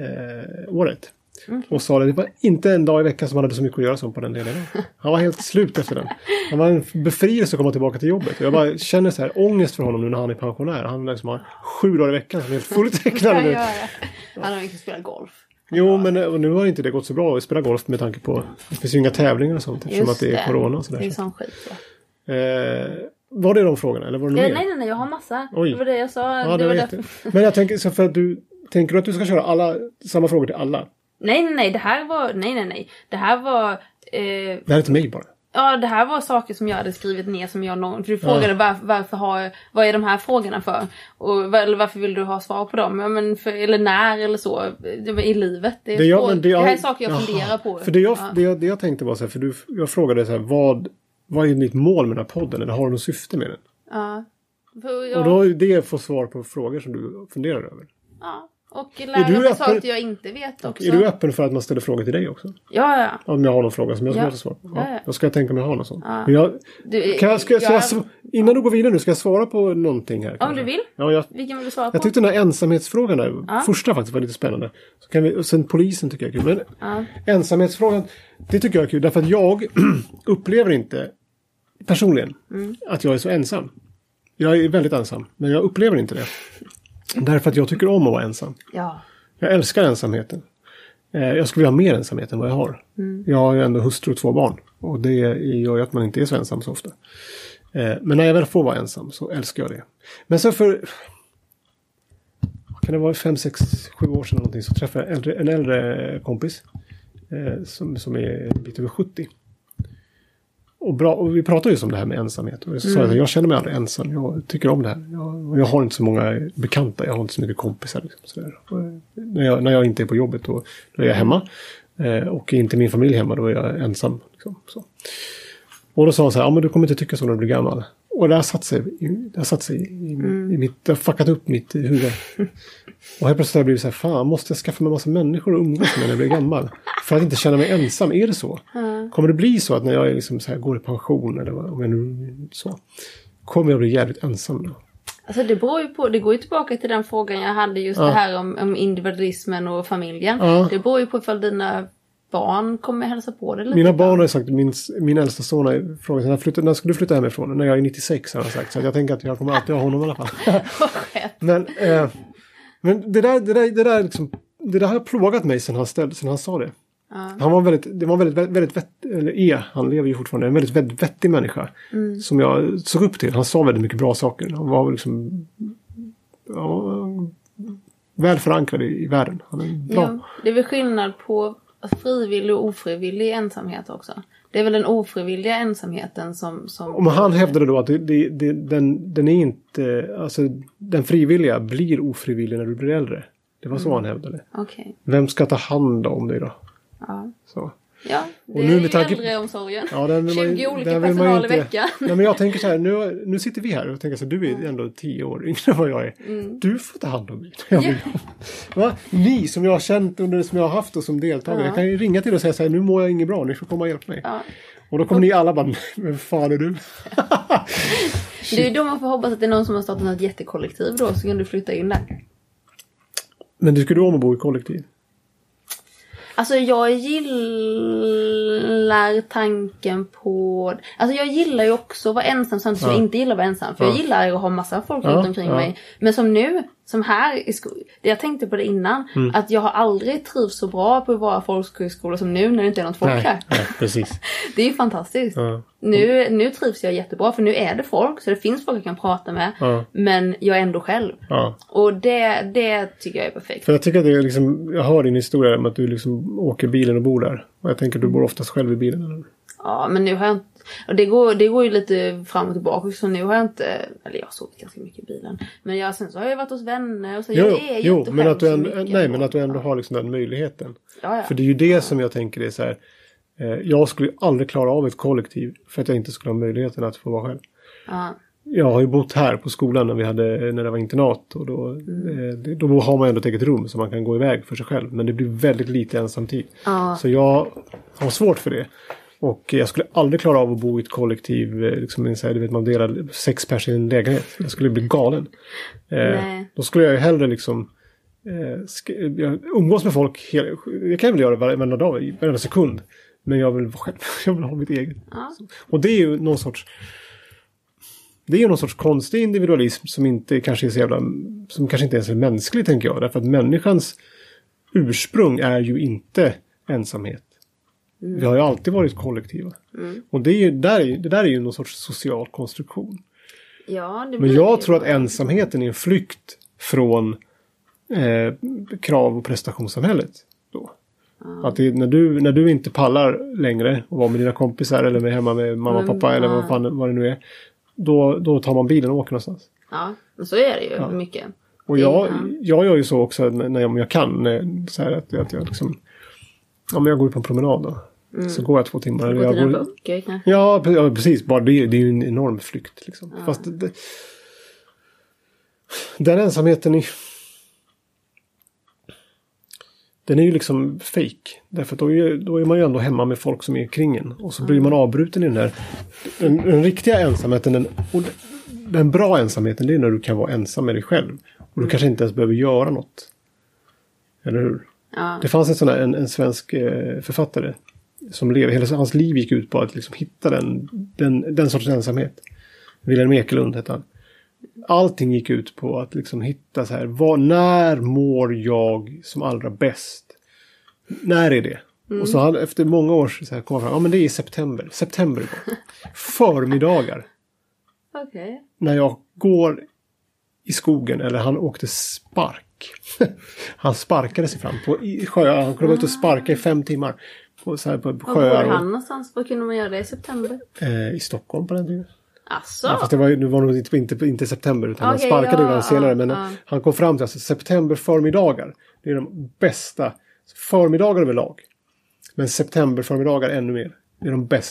året. Mm. Och sa att det var inte en dag i veckan som han hade så mycket att göra som på den delen. Han var helt slut efter den. Han var en befrielse att komma tillbaka till jobbet. Och jag bara känner så här ångest för honom nu när han är pensionär. Han liksom har sju dagar i veckan som är helt fulltecknad nu. Han har inte spelat golf. Jo, men nu har inte det gått så bra att spela golf med tanke på det finns ju inga tävlingar och sånt eftersom att det är corona och sådär. Det är sån skit, ja. eh, Var det de frågorna eller var det eh, nej, nej, nej, jag har massa. Oj. Det var det jag sa. Ja, det det var det. Men jag tänker så för att du tänker du att du ska köra alla samma frågor till alla? Nej, nej, nej, det här var nej, nej, nej. Det här var eh, det här är till mig bara. Ja, det här var saker som jag hade skrivit ner som jag någon... För du frågade ja. varför, varför har... Vad är de här frågorna för? Och eller varför vill du ha svar på dem? Ja, men för, eller när eller så. I livet. Det, är det, jag, det, det här är saker jag aha, funderar på. För det jag, ja. det, jag, det jag tänkte var så här... För du, jag frågade så här... Vad, vad är ditt mål med den här podden? Eller har du något syfte med den? Ja. För jag, och då är det att få svar på frågor som du funderar över. Ja. Och lära mig saker jag inte vet också. Är du öppen för att man ställer frågor till dig också? Ja, ja. Om jag har någon fråga som jag ska ja. svara på. Ja. Ja, ja. Då ska jag tänka om jag har något sånt. Ja. Jag, du, kan jag, ska, jag, jag, jag, innan du går vidare nu, ska jag svara på någonting här? Om kanske? du vill. Ja, jag, Vilken vill du svara på? Jag tyckte den här ensamhetsfrågan där, ja. första faktiskt var lite spännande. Så kan vi, och sen polisen tycker jag är kul. Men ja. ensamhetsfrågan, det tycker jag är kul. Därför att jag upplever inte personligen mm. att jag är så ensam. Jag är väldigt ensam, men jag upplever inte det. Därför att jag tycker om att vara ensam. Ja. Jag älskar ensamheten. Eh, jag skulle vilja ha mer ensamhet än vad jag har. Mm. Jag har ju ändå hustru och två barn. Och det gör ju att man inte är så ensam så ofta. Eh, men när jag väl får vara ensam så älskar jag det. Men så för... Kan det vara fem, sex, sju år sedan någonting så träffade jag en äldre, en äldre kompis. Eh, som, som är en bit över sjuttio. Och, bra, och vi pratade just om det här med ensamhet. Och jag sa mm. att jag känner mig aldrig ensam. Jag tycker om det här. Jag, jag har inte så många bekanta. Jag har inte så mycket kompisar. Liksom, sådär. Och när, jag, när jag inte är på jobbet då, då är jag hemma. Eh, och inte min familj hemma. Då är jag ensam. Liksom, så. Och då sa han så här, ja men du kommer inte tycka så när du blir gammal. Och det har satt sig, det har satt sig i, mm. i mitt, det har fuckat upp mitt huvud. Och helt plötsligt har jag blivit så här, fan måste jag skaffa mig en massa människor och umgås med när jag blir gammal? För att inte känna mig ensam, är det så? Mm. Kommer det bli så att när jag är liksom så här, går i pension eller vad, om jag nu så, kommer jag bli jävligt ensam då? Alltså det beror ju på, det går ju tillbaka till den frågan jag hade just ja. det här om, om individualismen och familjen. Ja. Det beror ju på ifall dina barn kommer hälsa på det lite. Mina barn har sagt, min, min äldsta son har frågat, när, flyttar, när ska du flytta hemifrån? När jag är nittiosex har han sagt. Så jag tänker att jag kommer alltid ha honom i alla fall. men eh, men det där, det där, det där, liksom, det där har plågat mig sen han, ställde, sen han sa det. Ja. Han var väldigt, det var väldigt, väldigt, väldigt vett, eller är, han lever ju fortfarande, en väldigt, väldigt vettig människa. Mm. Som jag såg upp till. Han sa väldigt mycket bra saker. Han var liksom ja, väl förankrad i, i världen. Han är bra. Ja, det är väl skillnad på frivillig och ofrivillig ensamhet också. Det är väl den ofrivilliga ensamheten som... som Om han hävdade då att det, det, det, den, den är inte... Alltså den frivilliga blir ofrivillig när du blir äldre. Det var så mm. han hävdade. Okay. Vem ska ta hand om dig då? Ja. Så. Ja, det och nu med tanke... äldreomsorgen. Ja, den, tjugo man, olika personal inte, i veckan. Nej, men jag tänker så här, nu, nu sitter vi här och tänker så här, du är mm. ändå tio år yngre än vad jag är. Mm. Du får ta hand om mig. Yeah. Va? Ni som jag har känt under, som jag har haft och som deltagare. Uh-huh. Jag kan ju ringa till och säga så här, nu mår jag inget bra, ni får komma och hjälpa mig. Uh-huh. Och då kommer och... ni alla bara, men fan är du? Det är ju då man får hoppas att det är någon som har startat något jättekollektiv då, så kan du flytta in där. Men du skulle om att bo i kollektiv? Alltså jag gillar tanken på... Alltså jag gillar ju också att vara ensam samtidigt som ja. jag inte gillar att vara ensam. För ja. jag gillar att ha massa folk ja. runt omkring ja. mig. Men som nu, som här i skolan... Jag tänkte på det innan. Mm. Att jag har aldrig trivs så bra på att vara folkhögskola som nu när det inte är något folk här. Nej, precis. Det är ju fantastiskt. Ja. Nu, nu trivs jag jättebra för nu är det folk. Så det finns folk jag kan prata med. Ja. Men jag är ändå själv. Ja. Och det, det tycker jag är perfekt. För jag tycker att det är liksom... Jag hör din historia om att du liksom åker bilen och bor där. Och jag tänker att du bor oftast själv i bilen. Eller? Ja, men nu har jag inte... Och det går, det går ju lite fram och tillbaka. Så nu har jag inte... Eller jag har sovit ganska mycket i bilen. Men jag, sen så har jag varit hos vänner. Och så jo, jag är jo, inte men att du ändå, mycket, nej, men att du ändå har liksom den möjligheten. Ja, ja. För det är ju det som jag tänker är så här... Eh, jag skulle aldrig klara av ett kollektiv. För att jag inte skulle ha möjligheten att få vara själv. Ja. Jag har ju bott här på skolan när vi hade när det var internat och då, mm. eh, då har man ändå ett eget rum så man kan gå iväg för sig själv. Men det blir väldigt lite ensamtid. Ja. Så jag har svårt för det. Och jag skulle aldrig klara av att bo i ett kollektiv liksom en, så här, du vet, man delar sex pers i en lägenhet. Jag skulle bli galen. Eh, då skulle jag ju hellre liksom eh, sk- jag umgås med folk. Hela, jag kan väl göra det varenda dag, varenda sekund. Men jag vill vara själv. Jag vill ha mitt eget. Ja. Och det är ju någon sorts... Det är ju någon sorts konstig individualism som inte kanske är så jävla... Som kanske inte ens är mänsklig, tänker jag. Därför att människans ursprung är ju inte ensamhet. Mm. Vi har ju alltid varit kollektiva. Mm. Och det, är ju, där är, det där är ju någon sorts social konstruktion. Ja, det Men jag tror att ensamheten är en flykt från eh, krav- och prestationssamhället. Då. Mm. Att det, när, du, när du inte pallar längre och vara med dina kompisar eller med hemma med mamma och pappa mm. eller vad, fan, vad det nu är. Då, då tar man bilen och åker någonstans. Ja, men så är det ju ja. mycket. Och jag, jag gör ju så också när jag, om jag kan. När, så här att, att jag liksom... Om jag går på en promenad då. Mm. Så går jag två timmar. Eller jag går, böcker, kanske. Ja, ja, precis. Bara det, det är ju en enorm flykt. Liksom. Ja. Fast det, det, den ensamheten är... Den är ju liksom fake. Därför att då är, då är man ju ändå hemma med folk som är kring en. Och så blir man avbruten i den här. Den, den riktiga ensamheten, den, och den bra ensamheten, det är när du kan vara ensam med dig själv. Och du mm. kanske inte ens behöver göra något. Eller hur? Ja. Det fanns en sån här, en, en svensk eh, författare som lever, hela hans liv gick ut på att liksom hitta den, den, den sortens ensamhet. Wilhelm Ekelund hette han. Allting gick ut på att liksom hitta så här, vad, när mår jag som allra bäst? När är det? Mm. Och så han efter många år så här kom fram, ja men det är i september. September går. Förmiddagar. Okej. Okay. När jag går i skogen, eller han åkte spark. Han sparkade sig fram på i sjöar. Han kunde gå ut och sparka i fem timmar. På, så här, på, på sjöar. Var bor han någonstans? Vad kunde man göra det i september? Eh, I Stockholm på den tiden. Asså? Ja, fast det var, det var nog inte, inte, inte september utan okay, han sparkade ja, senare. Ja, men ja. Han kom fram till alltså, september förmiddagar. Det är de bästa. Förmiddagar överlag. Men september förmiddagar ännu mer. Det är de bästa.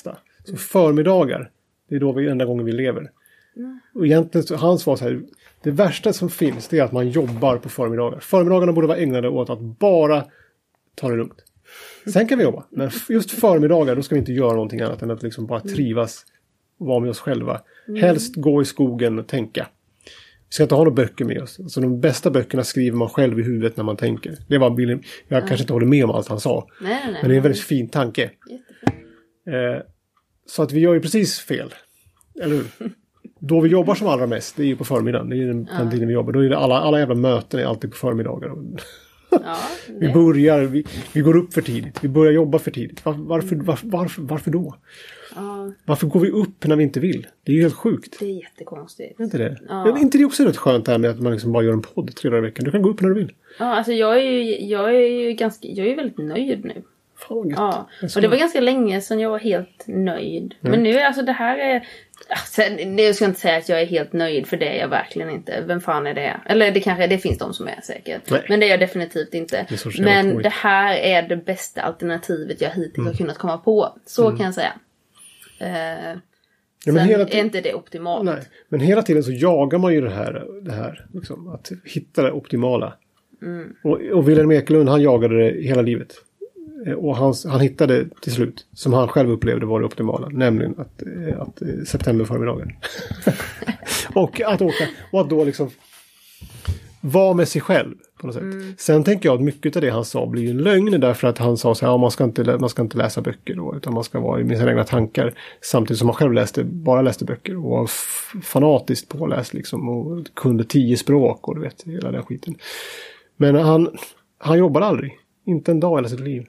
Så förmiddagar, det är då vi enda gången vi lever. Mm. Och egentligen, så, hans var så här, det värsta som finns det är att man jobbar på förmiddagar. Förmiddagarna borde vara ägnade åt att bara ta det lugnt. Sen kan vi jobba, men just förmiddagar då ska vi inte göra någonting annat än att liksom bara trivas och vara med oss själva. Mm. Helst gå i skogen och tänka. Vi ska inte ha några böcker med oss. Alltså de bästa böckerna skriver man själv i huvudet när man tänker. Det var William, jag mm. kanske inte håller med om allt han sa. Nej, nej, men det är en väldigt fin tanke. Eh, så att vi gör ju precis fel. Eller hur? Då vi jobbar som allra mest, det är ju på förmiddagen. Det är ju den, den tiden vi jobbar. Då är det alla, alla jävla möten är alltid på förmiddagar. Ja, vi börjar, vi, vi går upp för tidigt. Vi börjar jobba för tidigt. Var, varför, varför, varför, varför då? Ja. Varför går vi upp när vi inte vill? Det är ju helt sjukt. Det är jättekonstigt. Är inte det? Ja. Är inte det också rätt skönt här med att man liksom bara gör en podd tre dagar i veckan? Du kan gå upp när du vill. Ja, alltså jag är ju, jag är ju ganska, jag är väldigt nöjd nu. Fan, ja, och det var ganska länge sedan jag var helt nöjd. Mm. Men nu är alltså det här är... Alltså, jag ska inte säga att jag är helt nöjd, för det är jag verkligen inte. Vem fan är det? Eller det kanske det finns de som är säkert. Nej. Men det är jag definitivt inte. Det men det här är det bästa alternativet jag hittills mm. har kunnat komma på. Så mm. kan jag säga. Uh, ja, sen hela är inte det optimalt. Nej, men hela tiden så jagar man ju det här, det här liksom, att hitta det optimala. Mm. Och, och Wilhelm Ekelund, han jagade det hela livet. Och han, han hittade till slut, som han själv upplevde var det optimala, nämligen att, att, att september förmiddagen. och att åka, och att då liksom vara med sig själv på något sätt. Mm. Sen tänker jag att mycket av det han sa blir en lögn, därför att han sa så här, ja, man ska inte, man ska inte läsa böcker då, utan man ska vara i sina egna tankar, samtidigt som man själv läste, bara läste böcker och var f- fanatiskt påläst liksom, och kunde tio språk och du vet, hela den skiten. Men han, han jobbade aldrig, inte en dag i hela sitt liv.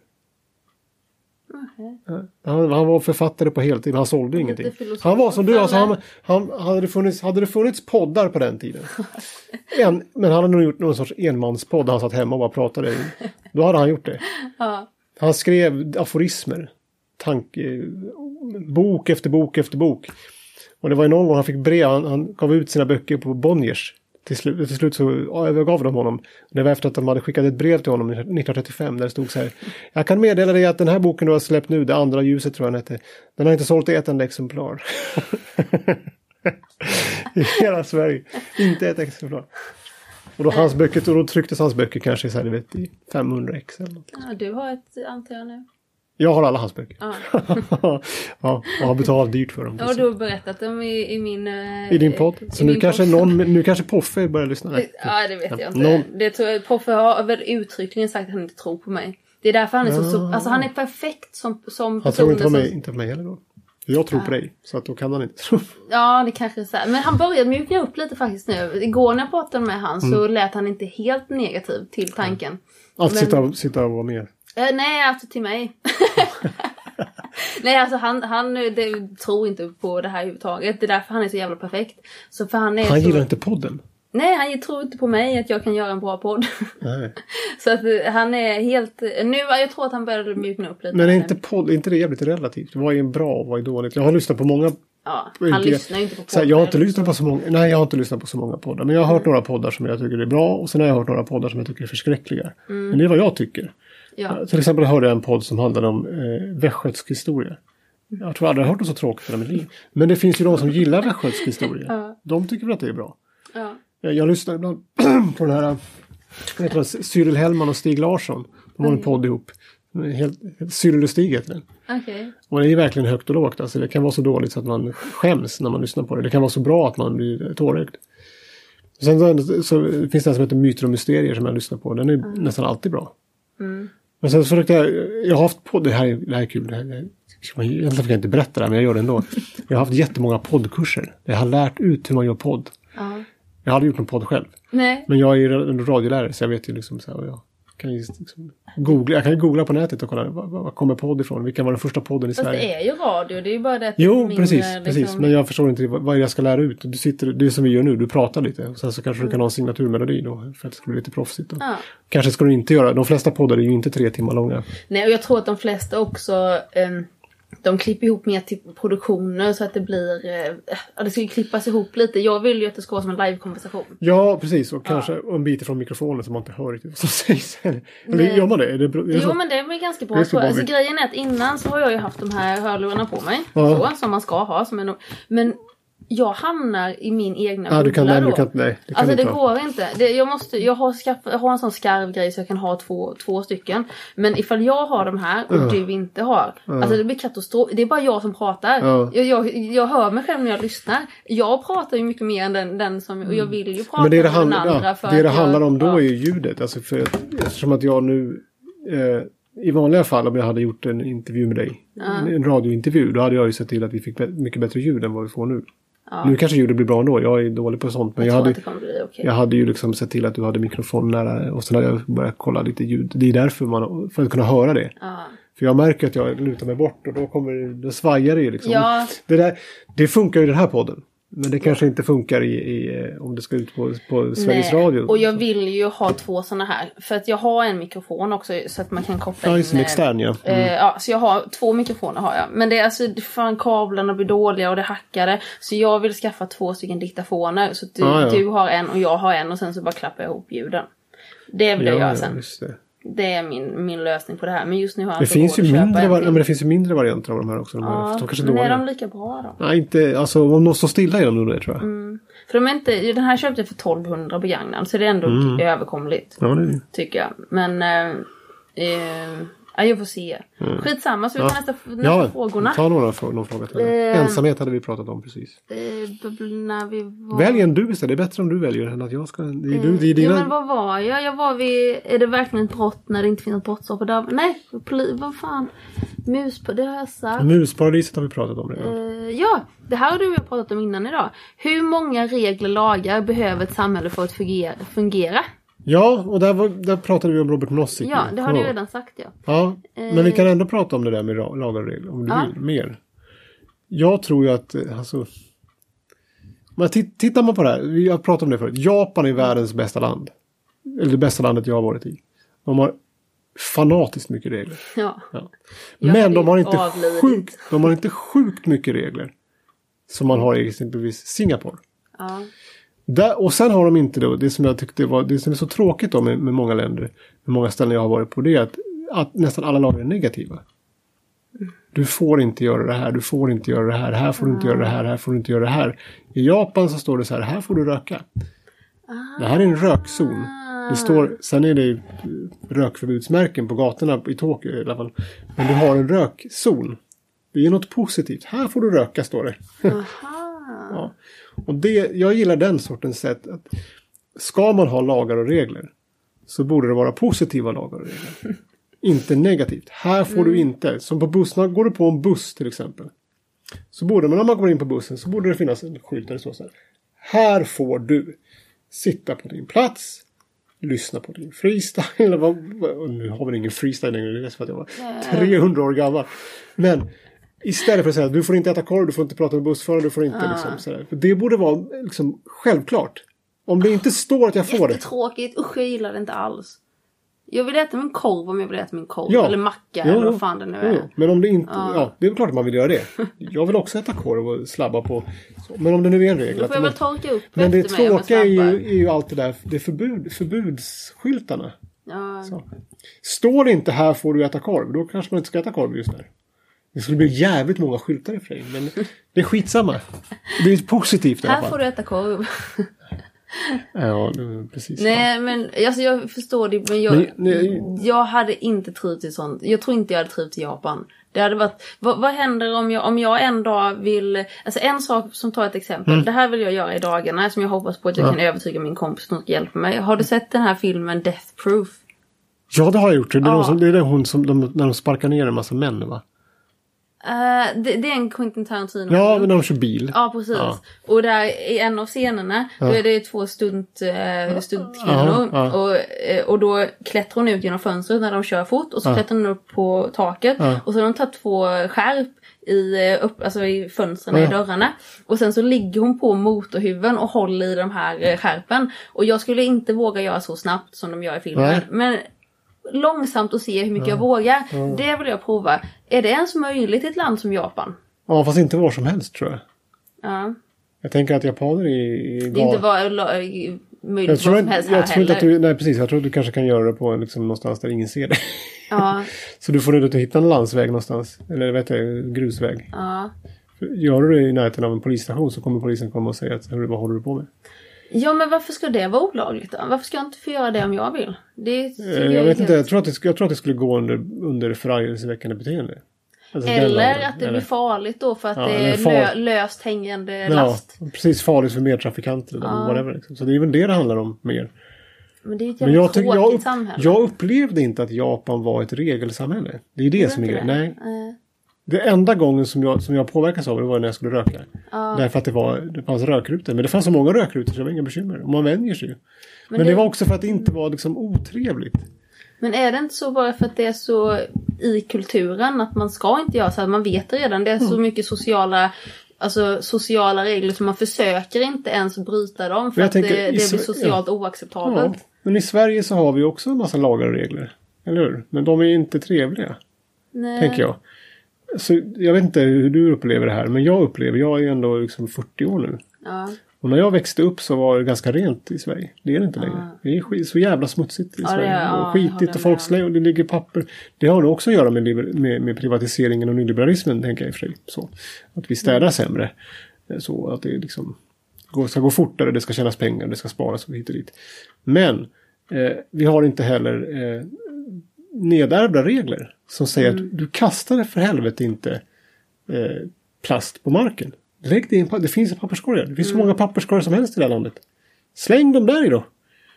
Okay. Han, han var författare på heltid, men han sålde ingenting. Han var som du, alltså, han, han, hade, det funnits, hade det funnits poddar på den tiden. En, men han hade nog gjort någon sorts enmanspodd, han satt hemma och bara pratade. Då hade han gjort det. Ja. Han skrev aforismer, tanke, bok efter bok efter bok. Och det var någon gång han fick brev, han, han gav ut sina böcker på Bonniers. Till slut, till slut så övergav de honom. Det var efter att de hade skickat ett brev till honom nittonhundratrettiofem där det stod så här: jag kan meddela dig att den här boken du har släppt nu, Det andra ljuset tror jag den heter, den har inte sålt ett enda exemplar. I hela Sverige. Inte ett exemplar. Och då, hans böcker, och då trycktes hans böcker kanske så här, du vet, i femhundra ex eller något. Ja, du har ett antal nu. Jag har alla hans böcker. Ja. Ja, och har betalat dyrt för dem. Ja, du har berättat dem i, i min... Uh, I din podd. Så nu kanske, någon, nu kanske Poffe börjar lyssna. Nej. Ja, det vet jag inte. Någon... Det tror jag, Poffe har väl uttryckligen sagt att han inte tror på mig. Det är därför han är ja. så... så alltså han är perfekt som, som han tror inte på mig, som... inte på mig heller då. Jag tror ja. på dig, så att då kan han inte tro. Ja, det kanske är så här. Men han började mjukna upp lite faktiskt nu. Igår när jag pratade med han så mm. lät han inte helt negativ till tanken. Att men... sitta, sitta och vara med. Uh, nej, alltså till mig. Nej, alltså han, han det, tror inte på det här överhuvudtaget. Det är därför han är så jävla perfekt. Så för han är han så... gillar inte podden. Nej, han tror inte på mig att jag kan göra en bra podd. Nej. Så att han är helt... Nu, jag tror att han börjar mjukna upp lite. Men är inte, podd, är inte det jävligt relativt? Vad är bra och vad är dåligt? Jag har lyssnat på många... Ja, han inte, lyssnar ju inte på poddar. Jag har inte lyssnat på så många... Nej, jag har inte lyssnat på så många poddar. Men jag har hört mm. några poddar som jag tycker är bra. Och sen har jag hört några poddar som jag tycker är förskräckliga. Mm. Men det är vad jag tycker. Ja. Till exempel hörde jag en podd som handlade om eh, västgötsk historia. Jag tror aldrig jag har hört något så tråkigt i mitt liv. Men det finns ju de som gillar västgötsk historia. Ja. De tycker väl att det är bra. Ja. Jag, jag lyssnar ibland på den här heter det, Cyril Hellman och Stig Larsson. De har en podd ihop. Helt, Cyril och Stig heter den. Okay. Och det är verkligen högt och lågt. Alltså det kan vara så dåligt så att man skäms när man lyssnar på det. Det kan vara så bra att man blir tårögd. Sen så, så finns det en som heter Myter och mysterier som jag lyssnar på. Den är mm. nästan alltid bra. Mm. Men sen så försökte jag, jag har haft podd, det här, det här är kul, det här, egentligen fick jag inte berätta det, men jag gör det ändå. Jag har haft jättemånga poddkurser. Jag har lärt ut hur man gör podd. Uh-huh. Jag hade gjort en podd själv. Nej. Men jag är en radiolärare så jag vet ju liksom så här, jag kan ju liksom googla, jag kan ju googla på nätet och kolla vad, vad kommer podd ifrån, vilken var den första podden i Fast Sverige. det är ju radio, det är ju bara det att jo, min, precis, liksom... precis, men jag förstår inte vad, vad jag ska lära ut. Du sitter, det är som vi gör nu, du pratar lite och sen så kanske mm. du kan ha en signaturmelodi då för att det ska bli lite proffsigt då. Ja. Kanske ska du inte göra, de flesta poddar är ju inte tre timmar långa. Nej, och jag tror att de flesta också um, de klipper ihop mer till produktioner så att det blir, ja, det ska ju klippas ihop lite. Jag vill ju att det ska vara som en live-konversation. Ja, precis. Och kanske ja. en bit ifrån mikrofonen så man inte hör riktigt vad som sägs. Eller gör man det? Är det, är det jo, så? men det är ganska bra. Det är så alltså, grejen är att innan så har jag ju haft de här hörlurarna på mig. Ja. Så, som man ska ha. Som en, men jag hamnar i min egna ja, du kan, nej, då. Du kan, nej, det kan alltså inte det ha. går inte. Det, jag, måste, jag, har skaff, jag har en sån skarv grej så jag kan ha två, två stycken. Men ifall jag har de här och uh. du inte har. Uh. Alltså det blir katastrof. Det är bara jag som pratar. Uh. Jag, jag, jag hör mig själv när jag lyssnar. Jag pratar ju mycket mer än den, den som... Och jag vill ju prata Men det med det hand, den andra. Ja, för det det jag, handlar om då ja. är ju ljudet. Alltså för, eftersom att jag nu... Eh, I vanliga fall om jag hade gjort en intervju med dig. Uh. En radiointervju. Då hade jag ju sett till att vi fick mycket bättre ljud än vad vi får nu. Ja. Nu kanske ljudet blir bra ändå. Jag är dålig på sånt. Men jag, jag, hade, okay. jag hade ju liksom sett till att du hade mikrofonen nära. Och sen hade jag börjat kolla lite ljud. Det är därför man, för att kunna höra det. Ja. För jag märker att jag lutar mig bort. Och då kommer då svajar det ju liksom. Ja. Det, där, det funkar ju i den här podden. Men det kanske inte funkar i, i, om det ska ut på, på Sveriges Nej. Radio. Och jag vill ju ha två sådana här. För att jag har en mikrofon också så att man kan koppla ja, in. Ja, extern, ja. Mm. Eh, ja, så jag har två mikrofoner har jag. Men det är alltså, fan kablarna blir dåliga och det hackade. Så jag vill skaffa två stycken diktafoner. Så att du, ah, ja. du har en och jag har en och sen så bara klappar jag ihop ljuden. Det vill jag ja, göra ja, sen. Just det. Det är min, min lösning på det här. Men just nu har jag det inte finns råd ju att mindre köpa var- en ja, men det finns ju mindre varianter av de här också. De här, ja, de kanske men dåliga. är de lika bra då? Nej, inte, alltså om de står stilla är de nog det tror jag. Mm. För de är inte, den här köpte jag för tolvhundra begagnad. Så det är ändå mm. överkomligt. Ja, det är det. Tycker jag. Men äh, äh, ja, jag får se. Mm. Skitsamma, så vi tar ja. nästa, nästa ja, frågorna. Ta några, några frågor till. Äh, Ensamhet hade vi pratat om precis. Äh, när vi var... Välj en du istället. Det är bättre om du väljer än att jag ska... Det är du, det är dina... Ja, men vad var jag? Jag var vid... Är det verkligen ett brott när det inte finns ett brottsoffer där? Nej, poli, vad fan? Mus på det har jag sagt. Musparadiset har vi pratat om redan. Uh, ja, det här har du och jag pratat om innan idag. Hur många regler, lagar behöver ett samhälle för att fungera? fungera? Ja, och där, var, där pratade vi om Robert Nozick. Ja, det har du redan sagt, ja. Ja, men uh, vi kan ändå prata om det där med lagar och regler, om du uh. vill, mer. Jag tror ju att, alltså... Men t- tittar man på det här, vi har pratat om det förut. Japan är världens bästa land. Eller det bästa landet jag har varit i. De har fanatiskt mycket regler. Ja. ja. Men de har, inte sjukt, de har inte sjukt mycket regler. Som man har i exempelvis Singapore. Ja. Där, och sen har de inte då, det som jag tyckte var, det som är så tråkigt då med, med många länder, med många ställen jag har varit på, det är att, att nästan alla lagar är negativa. Du får inte göra det här, du får inte göra det här, här får du inte göra det här, här får du inte göra det här. I Japan så står det så här, här får du röka. Det här är en rökzon. Det står, sen är det rökförbudsmärken på gatorna i Tokyo i alla fall. Men du har en rökzon. Det är något positivt. Här får du röka, står det. ja. Och det, jag gillar den sortens sätt. Att ska man ha lagar och regler så borde det vara positiva lagar och regler. Inte negativt. Här får mm. du inte. Som på bussarna, går du på en buss till exempel. Så borde man, när man går in på bussen så borde det finnas en skylt där det står så här. Här får du sitta på din plats. Lyssna på din freestyle. Eller vad, nu har vi ingen freestyle längre. Det är för att jag var trehundra år gammal. Men istället för att säga att du får inte äta korv, du får inte prata med bussföraren, du får inte ah. liksom sådär. För det borde vara liksom självklart. Om det inte står att jag får det. Jättetråkigt. Usch, jag gillar det inte alls. Jag vill äta min korv om jag vill äta min korv. Ja. Eller macka ja, eller vad fan det nu är. Ja. Men om det inte... Ja. ja, det är klart att man vill göra det. Jag vill också äta korv och slabba på... Men om det nu är en regel... Då får jag väl torka upp men det efter mig tråkiga är ju, är ju allt det där... Det är förbud, förbudsskyltarna. Ja. Så. Står det inte här får du äta korv, då kanske man inte ska äta korv just där. Det skulle bli jävligt många skyltar i för dig. Men det är skitsamma. Det är positivt i alla fall. Här får du äta korv. Ja, precis. Nej, men alltså jag förstår det, men jag, nej, nej. jag hade inte trivt i sånt. Jag tror inte jag hade trivt i Japan. Det hade varit, vad, vad händer om jag, om jag en dag vill, alltså en sak som tar ett exempel, mm. det här vill jag göra i dagarna som jag hoppas på att jag ja. kan övertyga min kompis som ska hjälpa mig. Har du sett den här filmen Death Proof? Ja, det har jag gjort. Det är, ja. de som, det är det hon som, de, när de sparkar ner en massa män, va? Uh, det, det är en Quentin Tarantino. Ja, men de kör bil. Ja, precis. Ja. Och där i en av scenerna ja. då är det två stunt, uh, stuntkvinnor. Ja, ja. Och, uh, och då klättrar hon ut genom fönstret när de kör fort. Och så ja. klättrar hon upp på taket. Ja. Och så har de tagit två skärp i, upp, alltså i fönstren ja. i dörrarna. Och sen så ligger hon på motorhuven och håller i de här skärpen. Och jag skulle inte våga göra så snabbt som de gör i filmen. Ja. Men... långsamt och se hur mycket ja. jag vågar. Ja. Det vill jag prova. Är det ens möjligt i ett land som Japan? Ja, fast inte var som helst tror jag. Ja. Jag tänker att japaner i... i det är inte var, möjligt jag tror vad som helst jag här tror inte heller. att du, nej, precis. Jag tror att du kanske kan göra det på liksom, någonstans där ingen ser det. Ja. Så du får nog inte hitta en landsväg någonstans. Eller vet jag, grusväg. Ja. Gör du det i närheten av en polisstation så kommer polisen komma och säga att vad håller du på med? Ja, men varför ska det vara olagligt då? Varför ska jag inte få göra det om jag vill? Det tycker jag, jag vet helt... inte, jag tror, att det, jag tror att det skulle gå under, under förargelseväckande beteende. Alltså eller lagen, att det eller... blir farligt då för att ja, det är far... lö, löst hängande last. Ja, precis, farligt för medtrafikanter. Ja. Whatever, liksom. Så det är väl det det handlar om mer. Men det är ett Men jävla jag, tråkigt jag, upp, samhälle. jag upplevde inte att Japan var ett regelsamhälle. Det är det Jag som är vet grejen. det. Nej. Nej. Det enda gången som jag, som jag påverkas av det var när jag skulle röka. Ja. Därför att det, var, det fanns rökrutor. Men det fanns så många rökrutor så det var inga bekymmer. Och man vänjer sig ju. Men, Men det... det var också för att det inte var liksom otrevligt. Men är det inte så bara för att det är så i kulturen att man ska inte göra så här? Man vet redan, det är så mycket sociala, alltså sociala regler som man försöker inte ens bryta dem för att tänker, det, det blir socialt ja. oacceptabelt. Ja. Men i Sverige så har vi också en massa lagar och regler. Eller hur? Men de är inte trevliga. Nej. Tänker jag. Så jag vet inte hur du upplever det här. Men jag upplever, jag är ju ändå liksom fyrtio år nu. Ja. Och när jag växte upp så var det ganska rent i Sverige. Det är det inte Ja. längre. Det är skit, så jävla smutsigt i Ja, Sverige. det är, och ja, skitigt och folk slänger och det ligger papper. Det har nog också att göra med, liber, med, med privatiseringen och nyliberalismen, tänker jag i och för sig. Så. Att vi städar mm. sämre. Så att det liksom ska gå fortare, det ska tjänas pengar, det ska sparas och hit och dit. Men eh, vi har inte heller eh, nedärvda regler som säger mm. att du kastar för helvete inte eh, plast på marken. Lägg det, in, det finns en papperskorgar. Det finns mm. så många papperskorgar som helst i det här landet. Släng dem där i då.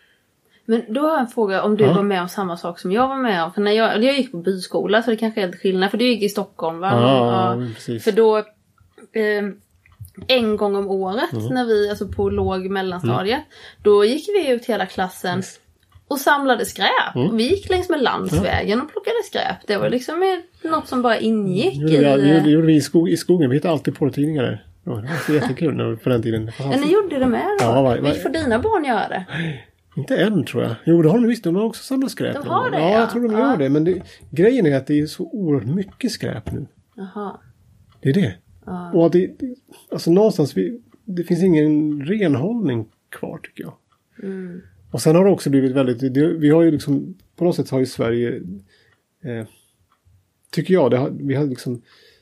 Men då har jag en fråga om du ja. var med om samma sak som jag var med om. För när jag, jag gick på byskola så det kanske är helt skillnad. För du gick i Stockholm va? Ja, ja. Precis. För då eh, en gång om året mm. när vi, alltså på låg mellanstadiet. Mm. Då gick vi ut hela klassen yes. och samlade skräp. Mm. Vi gick längs med landsvägen och plockade skräp. Det var liksom något som bara ingick mm. i... Ja, det, det gjorde vi i, skog, i skogen. Vi hittade alltid porrtidningar där. Ja, det var jättekul när, på den tiden. Men ni gjorde det med då? Ja, var, var... Får dina barn göra det? Inte än tror jag. Jo, det har de visst. De har också samlat skräp. De har det, ja. Ja, jag tror de ja. gör det. Men det, grejen är att det är så oerhört mycket skräp nu. Jaha. Det är det. Ja. Och att det, alltså någonstans, vi, det finns ingen renhållning kvar tycker jag. Mm. Och sen har det också blivit väldigt, det, vi har ju liksom, på något sätt har ju Sverige, eh, tycker jag, det har, vi har liksom,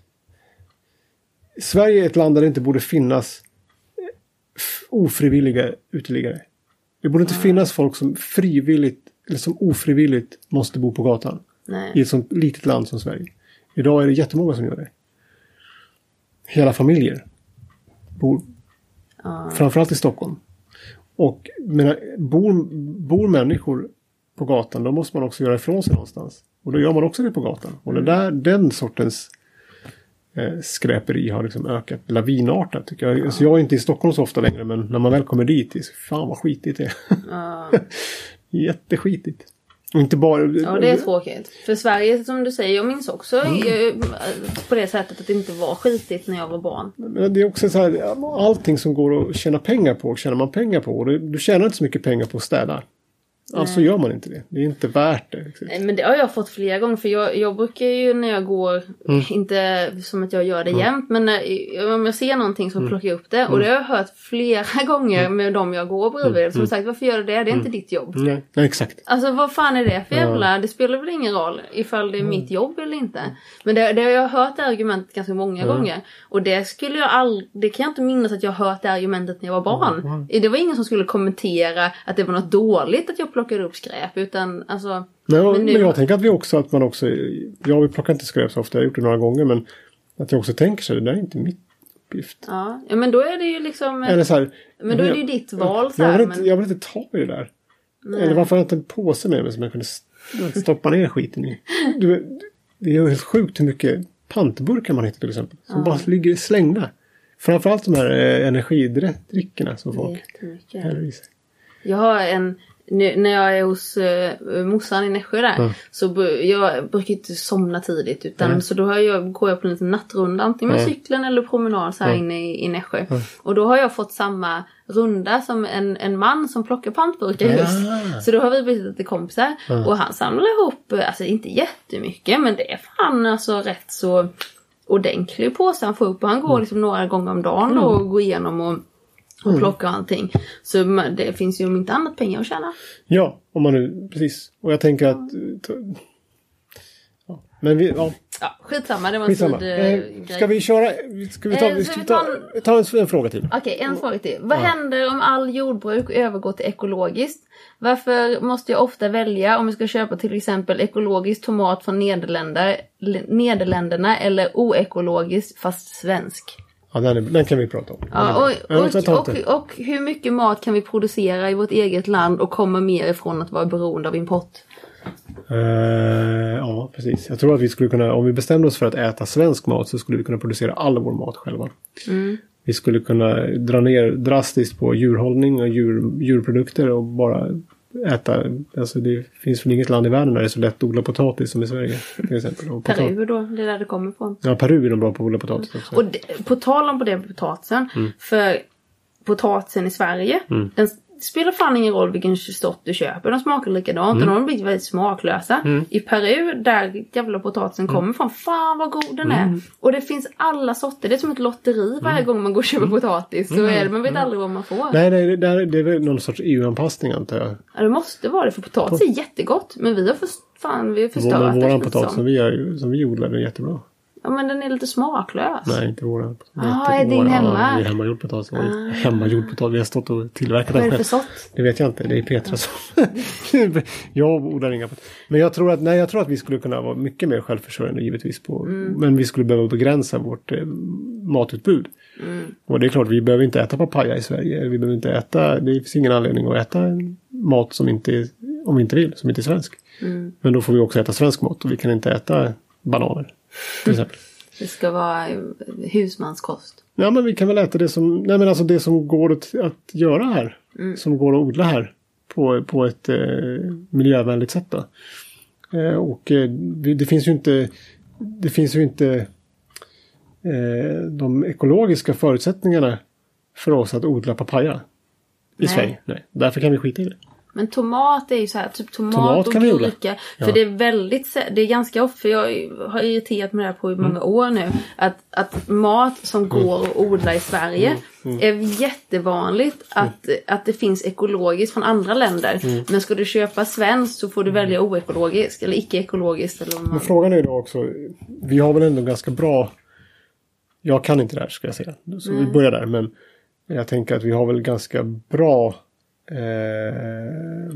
Sverige är ett land där det inte borde finnas ofrivilliga uteliggare. Det borde inte mm. finnas folk som frivilligt, eller som ofrivilligt måste bo på gatan. Nej. I ett sånt litet land som Sverige. Idag är det jättemånga som gör det. Hela familjer bor mm. framförallt i Stockholm. Och menar, bor, bor människor på gatan, då måste man också göra ifrån sig någonstans. Och då gör man också det på gatan. Och mm. det där, den sortens eh, skräperi har liksom ökat lavinartat tycker jag. Ja. Alltså, jag är inte i Stockholm så ofta längre, men när man väl kommer dit, så fan vad skitigt det är. Ja. Jätteskitigt. Och inte bara... Ja, det är tråkigt. För Sverige, som du säger, jag minns också mm. på det sättet att det inte var skitigt när jag var barn. Men det är också så här, allting som går att tjäna pengar på, tjänar man pengar på. Och du tjänar inte så mycket pengar på att städa. Alltså gör man inte det. Det är inte värt det. Liksom. Nej, men det har jag fått flera gånger. För jag, jag brukar ju när jag går, mm. inte som att jag gör det mm. jämt. Men när, om jag ser någonting så plockar jag upp det. Mm. Och det har jag hört flera gånger med dem jag går bredvid. Mm. Som har sagt, varför gör du det? Det är mm. inte ditt jobb. Nej, nej, exakt. Alltså vad fan är det för jävla? Ja. Det spelar väl ingen roll ifall det är mm. mitt jobb eller inte. Men det, det har jag hört det argumentet ganska många mm. gånger. Och det skulle jag aldrig, det kan jag inte minnas att jag har hört det argumentet när jag var barn. Mm. Det var ingen som skulle kommentera att det var något dåligt att jag plockade upp skräp. Utan alltså... Nej, men, nu... men jag tänker att vi också, att man också... Jag vi plockar inte skräp så ofta, jag har gjort det några gånger. Men att jag också tänker sig, det där är inte mitt uppgift. Ja, ja men då är det ju liksom... Eller så här, men då är det ju ditt val. Så jag, här, vill inte, men... jag vill inte ta i det där. Nej. Eller varför har jag inte en påse med mig som jag kunde stoppa ner skiten i. Du, det är ju helt sjukt hur mycket pantburkar man hittar till exempel. Som ja. bara ligger slängda. Framförallt de här eh, energidrickorna som folk häller i sig. Jag har en, nu, när jag är hos uh, morsan i Nässjö där, mm. så b- jag brukar inte somna tidigt, utan mm. så då har jag, går jag på en liten nattrunda, antingen med mm. cykeln eller promenad så här mm. inne i, i Nässjö. Mm. Och då har jag fått samma runda som en, en man som plockar pantburkar just. Mm. Så då har vi blivit lite kompisar. Mm. Och han samlar ihop, alltså inte jättemycket, men det är fan alltså rätt så ordentlig påse han får upp. Och han går mm. liksom några gånger om dagen mm. då, och går igenom och och mm. plocka allting. Så det finns ju om inte annat pengar att tjäna. Ja, om man nu, precis. Och jag tänker att... Ja, men vi, ja. Ja, skitsamma, det var skitsamma. en tid, eh, eh, Ska vi köra... Ska vi ta, eh, ska vi ta, ta, ta en, en fråga till? Okej, okay, en fråga till. Vad ja. händer om all jordbruk övergår till ekologiskt? Varför måste jag ofta välja om jag ska köpa till exempel ekologisk tomat från Nederländer, Nederländerna eller oekologiskt fast svensk? Ja, den, den kan vi prata om. Ja, och, och, och, och, och hur mycket mat kan vi producera i vårt eget land och komma mer ifrån att vara beroende av import? Uh, ja, precis. Jag tror att vi skulle kunna, om vi bestämde oss för att äta svensk mat, så skulle vi kunna producera all vår mat själva. Mm. Vi skulle kunna dra ner drastiskt på djurhållning och djur, djurprodukter och bara äta, alltså det finns väl inget land i världen där det är så lätt att odla potatis som i Sverige till exempel. Och Peru då, det är där det kommer ifrån. Ja, Peru är de bra på att odla potatis också. Och det, på tal om på det potatisen, mm. för potatisen i Sverige, mm. den spelar fan ingen roll vilken sort du köper. De smakar likadant mm. och de har blivit väldigt smaklösa. Mm. I Peru, där jävla potatisen mm. kommer från, fan vad god den är. Mm. Och det finns alla sorter. Det är som ett lotteri varje mm. gång man går och köper potatis. Så är det, man vet mm. aldrig vad man får. Nej, nej det, är, det är väl någon sorts E U-anpassning antar jag. Ja, det måste vara det. För potatis är jättegott. Men vi har, för, fan, vi har förstört det. Våran potatis som vi, är, som vi odlar är jättebra. Ja, men den är lite smaklös. Nej, inte våran. Ja, är din hemma? Ja, vi är hemmagjord potatis. Ah. Hemmagjord potatis. Vi har stått och tillverkat den. Vad är det för sort? Det vet jag inte. Det är Petra som... jag odlar inga potatis. Men jag tror, att, nej, jag tror att vi skulle kunna vara mycket mer självförsörjande givetvis. På, mm. Men vi skulle behöva begränsa vårt eh, matutbud. Mm. Och det är klart, vi behöver inte äta papaya i Sverige. Vi behöver inte äta... Det finns ingen anledning att äta mat som inte, om vi inte vill, som inte är svensk. Mm. Men då får vi också äta svensk mat. Och vi kan inte äta bananer. Till exempel. Det ska vara husmanskost. Ja, men vi kan väl äta det som, nej, men alltså det som går att, att göra här. Mm. Som går att odla här. På, på ett eh, miljövänligt sätt då. Eh, och eh, det finns ju inte det finns ju inte eh, de ekologiska förutsättningarna för oss att odla papaya i nej. Sverige. Nej. Därför kan vi skita i det. Men tomat är ju så här, typ tomat, tomat och gurka. För ja. det är väldigt, det är ganska ofta, för jag har irriterat mig där på i många mm. år nu. Att, att mat som mm. går att odla i Sverige mm. Mm. är jättevanligt att, mm. att det finns ekologiskt från andra länder. Mm. Men ska du köpa svenskt så får du välja oekologiskt eller icke-ekologiskt. Eller man... Men frågan är då också, vi har väl ändå ganska bra, jag kan inte det här ska jag säga. Så mm. vi börjar där, men jag tänker att vi har väl ganska bra Eh,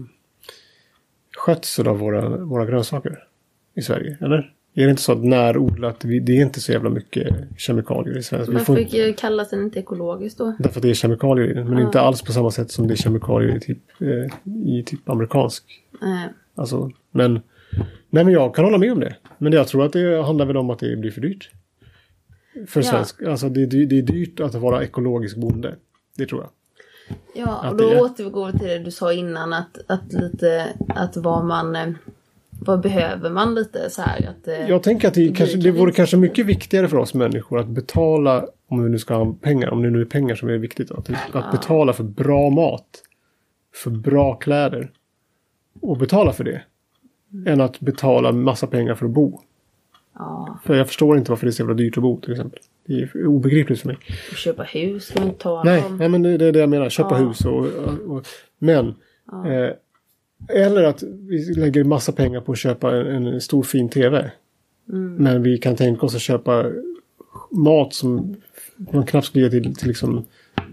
skötsel av våra, våra grönsaker i Sverige, eller? Är det inte så att närodlat, det är inte så jävla mycket kemikalier i Sverige? Varför inte... kallas den inte ekologiskt då? Därför att det är kemikalier i den, men ah. inte alls på samma sätt som det är kemikalier i typ, eh, i typ amerikansk. Mm. Alltså, men, nej men jag kan hålla med om det. Men jag tror att det handlar väl om att det blir för dyrt. För ja. svensk, alltså det, det, det är dyrt att vara ekologisk bonde. Det tror jag. Ja, och då återgår vi till det du sa innan att, att lite att vad man vad behöver man lite så här att jag tänker att det, det, kanske, det vore kanske mycket viktigare för oss människor att betala, om vi nu ska ha pengar, om det nu är pengar som är viktigt att, att ja. betala för bra mat, för bra kläder och betala för det mm. än att betala massa pengar för att bo. Ja. För jag förstår inte varför det är så jävla dyrt att bo till exempel. Det är obegripligt för mig. Och köpa hus ska man inte ta nej, om. Nej, men det, det är det jag menar. Köpa ja. hus och... och, och men... Ja. Eh, eller att vi lägger massa pengar på att köpa en, en stor fin tv. Mm. Men vi kan tänka oss att köpa mat som man knappt skulle ge till, till liksom...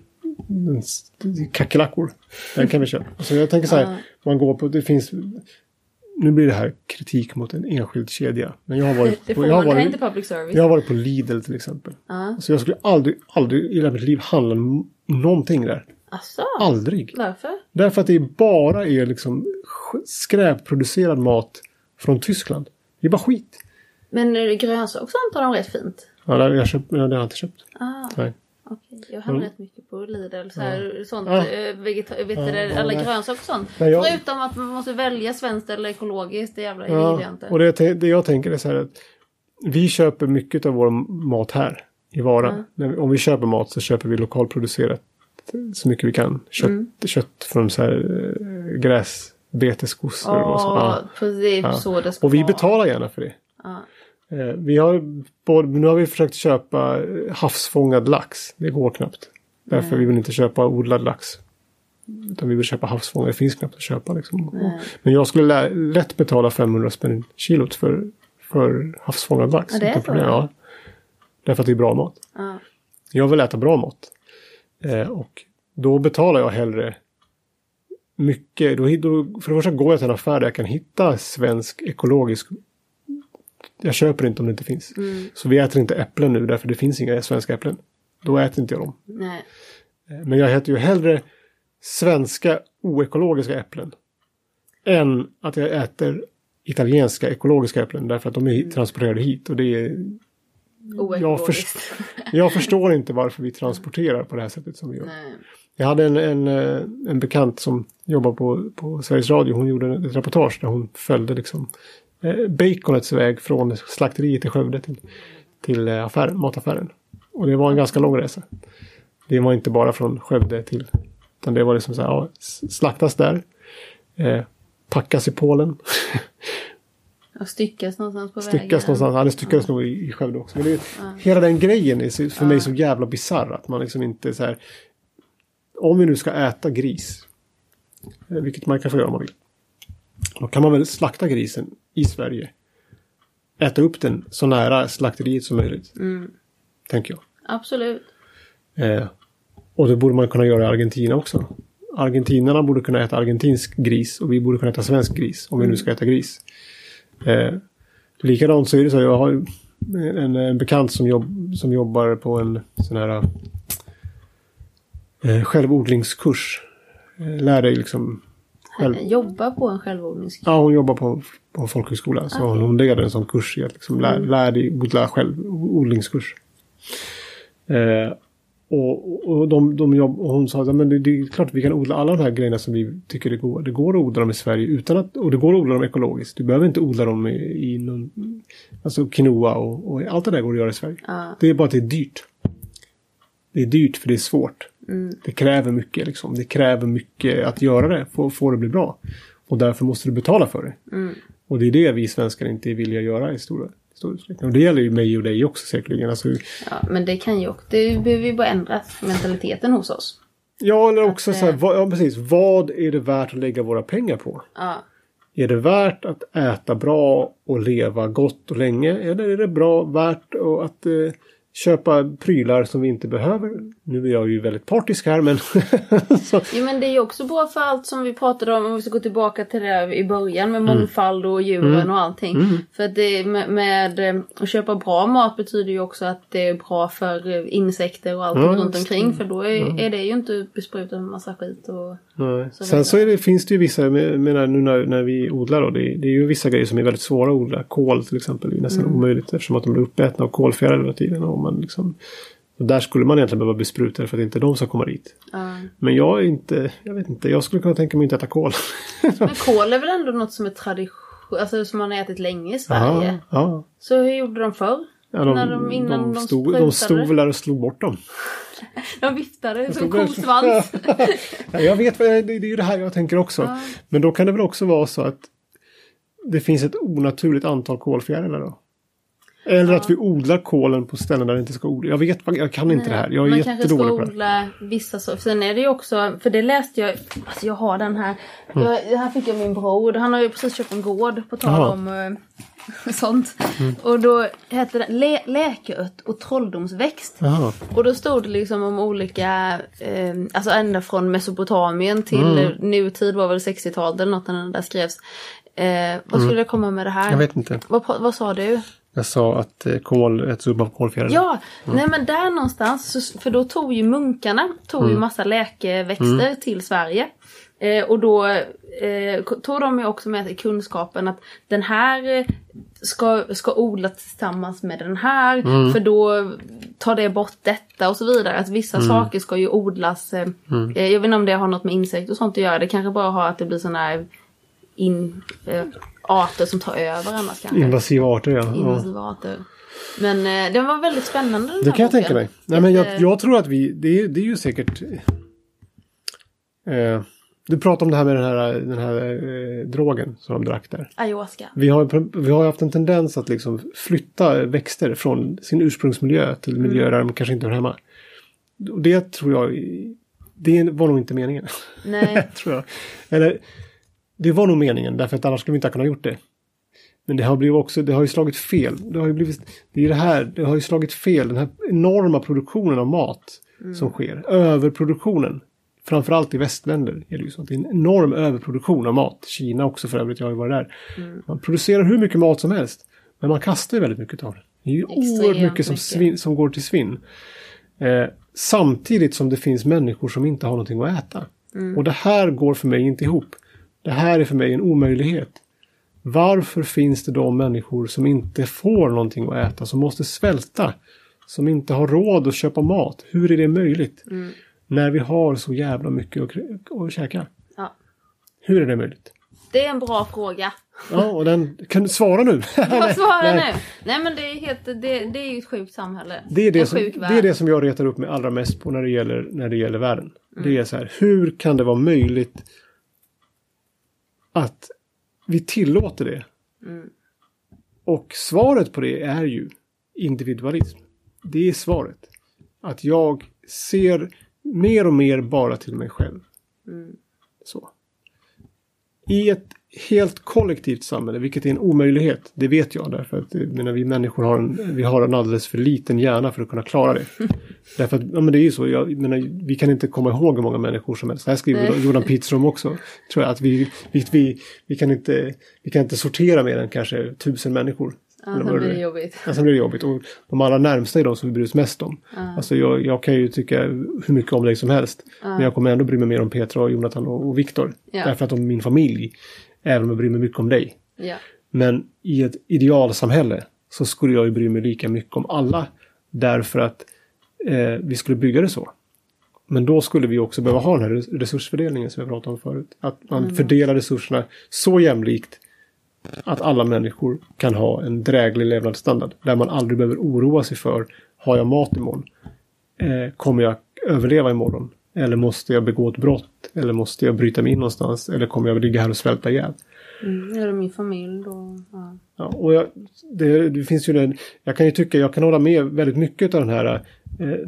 kackerlackor. Den kan vi köpa. Så jag tänker så här. Ja. Man går på... Det finns... Nu blir det här kritik mot en enskild kedja. Men jag har varit det på, får jag har man, varit, inte public service. Jag har varit på Lidl till exempel. Uh. Så jag skulle aldrig, aldrig i hela mitt liv handla n- någonting där. Asså? Aldrig. Varför? Därför att det bara är liksom skräpproducerad mat från Tyskland. Det är bara skit. Men grönsaker och sånt har de rätt fint. Ja, det har jag, köpt, det har jag inte köpt. Ah. Nej. Okej, jag handlar mm. rätt mycket på Lidl. Så här, ja. Sånt, ja. Vegeta- vet ja, det, alla grönsaker och sånt. Nej, jag... Förutom att man måste välja svenskt eller ekologiskt. Det jävla ja. gillar jag inte. Och det, det jag tänker är så här att vi köper mycket av vår mat här i Vara. Mm. Om vi köper mat så köper vi lokalproducerat så mycket vi kan. Kött, mm. kött från så här gräsbeteskossor oh, och så. Ja. Precis, ja. Så det ska och vi betalar gärna för det. Ja. Vi har både, nu har vi försökt köpa havsfångad lax. Det går knappt. Därför mm. vi vill inte köpa odlad lax. Utan vi vill köpa havsfångad. Det finns knappt att köpa. Liksom. Mm. Men jag skulle lä- lätt betala femhundra spänn kilot för, för havsfångad lax. Ja, det är så. Ja. Därför att det är bra mat. Ja. Jag vill äta bra mat. Eh, och då betalar jag hellre mycket. Då, då, för det första går jag till en affär där jag kan hitta svensk ekologisk. Jag köper inte om det inte finns. Mm. Så vi äter inte äpplen nu därför det finns inga svenska äpplen. Då äter inte jag dem. Nej. Men jag äter ju hellre svenska oekologiska äpplen än att jag äter italienska ekologiska äpplen därför att de är mm. transporterade hit och det är jag, för, jag förstår inte varför vi transporterar på det här sättet som vi gör. Nej. Jag hade en, en, en bekant som jobbar på, på Sveriges Radio. Hon gjorde ett reportage där hon följde liksom baconets väg från slakteriet i Skövde till, till affären, mataffären. Och det var en ganska lång resa. Det var inte bara från Skövde till, utan det var liksom så här, ja, slaktas där, eh, packas i Polen. Och styckas någonstans på styckas vägen. Styckas någonstans, ja det styckas ja. nog i, i Skövde också. Men det är, ja. Hela den grejen är för ja. mig så jävla bizarr att man liksom inte så här, om vi nu ska äta gris, vilket man kan få göra om man vill. Då kan man väl slakta grisen i Sverige. Äta upp den så nära slakteriet som möjligt. Mm. Tänker jag. Absolut. Eh, och det borde man kunna göra i Argentina också. Argentinarna borde kunna äta argentinsk gris. Och vi borde kunna äta svensk gris. Om mm. vi nu ska äta gris. Eh, likadant så är det så. Jag har en, en bekant som, jobb, som jobbar på en sån här eh, självodlingskurs. Eh, lär dig liksom själv... Jobbar på en självodlingskurs? Ja, hon jobbar på, på en folkhögskola. Så okay. hon leder en sån kurs i att liksom lär, mm. lär dig odla självodlingskurs. Eh, och och, de, de jobb, och hon sa att men det, det är klart att vi kan odla alla de här grejerna som vi tycker är goda. Det går att odla dem i Sverige utan att, och det går att odla dem ekologiskt. Du behöver inte odla dem i, i någon, alltså quinoa och, och allt det där går att göra i Sverige. Ah. Det är bara att det är dyrt. Det är dyrt för det är svårt. Mm. Det kräver mycket liksom. Det kräver mycket att göra det för, för att bli bra. Och därför måste du betala för det. Mm. Och det är det vi svenskar inte vill göra i stora och det gäller ju mig och dig också säkerligen. Alltså, ja, men det kan ju också. Det behöver vi bara ändra mentaliteten hos oss. Ja, eller också att, så här, vad, ja, precis. Vad är det värt att lägga våra pengar på? Ja. Är det värt att äta bra och leva gott och länge? Eller är det bra värt att eh, köpa prylar som vi inte behöver? Nu är jag ju väldigt partisk här, men... så. Jo, men det är ju också bra för allt som vi pratade om. Om vi ska gå tillbaka till det i början med mångfald och djuren mm. och allting. Mm. För att det med, med att köpa bra mat betyder ju också att det är bra för insekter och allt mm. runt omkring. För då är, mm. är det ju inte besprutat med massa skit och... Nej. Så sen så är det, finns det ju vissa, menar, nu när, när vi odlar då, det, det är ju vissa grejer som är väldigt svåra att odla. Kål till exempel är nästan mm. omöjligt eftersom att de blir uppätna av kolfjärilar hela tiden. Och man liksom, och där skulle man egentligen behöva bespruta för att inte de ska komma dit. Mm. Men jag är inte, jag vet inte, jag skulle kunna tänka mig inte äta kål. Men kål är väl ändå något som är tradition, alltså som man har ätit länge i Sverige. Ja, ja. Så hur gjorde de förr? Ja, de, när de, innan de, de, stod, de stod där och slog bort dem. De viftade som kosvans. Ja, jag vet, det, det är ju det här jag tänker också. Ja. Men då kan det väl också vara så att det finns ett onaturligt antal kolfjärilar då. Eller ja. Att vi odlar kolen på ställen där det inte ska odla. Jag vet, jag kan inte Nej, det här. Jag är man jättedålig på det. Man kanske ska odla vissa så. Sen är det ju också, för det läste jag, alltså jag har den här. Mm. Jag, här fick jag min bror. Han har ju precis köpt en gård på tal Aha. om uh, sånt. Mm. Och då hette det lä- läkeött och trolldomsväxt. Aha. Och då stod det liksom om olika, eh, alltså ända från Mesopotamien till mm. nutid var väl sextiotalet eller något när den där skrevs. Eh, vad skulle mm. det komma med det här? Jag vet inte. Vad, vad sa du? Jag sa att eh, kol äts upp av kolfjärilar. Ja, mm. nej men där någonstans, så, för då tog ju munkarna tog mm. ju massa läkeväxter mm. till Sverige. Eh, och då eh, tog de ju också med sig kunskapen att den här ska, ska odla tillsammans med den här. Mm. För då tar det bort detta och så vidare. Att vissa mm. saker ska ju odlas. Eh, mm. Jag vet inte om det har något med insekt och sånt att göra. Det kanske bara har att det blir sådana här in, eh, arter som tar över annars kanske. Invasiva arter, ja. Invasiva ja. arter. Men eh, det var väldigt spännande den Det här kan boken. jag tänka mig. Nej, men jag, jag tror att vi, det är, det är ju säkert... Eh, du pratar om det här med den här, den här eh, drogen som de drack där. Ayahuasca. Vi har, vi har haft en tendens att liksom flytta växter från sin ursprungsmiljö till miljöer mm. där de kanske inte hör hemma. Och det tror jag, det var nog inte meningen. Nej. tror jag. Eller, det var nog meningen, därför att annars skulle vi inte ha kunnat gjort det. Men det har blivit också, det har ju slagit fel. Det har ju blivit, det är det här, det har ju slagit fel. Den här enorma produktionen av mat mm. som sker. Överproduktionen. Framförallt i västländer är det ju så att det är en enorm överproduktion av mat. Kina också för övrigt, jag har ju varit där. Mm. Man producerar hur mycket mat som helst. Men man kastar ju väldigt mycket av det. Det är ju Extremt oerhört mycket som, mycket. Svin, som går till svinn. Eh, samtidigt som det finns människor som inte har någonting att äta. Mm. Och det här går för mig inte ihop. Det här är för mig en omöjlighet. Varför finns det då människor som inte får någonting att äta? Som måste svälta? Som inte har råd att köpa mat? Hur är det möjligt? Mm. När vi har så jävla mycket att, att käka. Ja. Hur är det möjligt? Det är en bra fråga. Ja, och den, kan du svara nu? Jag svara nej. nu. Nej, men det är, helt, det, det är ju ett sjukt samhälle. Det är det, som, det är det som jag retar upp mig allra mest på när det gäller, när det gäller världen. Mm. Det är så här, hur kan det vara möjligt att vi tillåter det? Mm. Och svaret på det är ju individualism. Det är svaret. Att jag ser mer och mer bara till mig själv. Mm. Så. I ett helt kollektivt samhälle, vilket är en omöjlighet, det vet jag. Därför att menar, vi människor har en, vi har en alldeles för liten hjärna för att kunna klara det. Därför att, ja men det är ju så, jag menar, vi kan inte komma ihåg hur många människor som helst. Det här skriver Nej. Jordan Peterson också, tror jag. Att vi, vi, vi, vi, kan inte, vi kan inte sortera mer än kanske tusen människor. Ja, sen blir det jobbigt. Ja, sen blir det jobbigt. Och de allra närmsta är de som vi bryr oss mest om. Uh. Alltså jag, jag kan ju tycka hur mycket om dig som helst. Uh. Men jag kommer ändå bry mig mer om Petra och Jonathan och, och Viktor. Yeah. Därför att de är min familj. Även om jag bryr mig mycket om dig. Yeah. Men i ett idealsamhälle så skulle jag ju bry mig lika mycket om alla. Därför att eh, vi skulle bygga det så. Men då skulle vi också behöva ha den här resursfördelningen som jag pratade om förut. Att man mm. fördelar resurserna så jämlikt att alla människor kan ha en dräglig levnadsstandard. Där man aldrig behöver oroa sig för, har jag mat imorgon? Eh, kommer jag överleva imorgon? Eller måste jag begå ett brott? Eller måste jag bryta mig in någonstans? Eller kommer jag ligga här och svälta ihjäl? Mm, eller min familj då. Ja. Ja, och jag, det, det finns ju den, jag kan ju tycka, jag kan hålla med väldigt mycket av den här eh,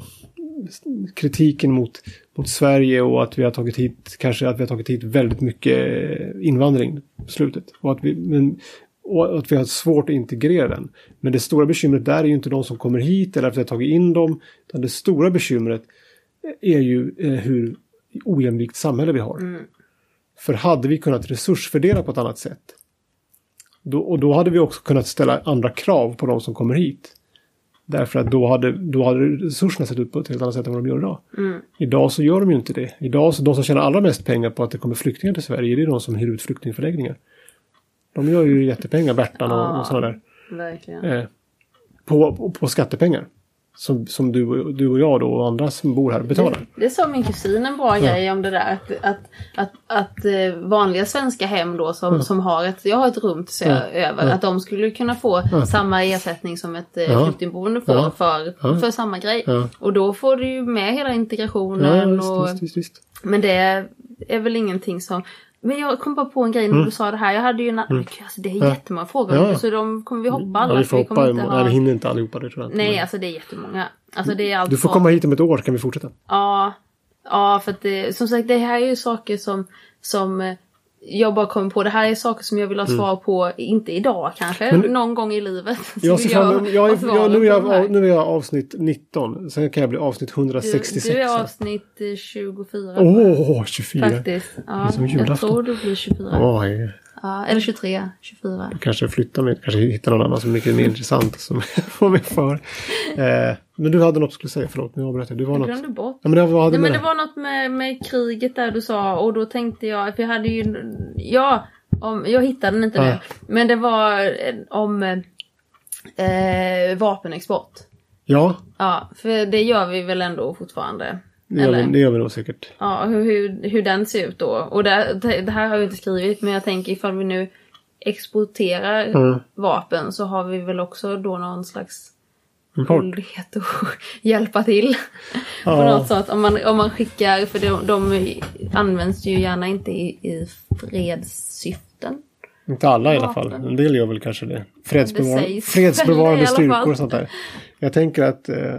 kritiken mot, mot Sverige och att vi har tagit hit, kanske att vi har tagit hit väldigt mycket invandring på slutet. Och att vi, men, och att vi har svårt att integrera den. Men det stora bekymret där är ju inte de som kommer hit eller att vi har tagit in dem. Utan det stora bekymret är ju eh, hur ojämlikt samhälle vi har. Mm. För hade vi kunnat resursfördela på ett annat sätt. Då, och då hade vi också kunnat ställa andra krav på de som kommer hit. Därför att då hade, då hade resurserna sett ut på ett helt annat sätt än vad de gör idag. Mm. Idag så gör de ju inte det. Idag så de som tjänar allra mest pengar på att det kommer flyktingar till Sverige, det är de som hyr ut flyktingförläggningar. De gör ju jättepengar, Bertan och, ja, och sådana där. Verkligen. Eh, på, på, på skattepengar. Som, som du, du och jag då och andra som bor här betalar. Det, det sa min kusin en bra ja. grej om det där. Att, att, att, att vanliga svenska hem då som, ja. som har ett, jag har ett rum till sig ja. över. Ja. Att de skulle kunna få ja. samma ersättning som ett ja. flyktingboende får ja. för, ja. för samma grej. Ja. Och då får du ju med hela integrationen. Ja, visst, och, visst, visst. Men det är, är väl ingenting som... Men jag kom bara på en grej när mm. du sa det här. Jag hade ju en... Mm. Alltså det är ja. jättemånga frågor. Ja. Så de kommer vi hoppa alla. Ja, vi får vi hoppa. kommer inte ha... Nej, vi hinner inte allihopa, det tror jag inte. Nej, alltså det är jättemånga. Alltså det är allt du får från... komma hit om ett år, kan vi fortsätta. Ja, ja för att det, som sagt, det här är ju saker som, som jag bara kommer på. Det här är saker som jag vill ha svar på, mm. inte idag kanske, men, någon gång i livet. Jag ser fram, jag, jag, jag, nu, är jag, nu är jag avsnitt nitton, sen kan jag bli avsnitt etthundrasextiosex. Du, du är avsnitt tjugofyra. Åh, oh, tjugofyra. Faktiskt. Ja, jag tror du blir tjugofyra. Oj. Ja, eller tjugotre, tjugofyra. Du kanske flyttar mig, kanske hittar någon annan som är mycket mer intressant som får mig för. Eh, men du hade något skulle säga, förlåt, nu avbröt jag. Du var jag något. glömde bort. Ja, men det, var, Nej, men det var något med, med kriget där du sa, och då tänkte jag, för jag hade ju, ja, om, jag hittade den inte ah. nu. Men det var eh, om eh, vapenexport. Ja. Ja, för det gör vi väl ändå fortfarande. Det gör, vi, det gör vi nog säkert. Ja, hur, hur, hur den ser ut då. Och det, det här har jag inte skrivit, men jag tänker ifall vi nu exporterar mm. vapen så har vi väl också då någon slags skyldighet att hjälpa till. Ja. På något sätt. Om man, om man skickar, för de, de används ju gärna inte i, i fredssyften. Inte alla i alla fall. En del gör väl kanske det. Fredsbevar- det fredsbevarande styrkor och sånt där. Jag tänker att eh,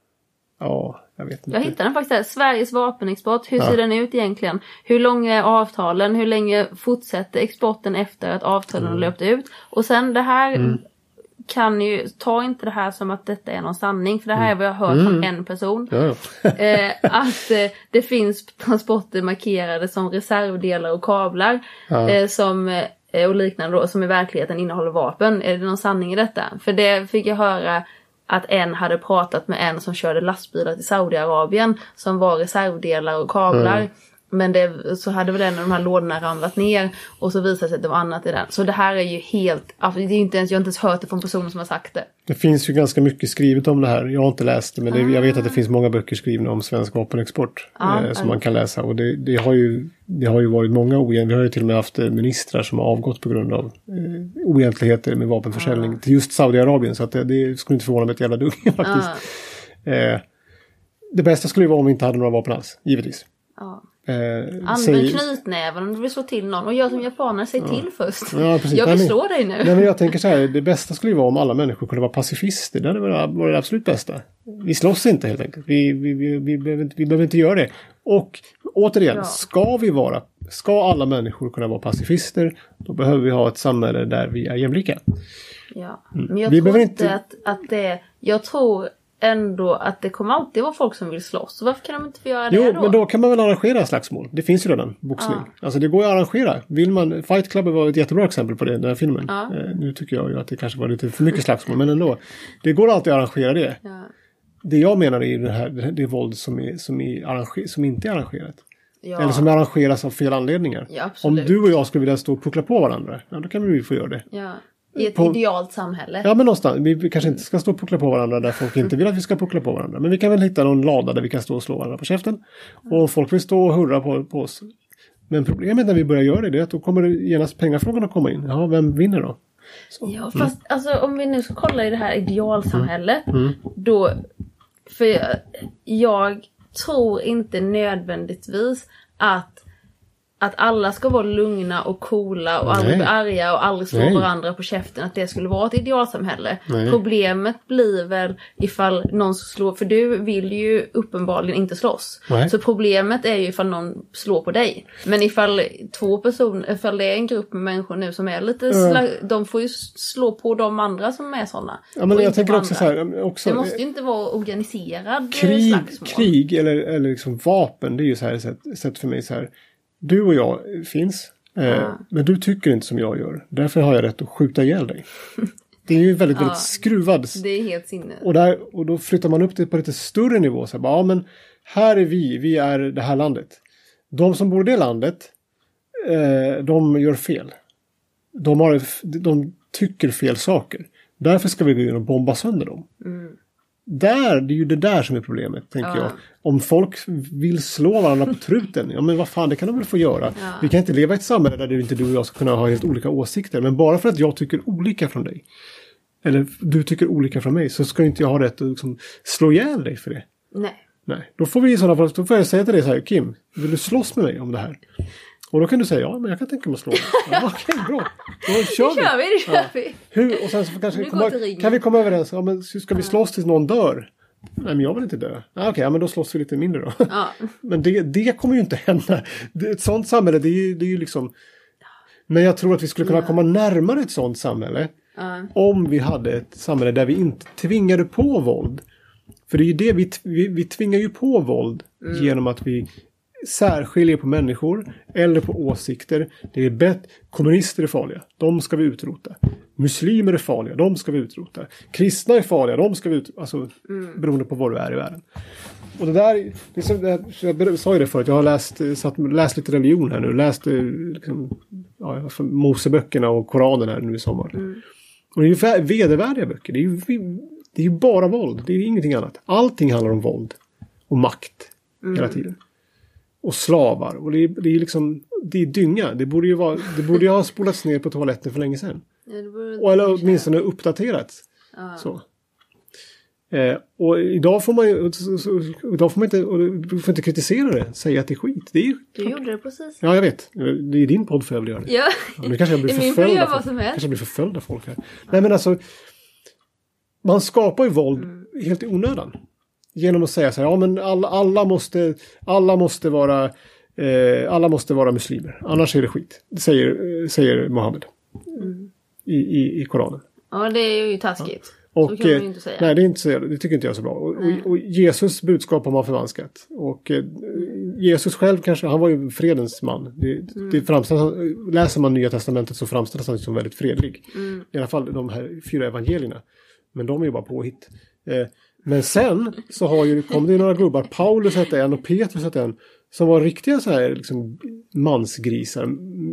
ja, jag vet inte. Jag hittade den faktiskt här. Sveriges vapenexport. Hur ja. ser den ut egentligen? Hur långa är avtalen? Hur länge fortsätter exporten efter att avtalen mm. löpt ut? Och sen det här mm. kan ju, ta inte det här som att detta är någon sanning. För det här är vad jag har hört mm. från en person. Ja. eh, att eh, det finns transporter markerade som reservdelar och kablar. Ja. Eh, som, eh, och liknande då, som i verkligheten innehåller vapen. Är det någon sanning i detta? För det fick jag höra att en hade pratat med en som körde lastbilar till Saudiarabien som var reservdelar och kablar. Mm. Men det, så hade väl en av de här lådorna ramlat ner och så visade sig att det var annat i den. Så det här är ju helt, alltså det är inte ens, jag har inte ens hört det från personer som har sagt det. Det finns ju ganska mycket skrivet om det här. Jag har inte läst det, men det, ah. jag vet att det finns många böcker skrivna om svensk vapenexport ah, eh, som ah. man kan läsa. Och det, det, har ju, det har ju varit många oegentligheter. Vi har ju till och med haft ministrar som har avgått på grund av eh, oegentligheter med vapenförsäljning ah. till just Saudiarabien. Så att det, det skulle inte förvåna mig ett jävla dugg faktiskt. Ah. Eh, det bästa skulle ju vara om vi inte hade några vapen alls, givetvis. Ja. Eh, Använd säg... knytnäven om du vill slå till någon. Och gör som japaner, säg ja. till först. Ja, jag vill slå dig nu. Nej, men jag tänker så här, det bästa skulle ju vara om alla människor kunde vara pacifister. Det hade varit det absolut bästa. Vi slåss inte helt enkelt. Vi, vi, vi, vi, behöver, inte, vi behöver inte göra det. Och återigen, ja. ska vi vara, ska alla människor kunna vara pacifister, då behöver vi ha ett samhälle där vi är jämlika. Ja, men jag vi tror inte att, att det, jag tror ändå att det kommer alltid vara folk som vill slåss. Så varför kan de inte få göra det jo, då? Jo, men då kan man väl arrangera slagsmål. Det finns ju redan boxning. Ja. Alltså det går ju att arrangera. Vill man, Fight Club var ett jättebra exempel på det, den här filmen. Ja. Eh, nu tycker jag ju att det kanske var lite för mycket slagsmål, men ändå. Det går alltid att arrangera det. Ja. Det jag menar är det här, det, det våld som, är, som, är arranger, som inte är arrangerat. Ja. Eller som arrangeras av fel anledningar. Ja, om du och jag skulle vilja stå och puckla på varandra, ja, då kan vi få göra det. Ja. I ett på, idealt samhälle. Ja, men någonstans. Vi kanske inte ska stå och puckla på varandra där folk inte vill att vi ska puckla på varandra. Men vi kan väl hitta någon lada där vi kan stå och slå varandra på käften. Och folk vill stå och hurra på, på oss. Men problemet när vi börjar göra det är att då kommer det genast pengarfrågorna komma in. Ja, vem vinner då? Så. Ja, fast mm. alltså om vi nu ska kolla i det här idealsamhället. Mm. Mm. Då, för jag, jag tror inte nödvändigtvis att att alla ska vara lugna och coola och aldrig bli arga och aldrig slå Nej. varandra på käften, att det skulle vara ett idealsamhälle. Nej. Problemet blir väl ifall någon slår, för du vill ju uppenbarligen inte slåss. Nej. Så problemet är ju ifall någon slår på dig. Men ifall två personer, ifall det är en grupp med människor nu som är lite sla, de får ju slå på de andra som är sådana. Ja, men jag tänker också så här, också, det måste ju inte vara organiserad krig, slagsmål. Krig eller, eller liksom vapen, det är ju så här sätt, sätt för mig så här. Du och jag finns, eh, ja. men du tycker inte som jag gör. Därför har jag rätt att skjuta ihjäl dig. Det är ju väldigt, ja, väldigt skruvad. Det är helt sinne. Och, där, och då flyttar man upp det på lite större nivå. Så här, ja, men här är vi, vi är det här landet. De som bor i det landet, eh, de gör fel. De, har, de tycker fel saker. Därför ska vi gå in och bomba sönder dem. Mm. Där, det är ju det där som är problemet, tänker ja. jag. Om folk vill slå varandra på truten, ja men vad fan, det kan de väl få göra. Ja. Vi kan inte leva i ett samhälle där inte du och jag ska kunna ha helt olika åsikter. Men bara för att jag tycker olika från dig, eller du tycker olika från mig, så ska inte jag ha rätt att liksom slå ihjäl dig för det. Nej. Nej, då får vi i sådana fall, då får jag säga till dig så här, Kim, vill du slåss med mig om det här? Och då kan du säga, ja men jag kan tänka mig att slå. Ja, okej, okay, bra. Då kör vi. Det kör vi, det kör ja. vi. Hur, och sen så kanske vi komma, kan vi komma överens, ja, men ska vi slåss tills någon dör? Nej, men jag vill inte dö. Ja, okej, okay, ja, men då slåss vi lite mindre då. Ja. Men det, det kommer ju inte hända. Det, ett sånt samhälle, det är ju, det är ju liksom... Men jag tror att vi skulle kunna ja. komma närmare ett sånt samhälle. Ja. Om vi hade ett samhälle där vi inte tvingade på våld. För det är ju det, vi, vi, vi tvingar ju på våld mm. genom att vi särskiljer på människor eller på åsikter. Det är bett. Kommunister är farliga. De ska vi utrota. Muslimer är farliga. De ska vi utrota. Kristna är farliga. De ska vi utrota. Alltså, mm. beroende på var du är i världen. Och det där, det är så, det, jag sa ju det förut, jag har läst, satt, läst lite religion här nu. Läst liksom, ja, Moseböckerna och Koranen här nu i sommar. Mm. Och det är ju vedervärdiga böcker. Det är ju, det är ju bara våld. Det är ingenting annat. Allting handlar om våld. Och makt. Mm. Hela tiden. Och slavar. Och det är, det är liksom, det är dynga. Det borde ju vara, det borde ju ha spolats ner på toaletten för länge sedan. Ja, det borde och eller åtminstone uppdaterats. Ah. Så. Eh, och idag får man ju så, så, idag får man inte, och du får inte kritisera det, säga att det är skit. Det är ju, du gjorde det precis. Ja, jag vet. Det är din podd för jag vill göra det. Ja. Ja, nu kanske jag blir förföljd av folk. Kanske jag blir förföljd av folk här. Nej, men alltså man skapar ju våld mm. helt i onödan. Genom att säga så här, ja men alla, alla måste alla måste vara eh, alla måste vara muslimer. Annars är det skit. Det säger, säger Mohammed. Mm. I, i, i Koranen. Ja, det är ju taskigt. Ja. Och, så kan man ju inte säga. Nej, det, är inte så, det tycker inte jag är så bra. Och, och, och Jesus budskap har man förvanskat. Och eh, Jesus själv kanske, han var ju fredens man. Det, mm. det framställs, läser man Nya Testamentet så framställs han som väldigt fredlig. Mm. I alla fall de här fyra evangelierna. Men de är ju bara påhitt. Eh, men sen så har ju, kom det några gubbar, Paulus hette en och Petrus hette en, som var riktiga så här liksom mansgrisar,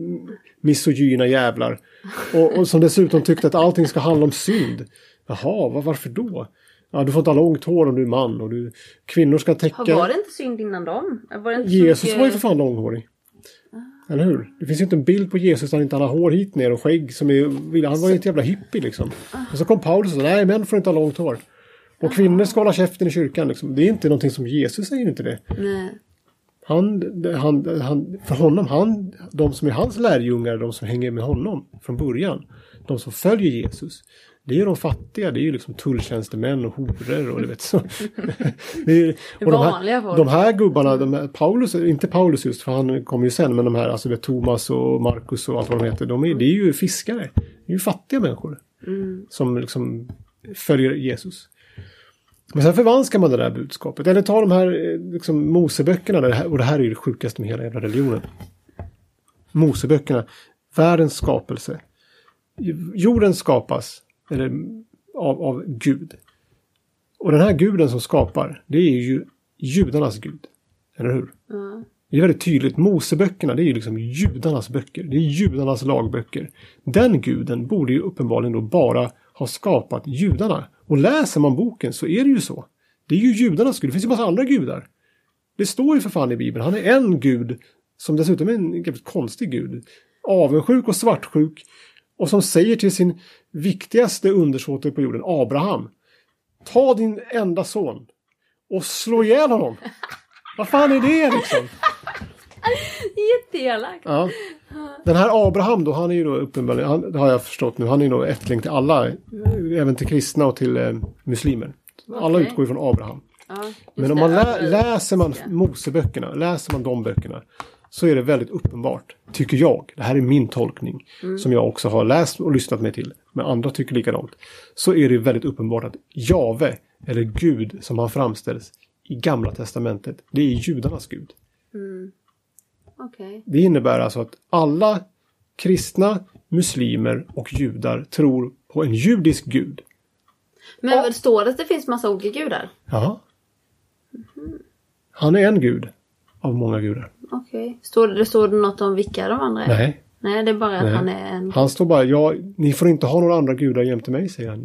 misogyna jävlar. Och, och som dessutom tyckte att allting ska handla om synd. Jaha, var, varför då? Ja, du får inte ha långt hår om du är man. Och du, kvinnor ska täcka... Var det inte synd innan dem? Var det inte Jesus mycket... var ju för fan långhårig. Ah. Eller hur? Det finns ju inte en bild på Jesus där han inte har hår hit ner och skägg. Som är, han var ju inte jävla hippie liksom. Ah. Och så kom Paulus och sa, nej män får inte ha långt hår. Och ah. kvinnor ska hålla käften i kyrkan. Liksom. Det är inte någonting som Jesus säger, inte det. Nej. Han, han, han, för honom, han, de som är hans lärjungar, de som hänger med honom från början. De som följer Jesus. Det är ju de fattiga, det är ju liksom tulltjänstemän och horor och du vet så. Det är, och de, här, de här gubbarna, de här, Paulus, inte Paulus just för han kommer ju sen, men de här, alltså det är Thomas och Markus och allt vad de heter, de är, det är ju fiskare. Det är ju fattiga människor mm. som liksom följer Jesus. Men sen förvanskar man det där budskapet. Eller tar de här liksom, Moseböckerna, och det här är ju det sjukaste med hela jävla religionen. Moseböckerna, världens skapelse. Jorden skapas eller, av, av Gud. Och den här guden som skapar, det är ju judarnas gud. Eller hur? Mm. Det är väldigt tydligt. Moseböckerna, det är ju liksom judarnas böcker. Det är judarnas lagböcker. Den guden borde ju uppenbarligen då bara ha skapat judarna. Och läser man boken så är det ju så. Det är ju judarnas gud. Det finns ju massa andra gudar. Det står ju för fan i Bibeln. Han är en gud som dessutom är en jävligt konstig gud. Avundsjuk och svartsjuk. Och som säger till sin viktigaste undersåte på jorden, Abraham. Ta din enda son och slå ihjäl honom. Vad fan är det liksom? Jätteelakt. Ja. Den här Abraham då, han är ju då uppenbarligen, han, det har jag förstått nu, han är ju då ättling till alla, även till kristna och till eh, muslimer. Alla okay. utgår ju från Abraham. Ja, men om man lä- läser man Moseböckerna, läser man de böckerna, så är det väldigt uppenbart, tycker jag. Det här är min tolkning, mm. som jag också har läst och lyssnat med till. Men andra tycker likadant. Så är det väldigt uppenbart att Jave, eller Gud som han framställs i Gamla testamentet, det är judarnas Gud. Mm. Okay. Det innebär alltså att alla kristna, muslimer och judar tror på en judisk gud. Men vad står det att det finns massa olika gudar? Ja. Mm-hmm. Han är en gud av många gudar. Okej. Okay. Står det, står det något om vilka de andra är? Nej. Nej, det är bara Nej. att han är en... Han står bara, ja, ni får inte ha några andra gudar jämte mig, säger han.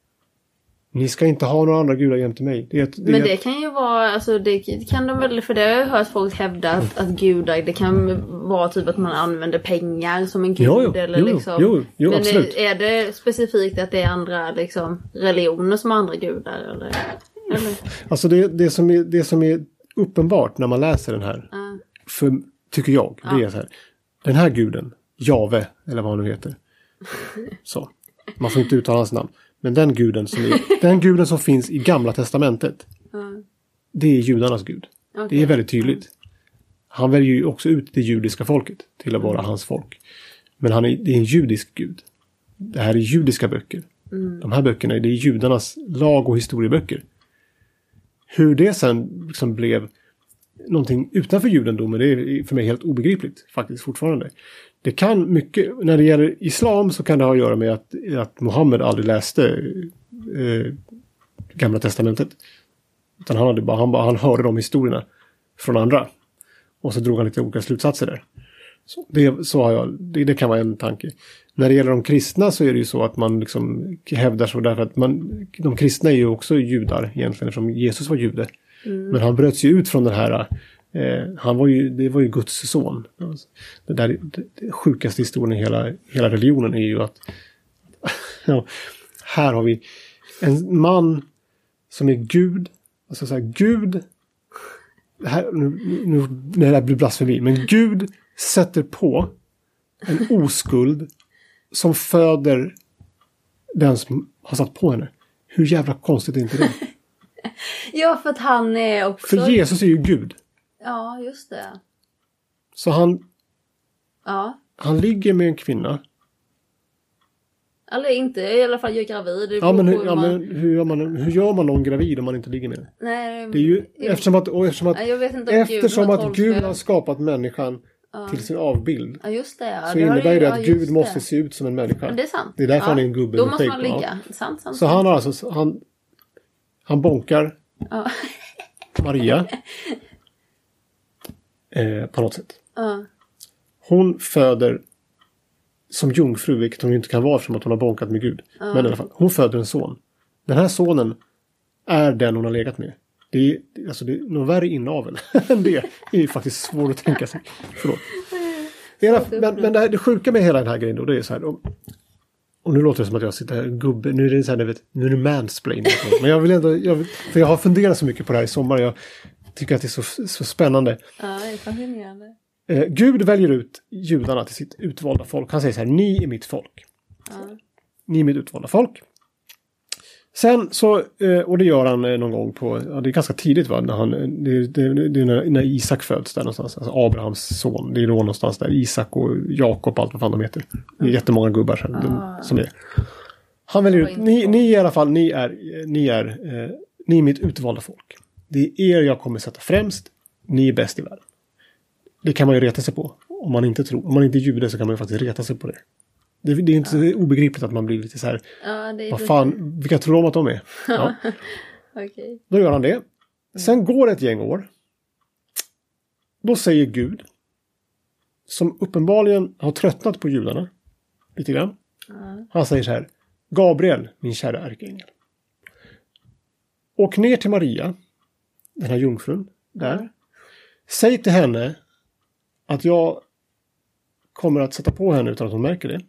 Ni ska inte ha några andra gudar jämte mig. Det är ett, det Men är... det kan ju vara, alltså det kan de väl, för det har jag hört folk hävda att, att gudar, det kan vara typ att man använder pengar som en gud. Jo, jo, eller jo, liksom. jo, jo, Men absolut. är det specifikt att det är andra liksom, religioner som har andra gudar? Eller? eller? Alltså det, det, som är, det som är uppenbart när man läser den här, uh. för, tycker jag, det uh. är så här. Den här guden, Jave, eller vad han nu heter. Så. Man får inte uttala hans namn. Men den guden som, är, den guden som finns i Gamla testamentet, mm. det är judarnas gud. Okay. Det är väldigt tydligt. Han väljer ju också ut det judiska folket till att vara mm. hans folk. Men han är, det är en judisk gud. Det här är judiska böcker. Mm. De här böckerna, det är judarnas lag- och historieböcker. Hur det sen liksom blev någonting utanför judendomen, det är för mig helt obegripligt faktiskt fortfarande. Det kan mycket, när det gäller islam så kan det ha att göra med att, att Muhammed aldrig läste eh, Gamla testamentet. Utan han, hade bara, han, bara, han hörde de historierna från andra. Och så drog han lite olika slutsatser där. Så, det, så har jag, det, det kan vara en tanke. När det gäller de kristna så är det ju så att man liksom hävdar så därför att man, de kristna är ju också judar egentligen eftersom Jesus var jude. Mm. Men han bröt sig ut från den här, eh, han var ju, det var ju Guds son. Det där det, det sjukaste historien i hela, hela religionen är ju att ja, här har vi en man som är Gud, alltså så här, Gud här, nu, nu, det här blir blasfemi, men Gud sätter på en oskuld som föder den som har satt på henne. Hur jävla konstigt är inte det? Ja, för att han är också... För Jesus är ju Gud. Ja, just det. Så han... Ja. Han ligger med en kvinna. Eller inte, i alla fall gör gravid. Ja, men, hur, ja, man... men hur, gör man, hur gör man någon gravid om man inte ligger med den? Nej, det är ju jag... eftersom att, och eftersom att, jag vet inte eftersom Gud, att Gud har skapat människan ja. till sin avbild. Ja, just det. Ja. Så det innebär ju, det att ja, Gud det. måste se ut som en människa. Men det är sant. Det är därför ja. han är en gubbe. Då måste med han skägg. ligga. Ja. Sant, sant. Så han har alltså, han, han bonkar ja. Maria eh, på något sätt. Ja. Hon föder som jungfru, vilket hon inte kan vara eftersom att hon har bonkat med Gud. Ja. Men i alla fall, hon föder en son. Den här sonen är den hon har legat med. Det är, alltså det är något värre inavel än det. Det är faktiskt svårt att tänka sig. Förlåt. Men, men det, här, det sjuka med hela den här grejen då, det är så här. Och, och nu låter det som att jag sitter här gubbe. Nu är det så här, vet, nu är det mansplaining. Men jag vill ändå, jag, för jag har funderat så mycket på det här i sommar. Jag tycker att det är så, så spännande. Ja, det är fascinerande. Eh, Gud väljer ut judarna till sitt utvalda folk. Han säger så här, ni är mitt folk. Ja. Ni är mitt utvalda folk. Sen så, och det gör han någon gång på, ja, det är ganska tidigt va, när han, det, det, det är när, när Isak föds där någonstans, alltså Abrahams son, det är då någonstans där, Isak och Jakob, allt vad fan de heter. Det är jättemånga gubbar som, ah. som är. Han väljer ut, ni, ni i alla fall, ni är, ni är, eh, ni är mitt utvalda folk. Det är er jag kommer sätta främst, ni är bäst i världen. Det kan man ju reta sig på, om man inte tror, om man inte är jude så kan man ju faktiskt reta sig på det. Det, det är inte ja. obegripligt att man blir lite så här. Ja, det är vad fan, lite... vilka tror de att de är? Ja. Okay. Då gör han det. Sen går ett gäng år. Då säger Gud, som uppenbarligen har tröttnat på judarna lite grann. Ja. Han säger så här, Gabriel, min kära ärkeängel. Åk ner till Maria, den här jungfrun, där. Ja. Säg till henne att jag kommer att sätta på henne utan att hon märker det.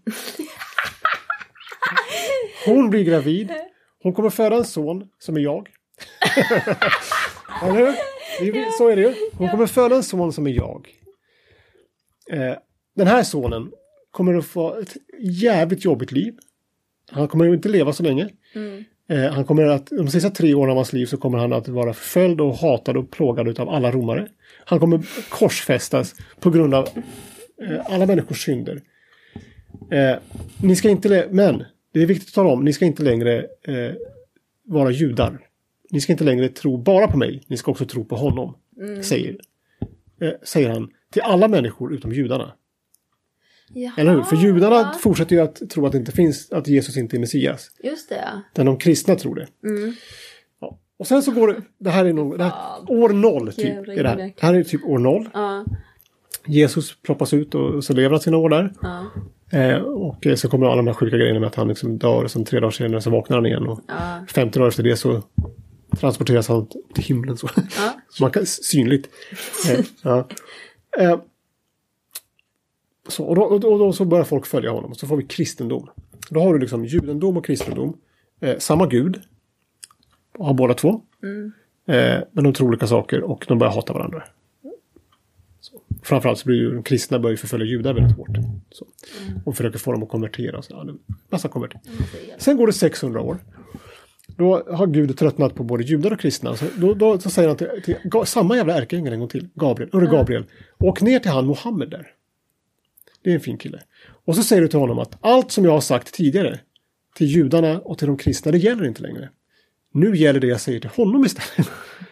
Hon blir gravid. Hon kommer föda en son som är jag. Eller hur? Så är det ju. Hon kommer föda en son som är jag. Eh, den här sonen kommer att få ett jävligt jobbigt liv. Han kommer inte leva så länge. Mm. Eh, han kommer att, de sista tre åren av hans liv så kommer han att vara förföljd och hatad och plågad av alla romare. Han kommer korsfästas på grund av alla människors synder. Eh, ni ska inte lä- men det är viktigt att tala om, ni ska inte längre eh, vara judar. Ni ska inte längre tro bara på mig. Ni ska också tro på honom. Mm. Säger, eh, säger han till alla människor utom judarna. Jaha, eller hur? För judarna ja. fortsätter ju att tro att det inte finns, att Jesus inte är Messias. Just det. Men de kristna tror det. Mm. Ja. Och sen så går det, det här är nog, det här, ja. år noll typ. Är det, här. det här är typ år noll. Ja. Jesus ploppas ut och så lever han sina år där. Ja. Eh, och så kommer alla de här sjuka grejerna med att han liksom dör och sen tre dagar senare så vaknar han igen. Och ja. femtio dagar efter det så transporteras han till himlen. Så, ja. så man kan, synligt. Eh, ja. eh, så, och, då, och, då, och då så börjar folk följa honom. Och så får vi kristendom. Då har du liksom judendom och kristendom. Eh, samma gud. Har båda två. Mm. Eh, men de tror olika saker och de börjar hata varandra. Framförallt så blir ju de kristna börjar förfölja judar väldigt hårt. Så. Mm. Och försöker få dem att konvertera. Så, ja, massa konvertera. Mm. Sen går det sexhundra år. Då har Gud tröttnat på både judar och kristna. Så, då, då så säger han till, till samma jävla ärkeängel en gång till. Gabriel. Hörru Gabriel. Åk ner till han Mohammed där. Det är en fin kille. Och så säger du till honom att allt som jag har sagt tidigare till judarna och till de kristna, det gäller inte längre. Nu gäller det jag säger till honom istället.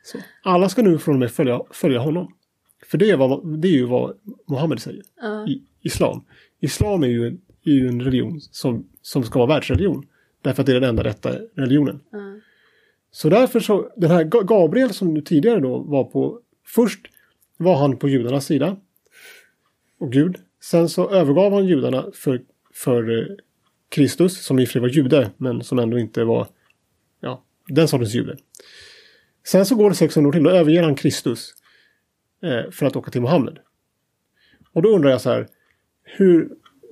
Så. Alla ska nu från och med följa, följa honom. För det är, vad, det är ju vad Mohammed säger uh. i islam. Islam är ju en, är ju en religion som, som ska vara världsreligion. Därför att det är den enda rätta religionen. Uh. Så därför så, den här Gabriel som nu tidigare då var på, först var han på judarnas sida. Och Gud. Sen så övergav han judarna för, för Kristus, som i och för sig var jude, men som ändå inte var, ja, den sortens jude. Sen så går det sexhundra år till, då överger han Kristus eh, för att åka till Mohammed. Och då undrar jag så här, hur...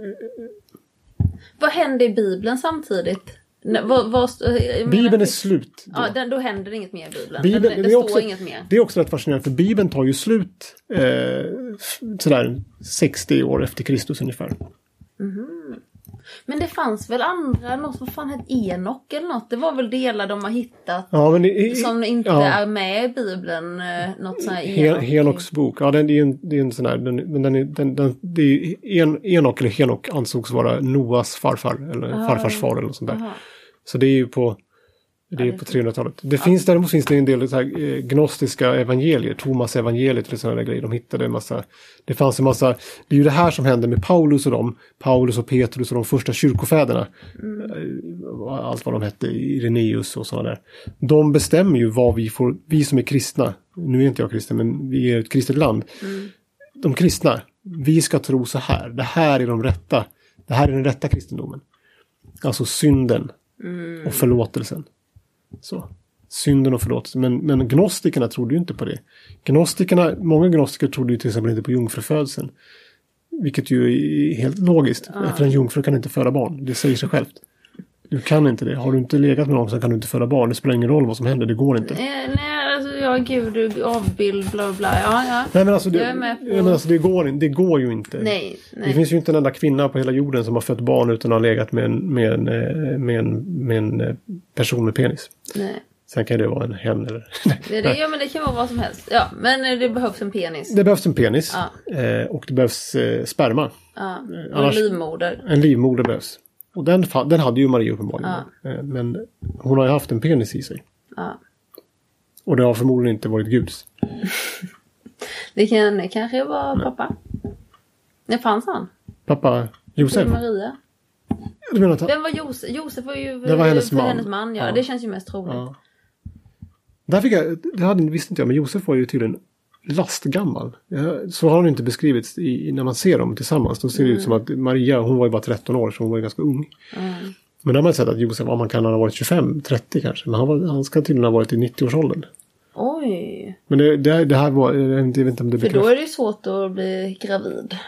Eh, vad händer i Bibeln samtidigt? Nej, vad, vad, Bibeln menar, är slut. Då. Ja, den, då händer det inget mer i Bibeln. Bibeln den, det, det är står också, inget mer. Det är också rätt fascinerande, för Bibeln tar ju slut eh, sådär sextio år efter Kristus ungefär. Mm-hmm. Men det fanns väl andra, något vad fan hette Enok eller något? Det var väl delar de har hittat ja, men i, som inte ja. är med i Bibeln. Något sån här Enok. Henoks bok, ja den, det är en, det är en sån här, den, men den är, den, den, det är en, Enok eller Henok ansågs vara Noas farfar, eller aha, farfars far eller något sånt där. Aha. Så det är ju på det är ja, på trehundratalet. Det ja. finns däremot finns det en del så här, eh, gnostiska evangelier, Thomas evangeliet eller sådana grejer. De hittade en massa, det fanns en massa, det är ju det här som hände med Paulus och dem, Paulus och Petrus och de första kyrkofäderna. Mm. Allt vad de hette, Irenaeus och sådana där. De bestämmer ju vad vi får, vi som är kristna, nu är inte jag kristen men vi är ett kristet land. Mm. De kristna, vi ska tro så här, det här är de rätta, det här är den rätta kristendomen. Alltså synden mm. och förlåtelsen. Så. Synden och förlåtelsen. Men, men gnostikerna trodde ju inte på det. Gnostikerna, många gnostiker trodde ju till exempel inte på jungfrufödseln. Vilket ju är helt logiskt. Ah. För en jungfru kan inte föda barn. Det säger sig självt. Du kan inte det. Har du inte legat med någon så kan du inte föda barn. Det spelar ingen roll vad som händer. Det går inte. Nej, nej alltså ja, gud, avbild, bla bla. Ja, ja. Nej, men alltså det, jag är med på... men alltså, det, går, det går ju inte. Nej, nej. Det finns ju inte en enda kvinna på hela jorden som har fött barn utan att ha legat med en, med en, med en, med en person med penis. Nej. Sen kan det vara en hen eller... det, det, ja, men det kan vara vad som helst. Ja, men det behövs en penis. Det behövs en penis. Ja. Eh, och det behövs eh, sperma. Ja, och Annars, en livmoder. En livmoder behövs. Och den, den hade ju Maria uppenbarligen. Ja. Eh, men hon har ju haft en penis i sig. Ja. Och det har förmodligen inte varit Guds. det kan det kanske var pappa. Det fanns han. Pappa Josef. Maria. Du menar att... Vem var Josef? Josef var ju det var hennes man. hennes man. Ja, ja, det känns ju mest troligt. Ja. Där fick jag, det hade, visste inte jag, men Josef var ju tydligen lastgammal. Ja, så har det inte beskrivits i, när man ser dem tillsammans. Då ser det mm. ut som att Maria, hon var ju bara tretton år så hon var ju ganska ung. Mm. Men då har man sett att Josef, man kan ha varit tjugofem trettio kanske. Men han, var, han ska tydligen ha varit i nittio-årsåldern. Oj. Men det, det, det här var, jag vet inte om det bekräftar. För då är det ju svårt att bli gravid.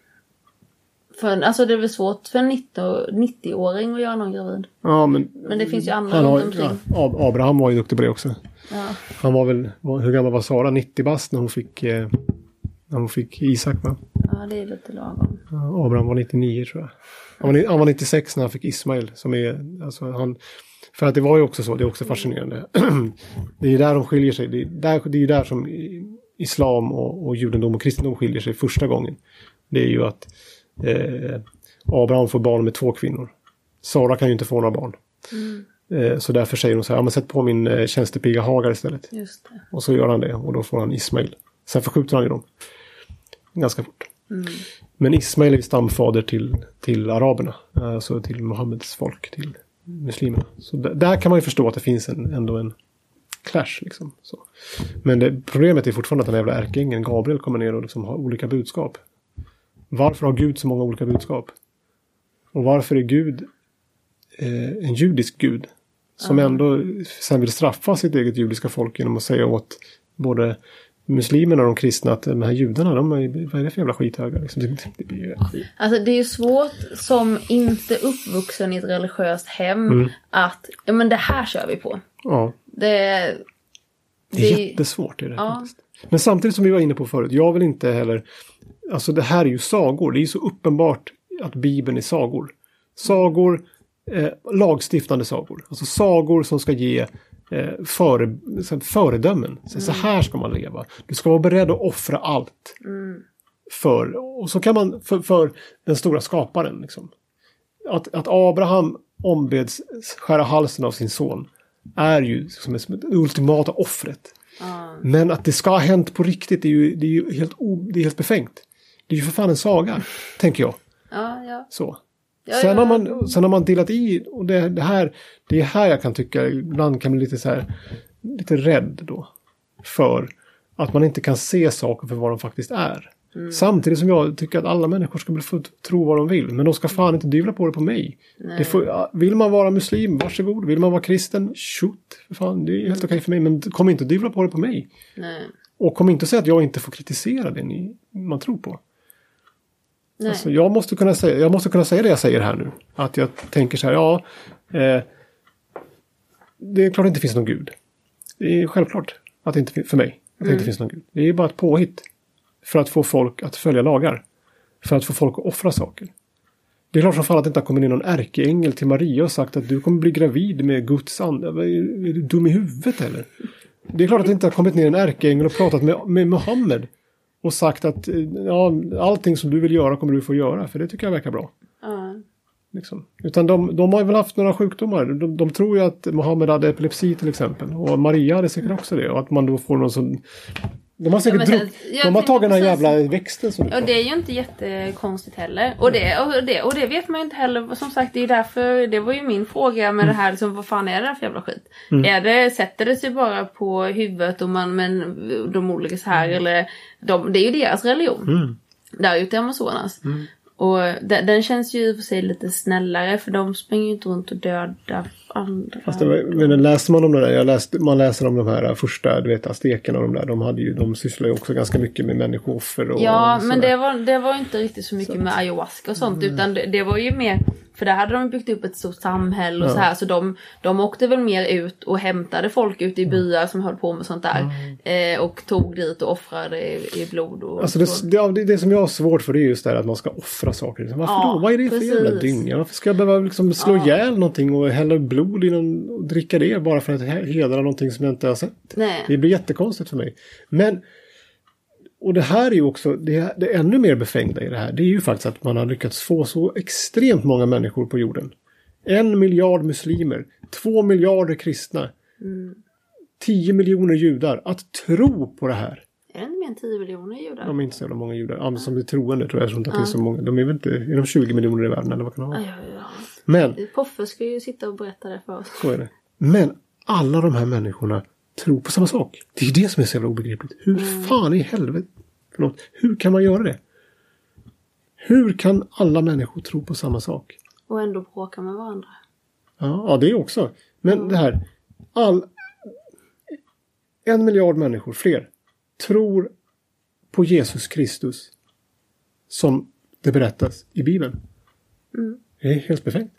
För, alltså det är väl svårt för en nittio-åring att göra någon gravid. Ja, men, men det finns ju andra runt omkring. Ja, Abraham var ju duktig på det också. Ja. Han var väl, hur gammal var Sara? nittio bast när hon fick, eh, när hon fick Isak, va? Ja, det är lite lagom. Ja, Abraham var nittionio tror jag. Han var, han var nittiosex när han fick Ismael. Som är, alltså han, för att det var ju också så, det är också fascinerande. Det är ju där de skiljer sig. Det är, där, det är ju där som islam och, och judendom och kristendom skiljer sig första gången. Det är ju att Eh, Abraham får barn med två kvinnor. Sara kan ju inte få några barn. Mm. Eh, så därför säger hon så här, ja men sätt på min eh, tjänstepiga Hagar istället. Just det. Och så gör han det och då får han Ismael. Sen förskjuter han ju dem. Ganska fort. Mm. Men Ismael är stamfader till, till araberna. Alltså till Mohammeds folk, till muslimerna. Så d- där kan man ju förstå att det finns en, ändå en clash liksom. Så. Men det, problemet är fortfarande att den jävla ärkeängeln Gabriel kommer ner och liksom har olika budskap. Varför har Gud så många olika budskap? Och varför är Gud eh, en judisk Gud? Som mm. ändå sen vill straffa sitt eget judiska folk genom att säga åt både muslimerna och de kristna att de här judarna, de är, vad är det för jävla skithögar? Liksom, det, det blir ju skit. Alltså det är ju svårt som inte uppvuxen i ett religiöst hem mm. att, ja men det här kör vi på. Ja. Det, det, det är jättesvårt är det ja. faktiskt. Men samtidigt som vi var inne på förut, jag vill inte heller, alltså det här är ju sagor, det är ju så uppenbart att Bibeln är sagor. Sagor, eh, lagstiftande sagor. Alltså sagor som ska ge eh, före, föredömen. Så, mm. så här ska man leva. Du ska vara beredd att offra allt. Mm. För, och så kan man, för, för den stora skaparen liksom. Att, att Abraham ombeds skära halsen av sin son är ju som det ultimata offret. Mm. Men att det ska ha hänt på riktigt, det är ju, det är ju helt, o, det är helt befängt. Det är ju för fan en saga, tänker jag. Ja, ja. Så. Ja, sen, ja. Har man, sen har man delat i, och det, det här det är här jag kan tycka, ibland kan bli lite så här, lite rädd då. För att man inte kan se saker för vad de faktiskt är. Mm. Samtidigt som jag tycker att alla människor ska bli få tro vad de vill. Men de ska fan inte dyvla på det på mig. Det får, vill man vara muslim, varsågod. Vill man vara kristen, shoot. För fan, det är helt okej för mig. Men kom inte dyvla på det på mig. Nej. Och kom inte säga att jag inte får kritisera det ni, man tror på. Nej. Alltså, jag, måste kunna säga, jag måste kunna säga det jag säger här nu. Att jag tänker så här, ja. Eh, det är klart det inte finns någon gud. Det är självklart att det inte för mig. Att det mm. inte finns någon gud. Det är bara ett påhitt. För att få folk att följa lagar. För att få folk att offra saker. Det är klart som fan att det inte har kommit in någon ärkeängel till Maria och sagt att du kommer bli gravid med Guds ande. Är du dum i huvudet eller? Det är klart att det inte har kommit ner en ärkeängel och pratat med, med Muhammed. Och sagt att ja, allting som du vill göra kommer du få göra. För det tycker jag verkar bra. Mm. Liksom. Utan de, de har väl haft några sjukdomar. De, de tror ju att Muhammed hade epilepsi till exempel. Och Maria hade säkert också det. Och att man då får någon sån... De har säkert ja, dro- jag, de har tagit den här jävla växten som och det är ju inte jättekonstigt heller. Och det, och, det, och det vet man ju inte heller. Som sagt, det är därför, det var ju min fråga med mm. det här. Liksom, vad fan är det här för jävla skit? Mm. Är det, sätter det sig bara på huvudet och man, men de olika så här. Mm. Eller, de, det är ju deras religion. Mm. Där ute i Amazonas. Mm. Och den, den känns ju för sig lite snällare. För de springer ju inte runt och dödar andra. Fast det var, men läser man om det där, jag läste, man läser om de här första, du vet, aztekerna och de där, de hade ju, de sysslar ju också ganska mycket med människooffer och ja, och men det var, det var inte riktigt så mycket så. Med ayahuasca och sånt, mm. utan det, det var ju mer, för där hade de byggt upp ett stort samhälle och ja. Så här, så de, de åkte väl mer ut och hämtade folk ute i byar som höll på med sånt där, mm. eh, och tog dit och offrade i, i blod och alltså det, det, det som jag har svårt för det är just det att man ska offra saker. Varför ja, då? Vad är det för precis. Jävla dynga? Varför ska jag behöva liksom slå ja. ihjäl någonting och hälla blod i någon och dricka det bara för att hedra någonting som jag inte har sett? Nej. Det blir jättekonstigt för mig. Men och det här är ju också det, det är ännu mer befängda i det här. Det är ju faktiskt att man har lyckats få så extremt många människor på jorden. En miljard muslimer, två miljarder kristna, mm. tio miljoner judar att tro på det här. Är det inte mer än tio miljoner judar? De är inte så jävla många judar. Ja, som är troende tror jag. Jag tror inte att det är så många. De är väl inte, är de tjugo miljoner i världen eller vad kan det vara? Ja, ja, ja. Men Poffe ska ju sitta och berätta det för oss. Så är det. Men alla de här människorna tror på samma sak. Det är det som är så jävla obegripligt. Hur mm. fan i helvete? Förlåt. Hur kan man göra det? Hur kan alla människor tro på samma sak? Och ändå bråka med varandra. Ja, ja det är också. Men mm. det här. All, en miljard människor, fler, tror på Jesus Kristus som det berättas i Bibeln. Mm. Det är helt befängt.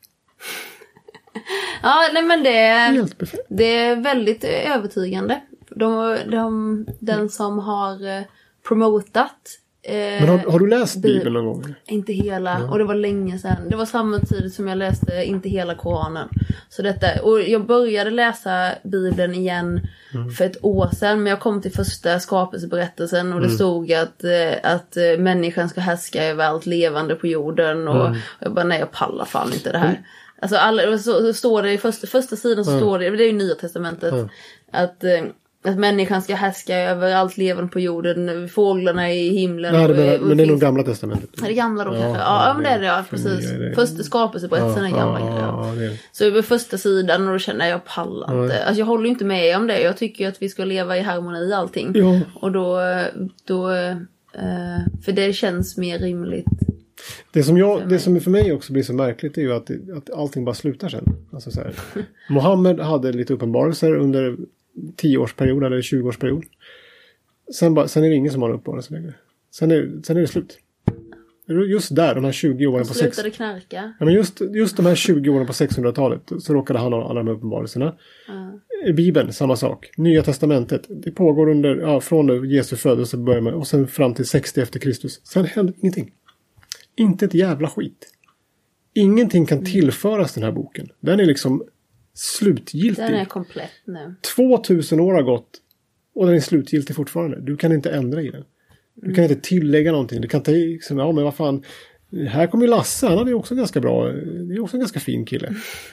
Ja, nej men det är, det är väldigt övertygande. De, de, den som har promotat. Eh, men har, har du läst Bibeln någon gång? Inte hela, ja. Och det var länge sedan. Det var samma tid som jag läste inte hela Koranen. Så detta, och jag började läsa Bibeln igen mm. för ett år sedan. Men jag kom till första skapelseberättelsen och det mm. stod att, att människan ska härska över allt levande på jorden. Och, mm. och jag bara, nej jag pallar fan inte det här. Mm. Alltså alla, så, så står det i första, första sidan så mm. står det, det är ju Nya Testamentet, mm. att, att människan ska härska över allt levande på jorden, fåglarna i himlen. Ja, det menar, och, och men det är nog Gamla Testamentet. Är det gamla då ja, kanske? Ja, ja, men det är det, ja, precis. Det. Första skapelseberättelsen ja, är gamla. Ja, ja. Ja, så över första sidan och då känner jag, jag pallar inte. Ja. Alltså jag håller inte med om det. Jag tycker att vi ska leva i harmoni i allting. Ja. Och då, då eh, för det känns mer rimligt. Det som, jag, det som för mig också blir så märkligt är ju att, att allting bara slutar sen. Alltså så här. Mohammed hade lite uppenbarelser under tio-årsperiod eller tjugo-årsperiod. Sen, bara, sen är det ingen som har uppenbarelser längre. Sen är, sen är det slut. Just där, de här tjugo åren på slutade sex... knarka. Ja, men just, just de här tjugo åren på sexhundratalet så råkade han ha alla de här uppenbarelserna. Uh. I Bibeln, samma sak. Nya testamentet, det pågår under, ja, från Jesu födelse börjar med, och sen fram till sextio efter Kristus. Sen händer ingenting. Inte ett jävla skit. Ingenting kan tillföras den här boken. Den är liksom slutgiltig. Den är komplett nu. tvåtusen år har gått och den är slutgiltig fortfarande. Du kan inte ändra i den. Du mm. kan inte tillägga någonting. Du kan inte liksom, ja men vad fan. Här kommer ju Lasse, han är också ganska bra. Det är också en ganska fin kille.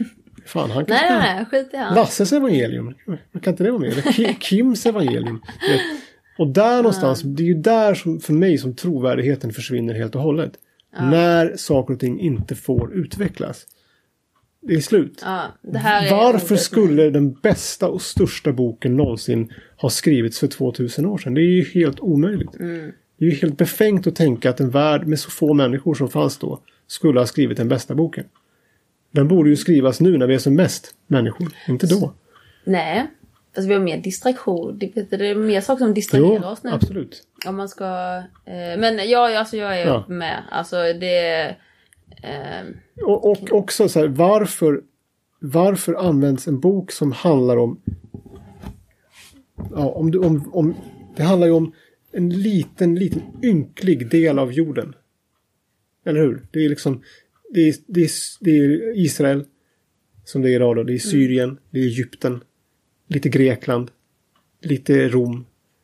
Fan, han kan Nej, nej, nej, skit i han. Lasses evangelium. Man kan inte det vara med? Eller Kims evangelium. Och där någonstans, det är ju där som, för mig som trovärdigheten försvinner helt och hållet. Ja. När saker och ting inte får utvecklas. Det är slut. Ja, det här är Varför skulle den bästa och största boken någonsin ha skrivits för tvåtusen år sedan? Det är ju helt omöjligt. Mm. Det är ju helt befängt att tänka att en värld med så få människor som fanns då skulle ha skrivit den bästa boken. Den borde ju skrivas nu när vi är som mest människor, inte då. Nej, alltså vi har mer distraktion. Det är mer saker som distraherar jo, oss nu. Absolut. Om man ska... Eh, men ja, alltså jag är ja. med. Alltså det... Eh, och, och också så här, varför, varför används en bok som handlar om... Ja, om, om, om... Det handlar ju om en liten, liten ynklig del av jorden. Eller hur? Det är liksom... Det är, det är, det är Israel som det är idag då. Det är Syrien, mm. det är Egypten, lite Grekland, lite Rom.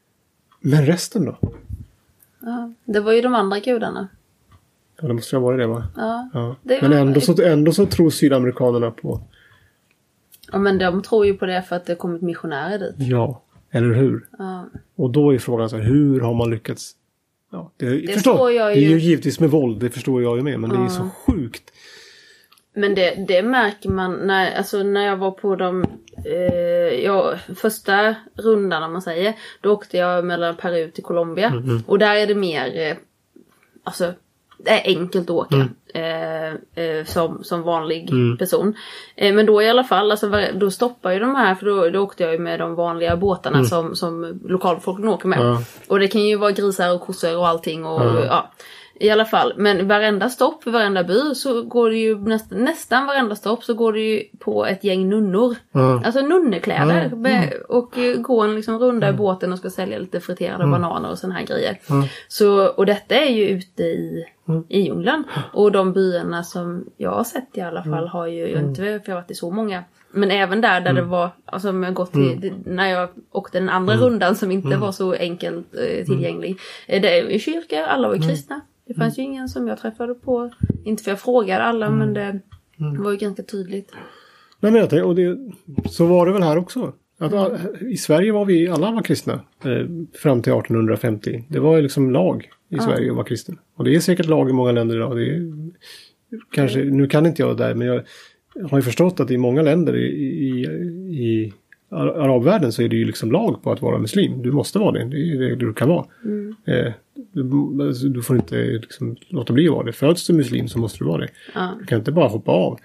Men resten då? Ja, det var ju de andra gudarna. Ja, det måste ju ha varit det, va? Ja. ja. Det men var... ändå så, ändå så tror sydamerikanerna på... Ja, men de tror ju på det för att det kommit missionärer dit. Ja, eller hur? Ja. Och då är frågan så här, hur har man lyckats... Ja, det, det förstår, jag ju... ju... det är ju givetvis med våld, det förstår jag ju med, men ja. Det är så sjukt. Men det, det märker man när, alltså när jag var på de eh, ja, första rundan, om man säger, då åkte jag mellan Peru till Colombia. Mm-hmm. Och där är det mer, eh, alltså det är enkelt att åka mm. eh, eh, som, som vanlig mm. person. Eh, men då i alla fall, alltså, då stoppar ju de här, för då, då åkte jag ju med de vanliga båtarna mm. som, som lokalfolk åker med. Ja. Och det kan ju vara grisar och kossor och allting och ja. ja. I alla fall, men varenda stopp, varenda by så går det ju nästan, nästan varenda stopp så går det ju på ett gäng nunnor. Mm. Alltså nunnekläder mm. med, och går en liksom runda mm. i båten och ska sälja lite friterade mm. bananer och såna här grejer. Mm. Så, och detta är ju ute i, mm. i djungeln. Och de byarna som jag har sett i alla fall har ju, jag inte för jag har varit i så många. Men även där där mm. det var, alltså om jag gått till, mm. när jag åkte den andra mm. rundan som inte mm. var så enkelt eh, tillgänglig. Mm. Det är ju kyrkor, alla var ju kristna. Det fanns mm. ju ingen som jag träffade på. Inte för jag frågade alla, mm. men det mm. var ju ganska tydligt. Nej, men jag tänkte, och det, så var det väl här också. Att, mm. I Sverige var vi, alla var kristna. Eh, fram till arton femtio. Det var ju liksom lag i mm. Sverige att vara kristen. Och det är säkert lag i många länder idag. Det är, kanske, mm. nu kan inte jag det där, men jag har ju förstått att i många länder i, i, i arabvärlden så är det ju liksom lag på att vara muslim. Du måste vara det. Det är det du kan vara. Mm. Eh, du, du får inte liksom låta bli att vara det. Föds du muslim så måste du vara det. Ja. Du kan inte bara hoppa av.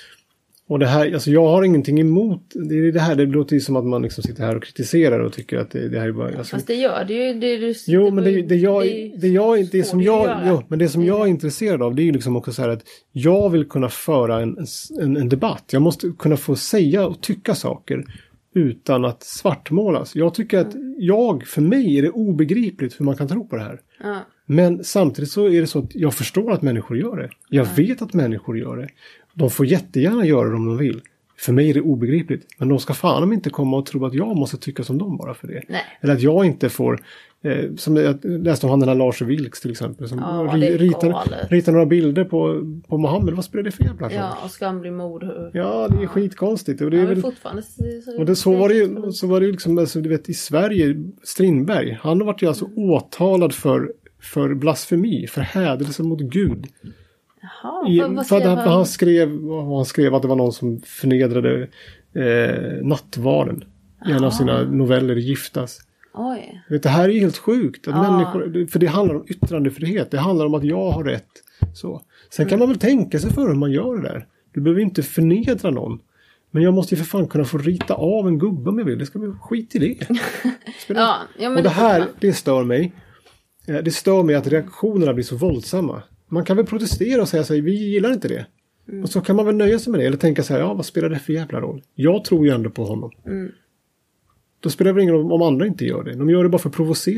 Och det här, alltså jag har ingenting emot, det är det här, det låter ju som att man liksom sitter här och kritiserar och tycker att det, det här är bara... Alltså, fast det gör det ju, det, det, jo, men det, det, jag, det, det, jag, det som jag, jo, men det som jag är intresserad av, det är ju liksom också så här att jag vill kunna föra en, en, en debatt. Jag måste kunna få säga och tycka saker utan att svartmålas. Jag tycker att jag, för mig är det obegripligt hur man kan tro på det här. Ja. Men samtidigt så är det så att jag förstår att människor gör det. Jag ja. vet att människor gör det. De får jättegärna göra det om de vill. För mig är det obegripligt. Men de ska fan inte komma och tro att jag måste tycka som dem bara för det. Nej. Eller att jag inte får... Eh, som jag läste om han den här Lars Vilks till exempel. Som ja, ri, ritar, ritar några bilder på, på Mohammed. Vad spelar det för jävla? Ja, och skamlig mord. Ja, det är skitkonstigt. Och det är ja, väl, fortfarande... Så, och det, så, var det ju, så var det ju liksom... Alltså, du vet, i Sverige, Strindberg. Han har varit ju alltså åtalad för, för blasfemi. För hädelse mot Gud. Jaha, I, för, för att han, han, skrev, han skrev att det var någon som förnedrade eh, nattvarden. I en av sina noveller Giftas. Oj. Vet, det här är ju helt sjukt. Att ja. människor, för det handlar om yttrandefrihet. Det handlar om att jag har rätt. Så. Sen kan mm. man väl tänka sig för hur man gör det där. Du behöver inte förnedra någon. Men jag måste ju för fan kunna få rita av en gubbe om jag vill. Det ska bli skit i det. ja, ja, men och det här, det stör mig. Det stör mig att reaktionerna blir så våldsamma. Man kan väl protestera och säga så här, vi gillar inte det. Mm. Och så kan man väl nöja sig med det. Eller tänka så här, ja vad spelar det för jävla roll? Jag tror ju ändå på honom. Mm. Då spelar det ingen roll om andra inte gör det. De gör det bara för att provocera.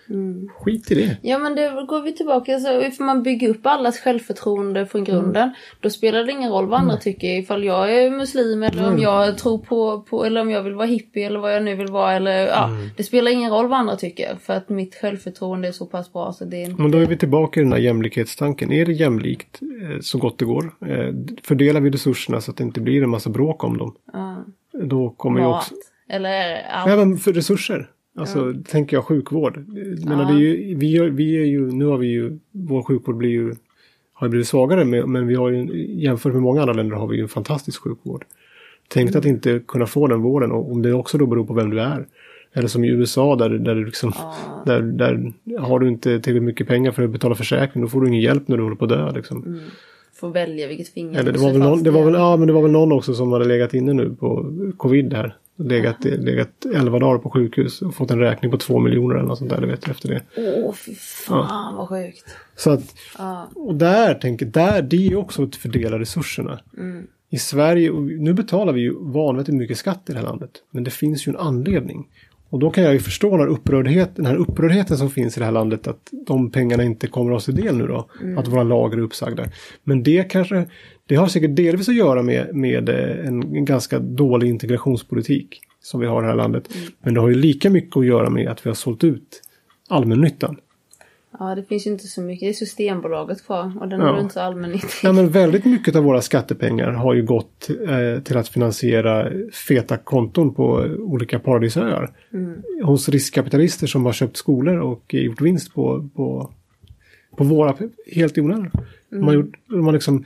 Mm. Skit i det. Ja, men det går vi tillbaka. Så ifall man bygger upp allas självförtroende från grunden, mm. då spelar det ingen roll vad andra mm. tycker. Ifall jag är muslim eller mm. om jag tror på, på, eller om jag vill vara hippie eller vad jag nu vill vara. Eller, ja, mm. det spelar ingen roll vad andra tycker. För att mitt självförtroende är så pass bra. Så det är inte... Men då är vi tillbaka i den här jämlikhetstanken. Är det jämlikt eh, så gott det går? Eh, fördelar vi resurserna så att det inte blir en massa bråk om dem? Mm. Då kommer ju också... Eller allt. Ja, men för resurser. Alltså, mm. tänker jag sjukvård. Jag menar, det är ju, vi, är, vi är ju, nu har vi ju, vår sjukvård blir ju, har blivit svagare, med, men vi har ju, jämfört med många andra länder har vi ju en fantastisk sjukvård. Tänk mm. att inte kunna få den vården, och om det också då beror på vem du är. Eller som i U S A, där, där, du liksom, mm. där, där har du inte tillräckligt mycket pengar för att betala försäkring, då får du ingen hjälp när du håller på att dö. Liksom. Mm. Får välja vilket finger. Eller det var väl någon, det var väl, ja, men det var väl någon också som hade legat inne nu på covid här. Legat, mm. legat elva dagar på sjukhus och fått en räkning på två miljoner eller något sånt där, du vet, efter det. Åh, fy fan, ja. Vad sjukt. Så att, ja. Och där tänker där, det är ju också att fördela resurserna. Mm. I Sverige, och nu betalar vi ju vanligt mycket skatt i det här landet, men det finns ju en anledning. Och då kan jag ju förstå när upprördhet, den här upprördheten som finns i det här landet, att de pengarna inte kommer oss till del nu då. Mm. Att våra lager är uppsagda. Men det kanske, det har säkert delvis att göra med, med en, en ganska dålig integrationspolitik som vi har i det här landet. Mm. Men det har ju lika mycket att göra med att vi har sålt ut allmännyttan. Ja, det finns ju inte så mycket. Det är Systembolaget kvar och den ja. är inte så allmännyttig. Ja, men väldigt mycket av våra skattepengar har ju gått eh, till att finansiera feta konton på olika paradisöar. Mm. Hos riskkapitalister som har köpt skolor och gjort vinst på, på, på våra helt i onödan. Mm. Man gjort, man liksom,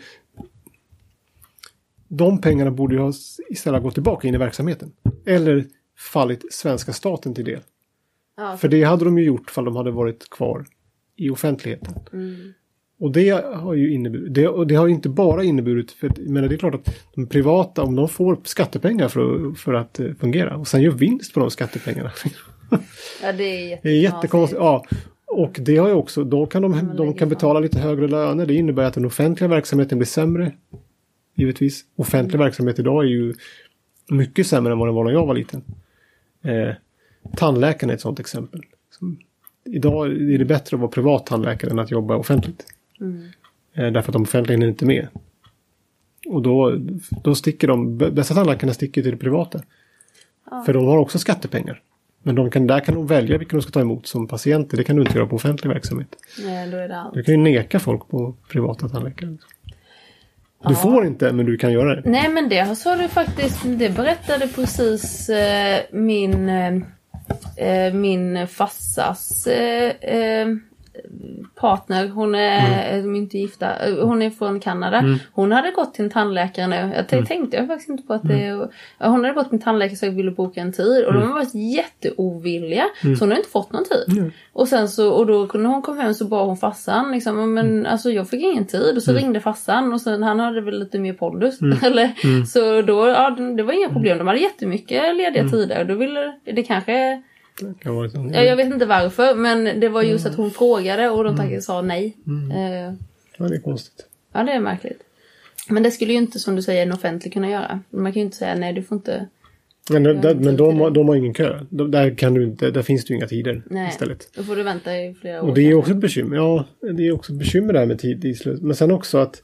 de pengarna borde ju ha istället gått tillbaka in i verksamheten. Eller fallit svenska staten till del. Ja. För det hade de ju gjort fall de hade varit kvar i offentligheten. Mm. Och det har ju inneburit, det, och det har ju inte bara inneburit, för men det är klart att de privata, om de får skattepengar för, för att fungera och sen gör vinst på de skattepengarna. Ja, det är jättekonstigt. Det är jättekonstigt, ja. Och det har ju också, då kan de, de kan betala lite högre löner. Det innebär att den offentliga verksamheten blir sämre. Givetvis. Offentlig mm. verksamhet idag är ju mycket sämre än vad den var när jag var liten. Eh, tandläkaren är ett sådant exempel. Som, idag är det bättre att vara privat tandläkare än att jobba offentligt. Mm. Eh, därför att de offentliga är inte med. Och då, då sticker de, dessa tandläkarna sticker till det privata. Ja. För de har också skattepengar. Men de kan, där kan de välja vilka de ska ta emot som patienter. Det kan du inte göra på offentlig verksamhet. Nej, då är det allt. Du kan ju neka folk på privata tandläkare. Du ja. får inte, men du kan göra det. Nej, men det så du faktiskt, det berättade precis eh, min eh, min farsas eh, eh, partner. Hon är mm. inte gifta. Hon är från Kanada. Mm. Hon hade gått till en tandläkare nu. Jag tänkte mm. jag faktiskt inte på att det... Mm. Hon hade gått till en tandläkare så jag ville boka en tid. Och mm. de har varit jätteovilliga. Mm. Så hon har inte fått någon tid. Mm. Och sen så... Och då kunde hon komma hem så bad hon farsan. Liksom, men mm. alltså jag fick ingen tid. Och så mm. ringde farsan. Och sen han hade väl lite mer pondus. Mm. Eller, mm. Så då... Ja, det var inga problem. De hade jättemycket lediga mm. tider. Och då ville... Det kanske... Ja, jag vet inte varför, men det var just mm. att hon frågade och de mm. sa nej. Mm. Uh, ja, det är konstigt. Ja, det är märkligt. Men det skulle ju inte, som du säger, en offentlig kunna göra. Man kan ju inte säga nej, du får inte... Men, där, men de, de har ingen kö. De, där, kan du inte, där finns det ju inga tider nej. istället. Då får du vänta i flera år. Och det är också ett bekymmer. Ja, det är också ett bekymmer där med tid i slut. Men sen också att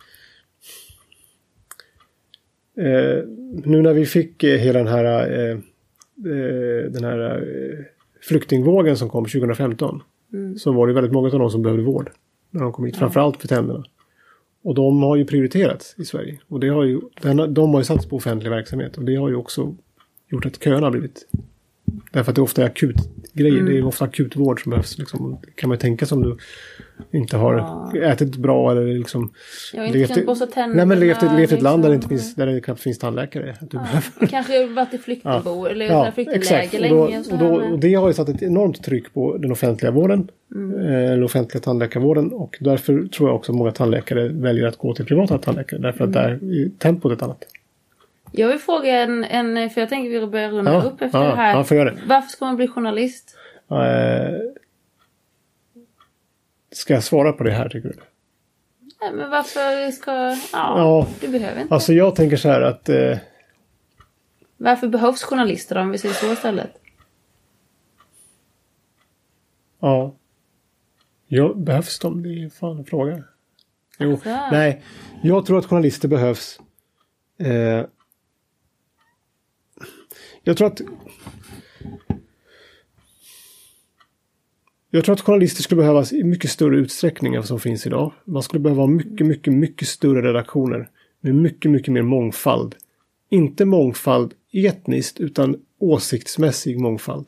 eh, nu när vi fick eh, hela den här eh, eh, den här eh, flyktingvågen som kom tjugo femton mm. så var det väldigt många av dem som behövde vård när de kom hit, ja. framförallt för tänderna. Och de har ju prioriterats i Sverige. Och det har ju, de har ju satts på offentlig verksamhet och det har ju också gjort att köerna har blivit. Därför att det ofta är akut grejer. Mm. Det är ofta akut vård som behövs. Liksom. Kan man tänka som du inte har ja. ätit bra eller liksom... Jag har inte levt, känt på så tänderna. Nej, men levt, levt liksom. ett land där det, inte finns, där det knappt finns tandläkare. Att du ja. behöver. Kanske varit i flyktingbo ja. eller ja, flyktingläger länge. Och, då, och, då, med... och det har ju satt ett enormt tryck på den offentliga vården. Mm. Eh, den offentliga tandläkarvården. Och därför tror jag också att många tandläkare väljer att gå till privata tandläkare. Därför att mm. där är tempot ett annat. Jag vill fråga en, en för jag tänker vi börjar runda ja, upp efter ja, det här. Ja, får göra det. Varför ska man bli journalist? Eh, ska jag svara på det här, tycker du? Nej, men varför ska... Ja, ja, du behöver inte. Alltså jag tänker så här att... Eh, varför behövs journalister om vi säger så istället? Ja, Ja, behövs de? Det är fan en fråga. Jo, alltså. Nej. Jag tror att journalister behövs. Eh, jag tror att Jag tror att journalister skulle behövas i mycket större utsträckning än vad som finns idag. Man skulle behöva mycket, mycket, mycket större redaktioner. Med mycket, mycket mer mångfald. Inte mångfald etniskt utan åsiktsmässig mångfald.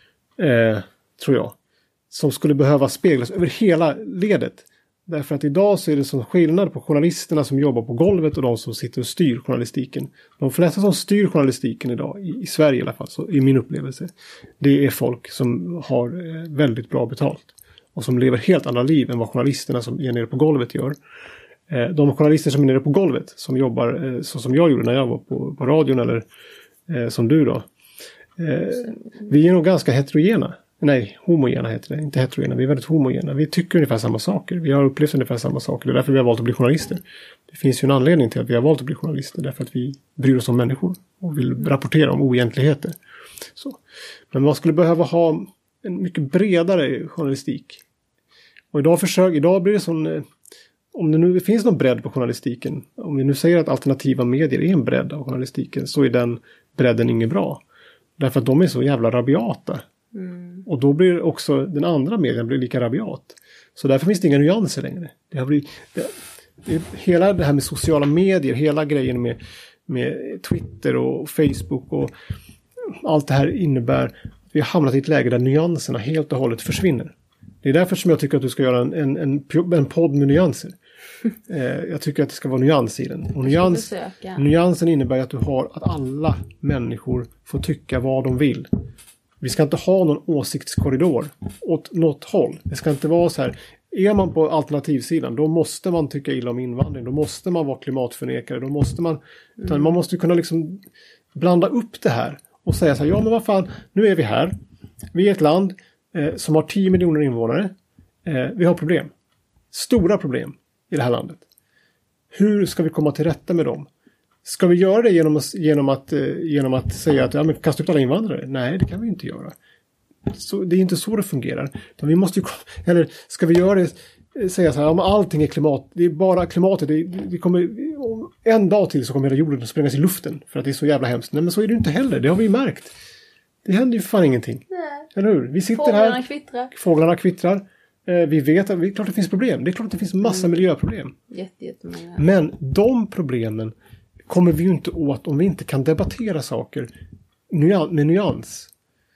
Eh, tror jag. Som skulle behöva speglas över hela ledet. Därför att idag så är det sån skillnad på journalisterna som jobbar på golvet och de som sitter och styr journalistiken. De flesta som styr journalistiken idag, i, i Sverige i alla fall, så i min upplevelse, det är folk som har eh, väldigt bra betalt. Och som lever helt andra liv än vad journalisterna som är nere på golvet gör. Eh, de journalister som är nere på golvet, som jobbar eh, så som jag gjorde när jag var på, på radion eller eh, som du då. Eh, vi är nog ganska heterogena. Nej, homogena heter det. Inte heterogena. Vi är väldigt homogena. Vi tycker ungefär samma saker. Vi har upplevt ungefär samma saker. Det är därför vi har valt att bli journalister. Det finns ju en anledning till att vi har valt att bli journalister. Därför att vi bryr oss om människor. Och vill rapportera om oegentligheter. Så. Men man skulle behöva ha en mycket bredare journalistik. Och idag, försök, idag blir det sån... Om det nu finns någon bredd på journalistiken. Om vi nu säger att alternativa medier är en bredd av journalistiken. Så är den bredden inget bra. Därför att de är så jävla rabiata. Mm. Och då blir också den andra medien blir lika rabiat. Så därför finns det inga nyanser längre. Det har blivit, det, det, hela det här med sociala medier, hela grejen med, med Twitter och Facebook och allt det här innebär att vi har hamnat i ett läge där nyanserna helt och hållet försvinner. Det är därför som jag tycker att du ska göra en, en, en, en podd med nyanser. eh, jag tycker att det ska vara nyans i den. Och nyans, nyansen innebär att du har att alla människor får tycka vad de vill. Vi ska inte ha någon åsiktskorridor åt något håll. Det ska inte vara så här. Är man på alternativsidan, då måste man tycka illa om invandring. Då måste man vara klimatförnekare. Då måste man, utan man måste kunna liksom blanda upp det här. Och säga så här, ja men vad fan, nu är vi här. Vi är ett land eh, som har tio miljoner invånare. Eh, vi har problem. Stora problem i det här landet. Hur ska vi komma till rätta med dem? Ska vi göra det genom att, genom att, genom att säga att ja, men kasta ut alla invandrare? Nej, det kan vi inte göra. Så, det är inte så det fungerar. Men vi måste ju, eller ska vi göra det, säga så här, om allting är klimat, det är bara klimatet, det, det kommer, en dag till så kommer hela jorden att sprängas i luften för att det är så jävla hemskt. Nej, men så är det inte heller, det har vi ju märkt. Det händer ju för fan ingenting. Nej. Eller hur? Vi sitter fåglarna här, kvittrar. Fåglarna kvittrar. Eh, vi vet att det är klart det finns problem. Det är klart att det finns massa mm. miljöproblem. Jätte, jättemånga. Men de problemen kommer vi ju inte åt om vi inte kan debattera saker med nyans.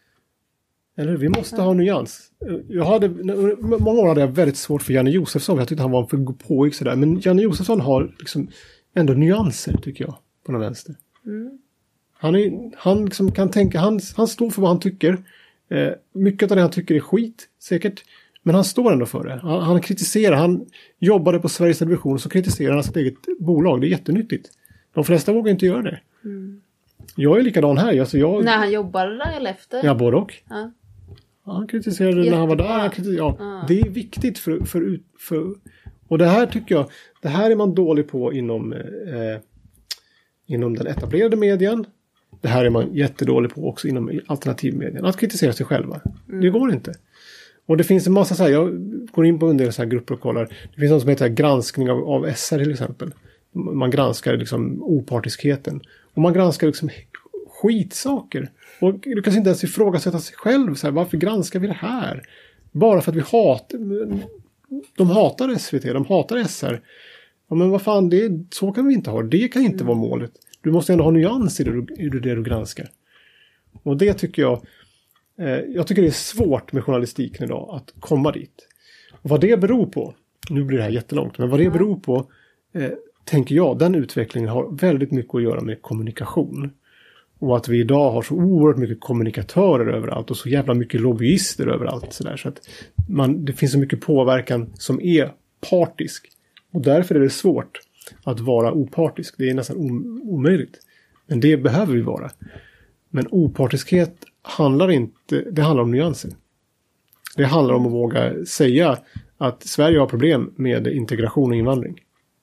Eller vi måste ha nyans. Jag hade, många år hade jag väldigt svårt för Janne Josefsson. Jag tyckte han var för påig sådär. Men Janne Josefsson har liksom ändå nyanser tycker jag. På den vänster. Mm. Han, är, han liksom kan tänka, han, han står för vad han tycker. Eh, mycket av det han tycker är skit säkert. Men han står ändå för det. Han, han kritiserar, han jobbade på Sveriges Television och så kritiserar han sitt eget bolag. Det är jättenyttigt. De flesta vågar inte göra det. Mm. Jag är likadan här. Alltså jag, när han jobbade där eller efter? Ja, både och. Ja. Han kritiserade Jättebra. när han var där. Han kritiserade, ja. Ja. Det är viktigt för, för, för... Och det här tycker jag... Det här är man dålig på inom, eh, inom den etablerade medien. Det här är man jättedålig på också inom alternativmedien. Att kritisera sig själva. Mm. Det går inte. Och det finns en massa så här... Jag går in på en del så här grupper och kollar. Det finns något som heter granskning av, av S R till exempel. Man granskar liksom opartiskheten. Och man granskar liksom skitsaker. Och du kan inte ens ifrågasätta sig själv. Så här, varför granskar vi det här? Bara för att vi hatar... De hatar S V T, de hatar S R. Ja, men vad fan, det, så kan vi inte ha. Det kan inte mm. vara målet. Du måste ändå ha nyans i det, i det du granskar. Och det tycker jag... Eh, jag tycker det är svårt med journalistiken idag att komma dit. Och vad det beror på... Nu blir det här jättelångt. Men vad det beror på... Eh, tänker jag, den utvecklingen har väldigt mycket att göra med kommunikation. Och att vi idag har så oerhört mycket kommunikatörer överallt och så jävla mycket lobbyister överallt. Så där, så att man, det finns så mycket påverkan som är partisk. Och därför är det svårt att vara opartisk. Det är nästan om, omöjligt. Men det behöver vi vara. Men opartiskhet handlar inte, det handlar om nyanser. Det handlar om att våga säga att Sverige har problem med integration och invandring.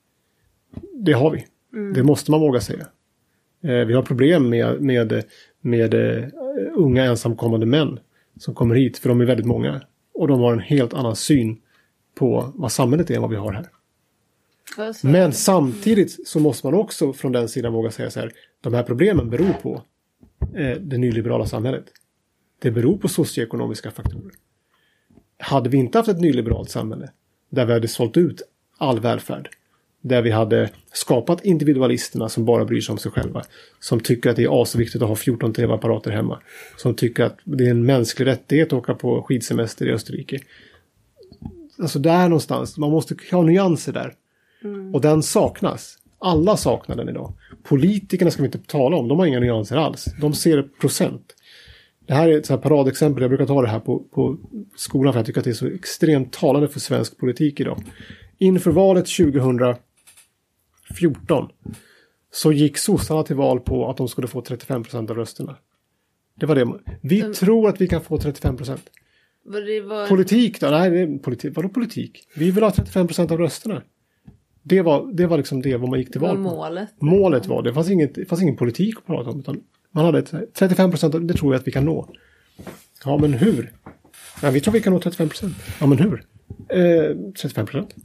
Det har vi. Mm. Det måste man våga säga. Eh, vi har problem med, med, med uh, unga ensamkommande män som kommer hit. För de är väldigt många. Och de har en helt annan syn på vad samhället är än vad vi har här. Alltså, Men samtidigt så måste man också från den sidan våga säga så här, de här problemen beror på eh, det nyliberala samhället. Det beror på socioekonomiska faktorer. Hade vi inte haft ett nyliberalt samhälle där vi hade sålt ut all välfärd, där vi hade skapat individualisterna som bara bryr sig om sig själva, som tycker att det är asviktigt att ha fjorton tv-apparater hemma, som tycker att det är en mänsklig rättighet att åka på skidsemester i Österrike. Alltså där någonstans, man måste ha nyanser där. Mm. Och den saknas. Alla saknar den idag. Politikerna ska vi inte tala om, de har inga nyanser alls. De ser procent. Det här är ett så här paradexempel, jag brukar ta det här på, på skolan för jag tycker att det är så extremt talande för svensk politik idag. Inför valet tjugo fjorton så gick sossarna till val på att de skulle få trettiofem procent av rösterna. Det var det. Vi mm. tror att vi kan få trettiofem procent. Var det var... Politik då? Nej, det är politik. Vadå politik? Vi vill ha trettiofem procent av rösterna. Det var, det var liksom det vad man gick till val på. Målet. Målet var det. Det fanns, inget, det fanns ingen politik att prata om. Utan man hade trettiofem procent, det tror jag att vi kan nå. Ja, men hur? Ja, vi tror vi kan nå trettiofem procent. Ja, men hur? Eh, trettiofem procent.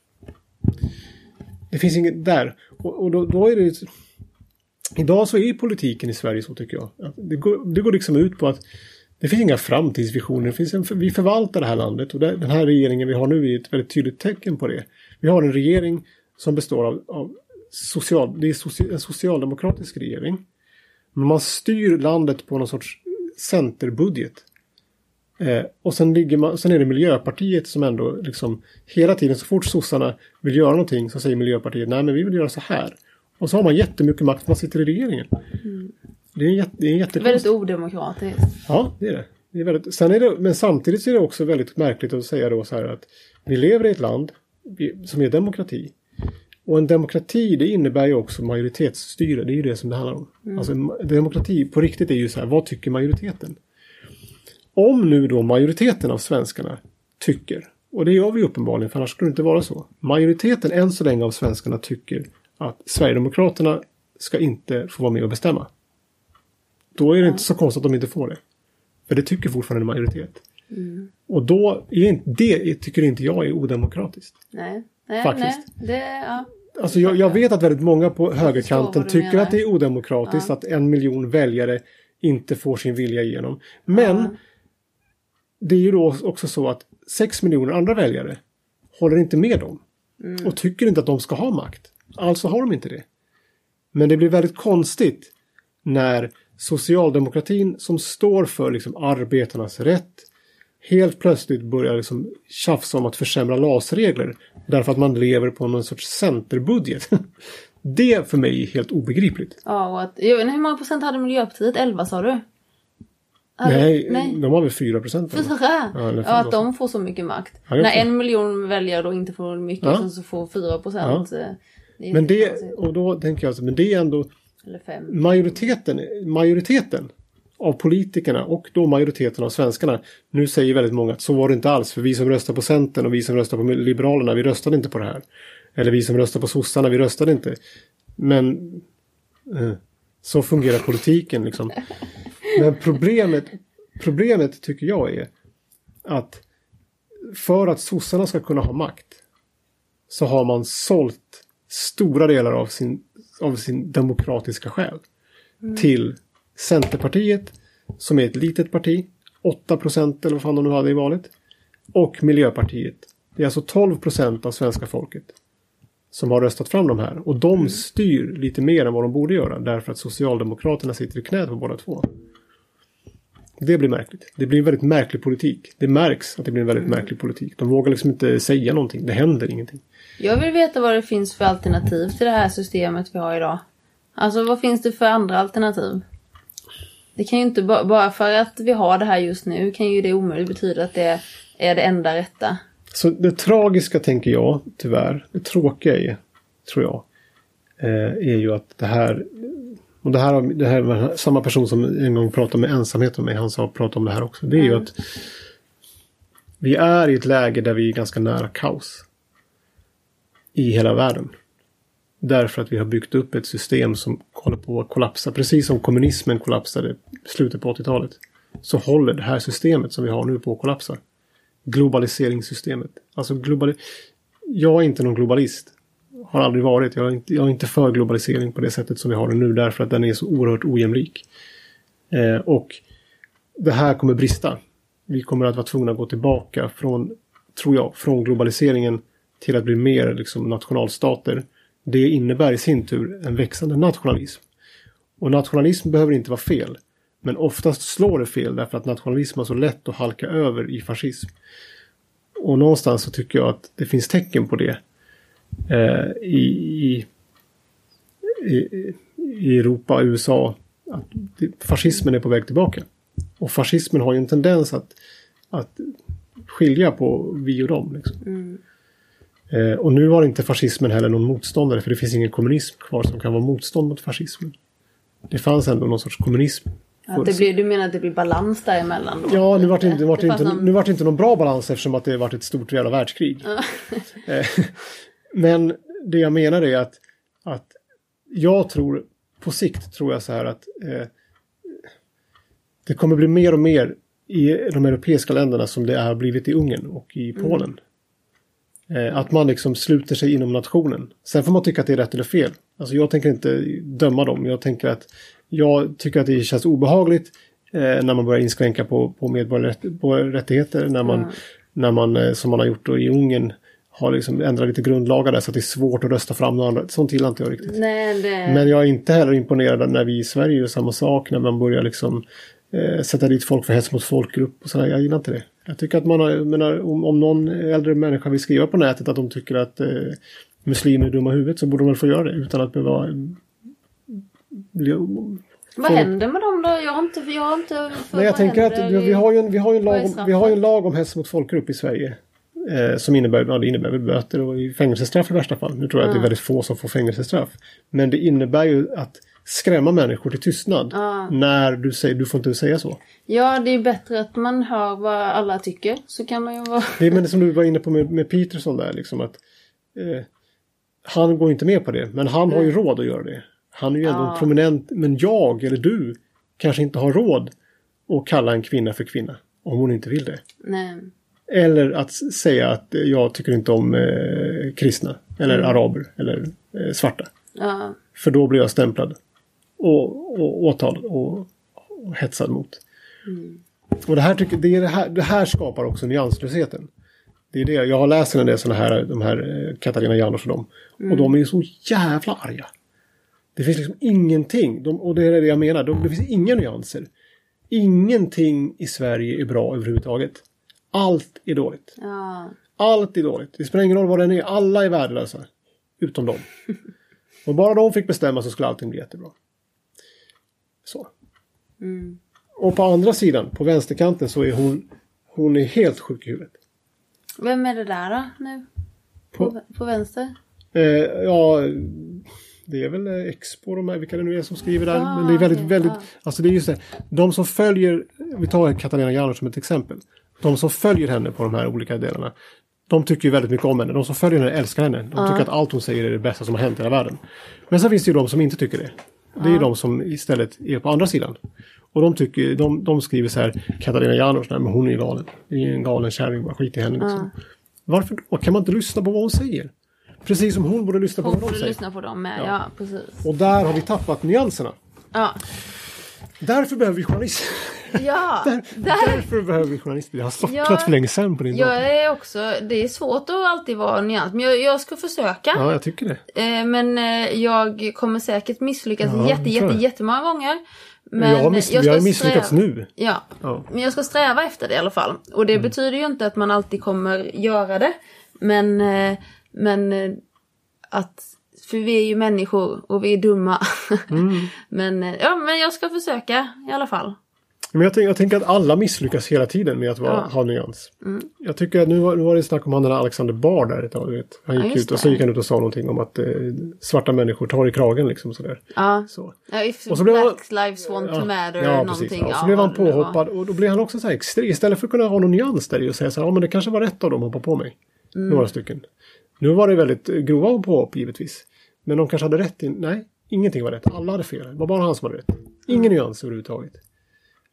Det finns inget där. Och, och då, då är det... Idag så är politiken i Sverige så tycker jag. Det går, det går liksom ut på att det finns inga framtidsvisioner. Det finns en, vi förvaltar det här landet och det, den här regeringen vi har nu är ett väldigt tydligt tecken på det. Vi har en regering som består av, av social, det är social, en socialdemokratisk regering. Men man styr landet på någon sorts centerbudget. Eh, och sen, ligger man, sen är det Miljöpartiet som ändå liksom hela tiden så fort sossarna vill göra någonting så säger Miljöpartiet nej men vi vill göra så här. Och så har man jättemycket makt för man sitter i regeringen. Mm. Det är en, jätte, det är en jättekonst. Väldigt odemokratiskt. Ja, det är det. det, är väldigt, sen är det men samtidigt så är det också väldigt märkligt att säga då så här att vi lever i ett land som är demokrati. Och en demokrati det innebär ju också majoritetsstyre. Det är ju det som det handlar om. Mm. Alltså demokrati på riktigt är ju så här, vad tycker majoriteten? Om nu då majoriteten av svenskarna tycker, och det gör vi uppenbarligen för annars skulle det inte vara så. Majoriteten än så länge av svenskarna tycker att Sverigedemokraterna ska inte få vara med och bestämma. Då är det inte så konstigt att de inte får det. För det tycker fortfarande en majoritet. Mm. Och då är inte, det tycker inte jag är odemokratiskt. Nej, nej, faktiskt. nej. Det, ja. Alltså jag, jag vet att väldigt många på högerkanten tycker menar. Att det är odemokratiskt ja. Att en miljon väljare inte får sin vilja igenom. Men ja. Det är ju då också så att sex miljoner andra väljare håller inte med dem. Mm. Och tycker inte att de ska ha makt. Alltså har de inte det. Men det blir väldigt konstigt när socialdemokratin som står för liksom arbetarnas rätt helt plötsligt börjar liksom tjafsa om att försämra lasregler därför att man lever på någon sorts centerbudget. Det för mig är helt obegripligt. Ja, och att, jag vet inte hur många procent hade Miljöpartiet? elva sa du? Nej, nej, de har väl fyra procent. Fyra? Ja, ja, att de får så mycket makt. Ja, när en miljon väljare då inte får mycket ja. Så får fyra procent. Ja. Det men det, och då tänker jag, men det är ändå eller fem. Majoriteten, majoriteten av politikerna och då majoriteten av svenskarna. Nu säger väldigt många att så var det inte alls. För vi som röstar på Centern och vi som röstar på Liberalerna, vi röstade inte på det här. Eller vi som röstar på sossarna, vi röstade inte. Men eh, så fungerar politiken liksom. Men problemet, problemet tycker jag är att för att sossarna ska kunna ha makt så har man sålt stora delar av sin, av sin demokratiska själ mm. till Centerpartiet som är ett litet parti, åtta procent eller vad fan de nu hade i valet, och Miljöpartiet. Det är alltså tolv procent av svenska folket som har röstat fram de här. Och de mm. styr lite mer än vad de borde göra därför att Socialdemokraterna sitter i knät på båda två. Det blir märkligt. Det blir en väldigt märklig politik. Det märks att det blir en väldigt mm. märklig politik. De vågar liksom inte säga någonting. Det händer ingenting. Jag vill veta vad det finns för alternativ till det här systemet vi har idag. Alltså vad finns det för andra alternativ? Det kan ju inte ba- bara för att vi har det här just nu kan ju det omöjligt betyda att det är det enda rätta. Så det tragiska tänker jag tyvärr, det tråkiga är, tror jag, eh, är ju att det här, och det här, det här var samma person som en gång pratade med ensamhet om mig, han sa prata om det här också, det är mm. ju att vi är i ett läge där vi är ganska nära kaos i hela världen. Därför att vi har byggt upp ett system som håller på att kollapsa. Precis som kommunismen kollapsade i slutet på åttiotalet. Så håller det här systemet som vi har nu på att kollapsa. globaliseringssystemet. Alltså global... Jag är inte någon globalist. Har aldrig varit. Jag är, inte, jag är inte för globalisering på det sättet som vi har det nu. Därför att den är så oerhört ojämlik. Eh, och det här kommer brista. Vi kommer att vara tvungna att gå tillbaka från, tror jag, från globaliseringen till att bli mer liksom, nationalstater. Det innebär i sin tur en växande nationalism. Och nationalism behöver inte vara fel. Men oftast slår det fel därför att nationalism är så lätt att halka över i fascism. Och någonstans så tycker jag att det finns tecken på det eh, i, i, i, i Europa, U S A. Att fascismen är på väg tillbaka. Och fascismen har ju en tendens att, att skilja på vi och dem. Liksom. Mm. Eh, och nu har inte fascismen heller någon motståndare, för det finns ingen kommunism kvar som kan vara motstånd mot fascismen. Det fanns ändå någon sorts kommunism. Ja, det blir, du menar att det blir balans däremellan då? Ja, nu var det inte, det var det inte, någon... nu var det inte någon bra balans eftersom att det varit ett stort jävla världskrig. Ja. Men det jag menar är att, att jag tror, på sikt tror jag så här att eh, det kommer bli mer och mer i de europeiska länderna som det har blivit i Ungern och i Polen. Mm. Eh, att man liksom sluter sig inom nationen. Sen får man tycka att det är rätt eller fel. Alltså jag tänker inte döma dem. Jag tänker att jag tycker att det känns obehagligt eh, när man börjar inskränka på, på medborgarrättigheter. När man, mm. när man eh, som man har gjort då i Ungern, har liksom ändrat lite grundlagar där så att det är svårt att rösta fram något annat. Sånt gillar inte jag riktigt. Nej, det... Men jag är inte heller imponerad när vi i Sverige gör samma sak. När man börjar liksom eh, sätta dit folk för hets mot folkgrupp och sådär. Jag gillar inte det. Jag tycker att man har, menar, om, om någon äldre människa vill skriva på nätet att de tycker att eh, muslimer är dumma i huvudet, så borde de väl få göra det utan att behöva... Bli, vad händer med dem då? Jag har inte... Jag har inte Nej, jag tänker att vi, vi, har ju en, vi, har ju en lag om, vi har ju en lag om hets mot folkgrupp i Sverige. Eh, som innebär, ja, det innebär väl böter och fängelsestraff i värsta fall. Nu tror jag mm. att det är väldigt få som får fängelsestraff. Men det innebär ju att skrämma människor till tystnad. Mm. När du säger, du får inte säga så. Ja, det är bättre att man hör vad alla tycker. Så kan man ju vara... Det är men det som du var inne på med, med Peterson där. Liksom att, eh, han går inte med på det. Men han mm. har ju råd att göra det. Han är ju ändå mm. prominent. Men jag eller du kanske inte har råd att kalla en kvinna för kvinna. Om hon inte vill det. Nej. Eller att säga att jag tycker inte om eh, kristna. Eller mm. araber. Eller eh, svarta. Ja. För då blir jag stämplad. Och, och åtalad. Och, och hetsad mot. Mm. Och det här, tycker, det, är det, här, det här skapar också nyanslösheten. Det är det. Jag har läst en del sådana här. De här eh, Katarina Janouch och dem. Mm. Och de är ju så jävla arga. Det finns liksom ingenting. De, och det är det jag menar. De, det finns inga nyanser. Ingenting i Sverige är bra överhuvudtaget. Allt är dåligt. Ja. Allt är dåligt. Det spelar ingen roll vad den är. Alla är värdelösa. Utom dem. Och bara de fick bestämma så skulle allting bli jättebra. Så. Mm. Och på andra sidan, på vänsterkanten, så är hon, hon är helt sjuk i huvudet. Vem är det där då nu? På, på, på vänster? Eh, ja... Det är väl Expo, de här, vilka det nu är som skriver där. Ah, men det är väldigt, okay, väldigt... Ah. Alltså det är just det. De som följer... Vi tar Katarina Janouch som ett exempel. De som följer henne på de här olika delarna. De tycker ju väldigt mycket om henne. De som följer henne älskar henne. De ah. tycker att allt hon säger är det bästa som har hänt i hela världen. Men så finns det ju de som inte tycker det. Det är ju ah. de som istället är på andra sidan. Och de, tycker, de, de skriver så här. Katarina Janouch, nej men hon är ju galen. Det är en galen kärring, bara skit i henne liksom. Ah. Varför då? Kan man inte lyssna på vad hon säger? Precis som hon borde lyssna på hon vad de säger. lyssna på dem med, ja. ja, precis. Och där har vi tappat nyanserna. Ja. Därför behöver vi journalister. Ja. där, där... Därför behöver vi journalister. Jag har slocknat ja, för länge sedan på din Jag dator. är också, det är svårt att alltid vara nyans. Men jag, jag ska försöka. Ja, jag tycker det. Eh, men eh, jag kommer säkert misslyckas ja, jätte, jätte, jättemånga gånger. Men jag har, miss- jag jag har misslyckats sträva... nu. Ja. ja, men jag ska sträva efter det i alla fall. Och det mm. betyder ju inte att man alltid kommer göra det. Men... Eh, men att, för vi är ju människor och vi är dumma. Mm. men, ja, men jag ska försöka i alla fall. Men jag, tänk, jag tänker att alla misslyckas hela tiden med att vara, ja. ha nyans. Mm. Jag tycker att nu var, nu var det snack om han den Alexander Bard där ett tag. Vet. Han gick ja, ut och så gick han ut och sa någonting om att eh, svarta människor tar i kragen liksom sådär. Ja, så. ja if och så Black han, Lives Want ja, to Matter ja, någonting. Ja, och så blev han påhoppad och då blev han också så här extrem. Istället för att kunna ha någon nyans där och säga så här, ja men det kanske var rätt av dem att hoppa på mig. Mm. Några stycken. Nu var det väldigt grova påhopp givetvis. Men de kanske hade rätt in. Nej, ingenting var rätt. Alla hade fel. Det var bara han som hade rätt. Ingen mm. nyans överhuvudtaget.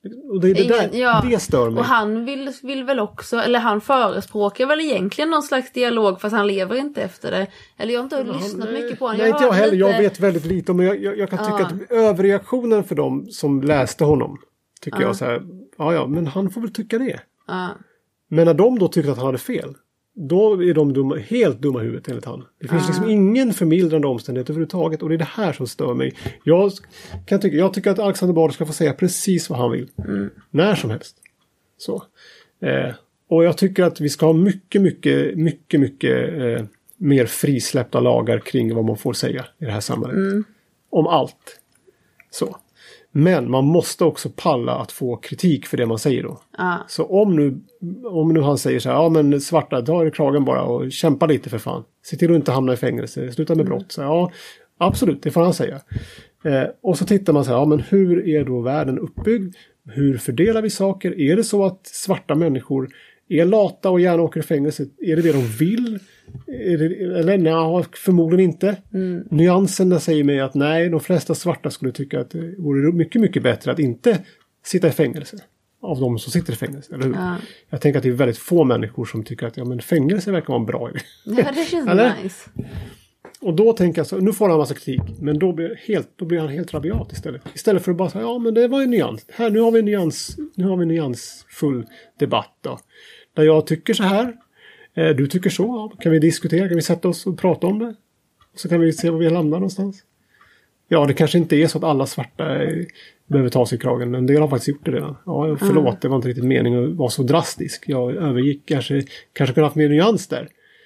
Och det, det, Ingen, där, ja. det stör mig. Och han vill, vill väl också, eller han förespråkar väl egentligen någon slags dialog fast han lever inte efter det. Eller jag har inte ja, lyssnat nej, mycket på honom. Nej, jag inte jag heller. lite... Jag vet väldigt lite om men jag, jag, jag kan tycka ja. att överreaktionen för dem som läste honom tycker ja. jag så här, ja ja, men han får väl tycka det. Ja. Men när de då tyckte att han hade fel, då är de dumma, helt dumma i huvudet enligt han. Det finns ah. liksom ingen förmildrande omständighet överhuvudtaget och det är det här som stör mig. Jag, kan tycka, jag tycker att Alexander Bard ska få säga precis vad han vill. Mm. När som helst. Så. Eh, och jag tycker att vi ska ha mycket, mycket, mycket, mycket eh, mer frisläppta lagar kring vad man får säga i det här samhället. Mm. Om allt. Så. Men man måste också palla att få kritik för det man säger då. Ah. Så om nu, om nu han säger så här, ja men svarta, ta er kragen bara och kämpa lite för fan. Se till att inte hamna i fängelse, sluta med brott. Så, ja, absolut, det får han säga. Eh, och så tittar man så här, ja men hur är då världen uppbyggd? Hur fördelar vi saker? Är det så att svarta människor är lata och gärna åker i fängelse? Är det det de vill? Är det, eller nej, förmodligen inte. Mm. Nyanserna säger mig att nej, de flesta svarta skulle tycka att det vore mycket, mycket bättre att inte sitta i fängelse. Av de som sitter i fängelse, eller hur? Ja. Jag tänker att det är väldigt få människor som tycker att ja, men fängelse verkar vara en bra idé. Ja, det känns nice. Och då tänker jag så, nu får han en massa kritik, men då blir, helt, då blir han helt rabiat istället. Istället för att bara säga, ja men det var en nyans. Här, nu har vi en nyans, nu har vi en nyansfull debatt då. Där jag tycker så här, eh, du tycker så, ja, kan vi diskutera, kan vi sätta oss och prata om det? Så kan vi se var vi landar någonstans. Ja, det kanske inte är så att alla svarta eh, behöver ta sig i kragen, men en del har faktiskt gjort det redan. Ja, förlåt, mm. det var inte riktigt meningen att vara så drastisk. Jag övergick, kanske, kanske kunde ha haft mer nyans där.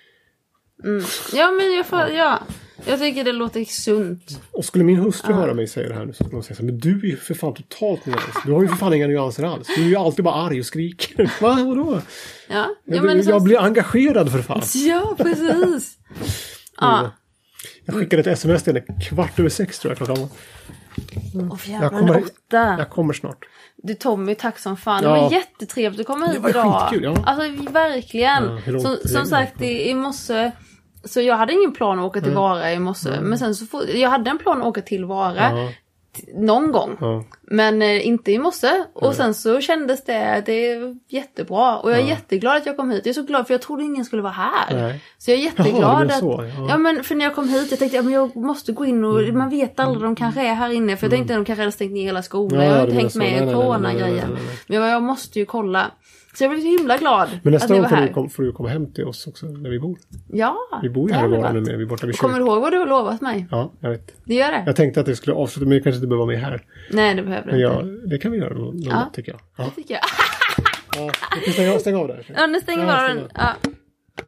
Mm. Ja, men jag, får, ja. jag tycker det låter sunt. Och skulle min hustru uh. höra mig säga det här nu så skulle hon säga så, men du är ju för fan totalt nyans. Du har ju för fan inga nyanser alls. Du är ju alltid bara arg och skriker. Va? Vadå? Ja, jag, ja, men jag så... blir engagerad för fan. Ja, precis. Ja. Jag skickade ett sms till henne kvart över sex tror jag klockan var. Oh, jag, kommer, åtta. jag kommer snart. Du Tommy, tack som fan. Ja. Det var jättetrevligt att komma hit idag. Det var skitkul, ja. Alltså verkligen. Ja, som, som sagt, i, i morse... Så jag hade ingen plan att åka till Vara i morse. Mm. Men sen så får, jag hade en plan att åka till Vara ja. t- någon gång. Ja. Men eh, inte i morse. Och ja. sen så kändes det, det är jättebra. Och jag är ja. jätteglad att jag kom hit. Jag är så glad för jag trodde ingen skulle vara här. Nej. Så jag är jätteglad. Jaha, att, så, ja. ja men för när jag kom hit jag tänkte att ja, jag måste gå in och mm. man vet aldrig de kanske är här inne. För jag tänkte att de kanske hade stängt ner hela skolan. Ja, jag har inte hängt med i corona-grejen. Men jag måste ju kolla. Så jag blev så himla glad. Men nästa gång får du, kom, får du komma hem till oss också när vi bor. Ja. Vi bor ju här i Vara nu med. Vi är borta vid Kommer du ihåg vad du har lovat mig? Ja, jag vet. Det gör det. Jag tänkte att det skulle avsluta men jag kanske inte behöver vara med här. Nej, det behöver du inte. Men ja, det kan vi göra någon, ja. tycker jag. Ja. Det tycker jag. Ja, vi kan stänga, stänga av där. Ja, nu stänger vi av den. Ja.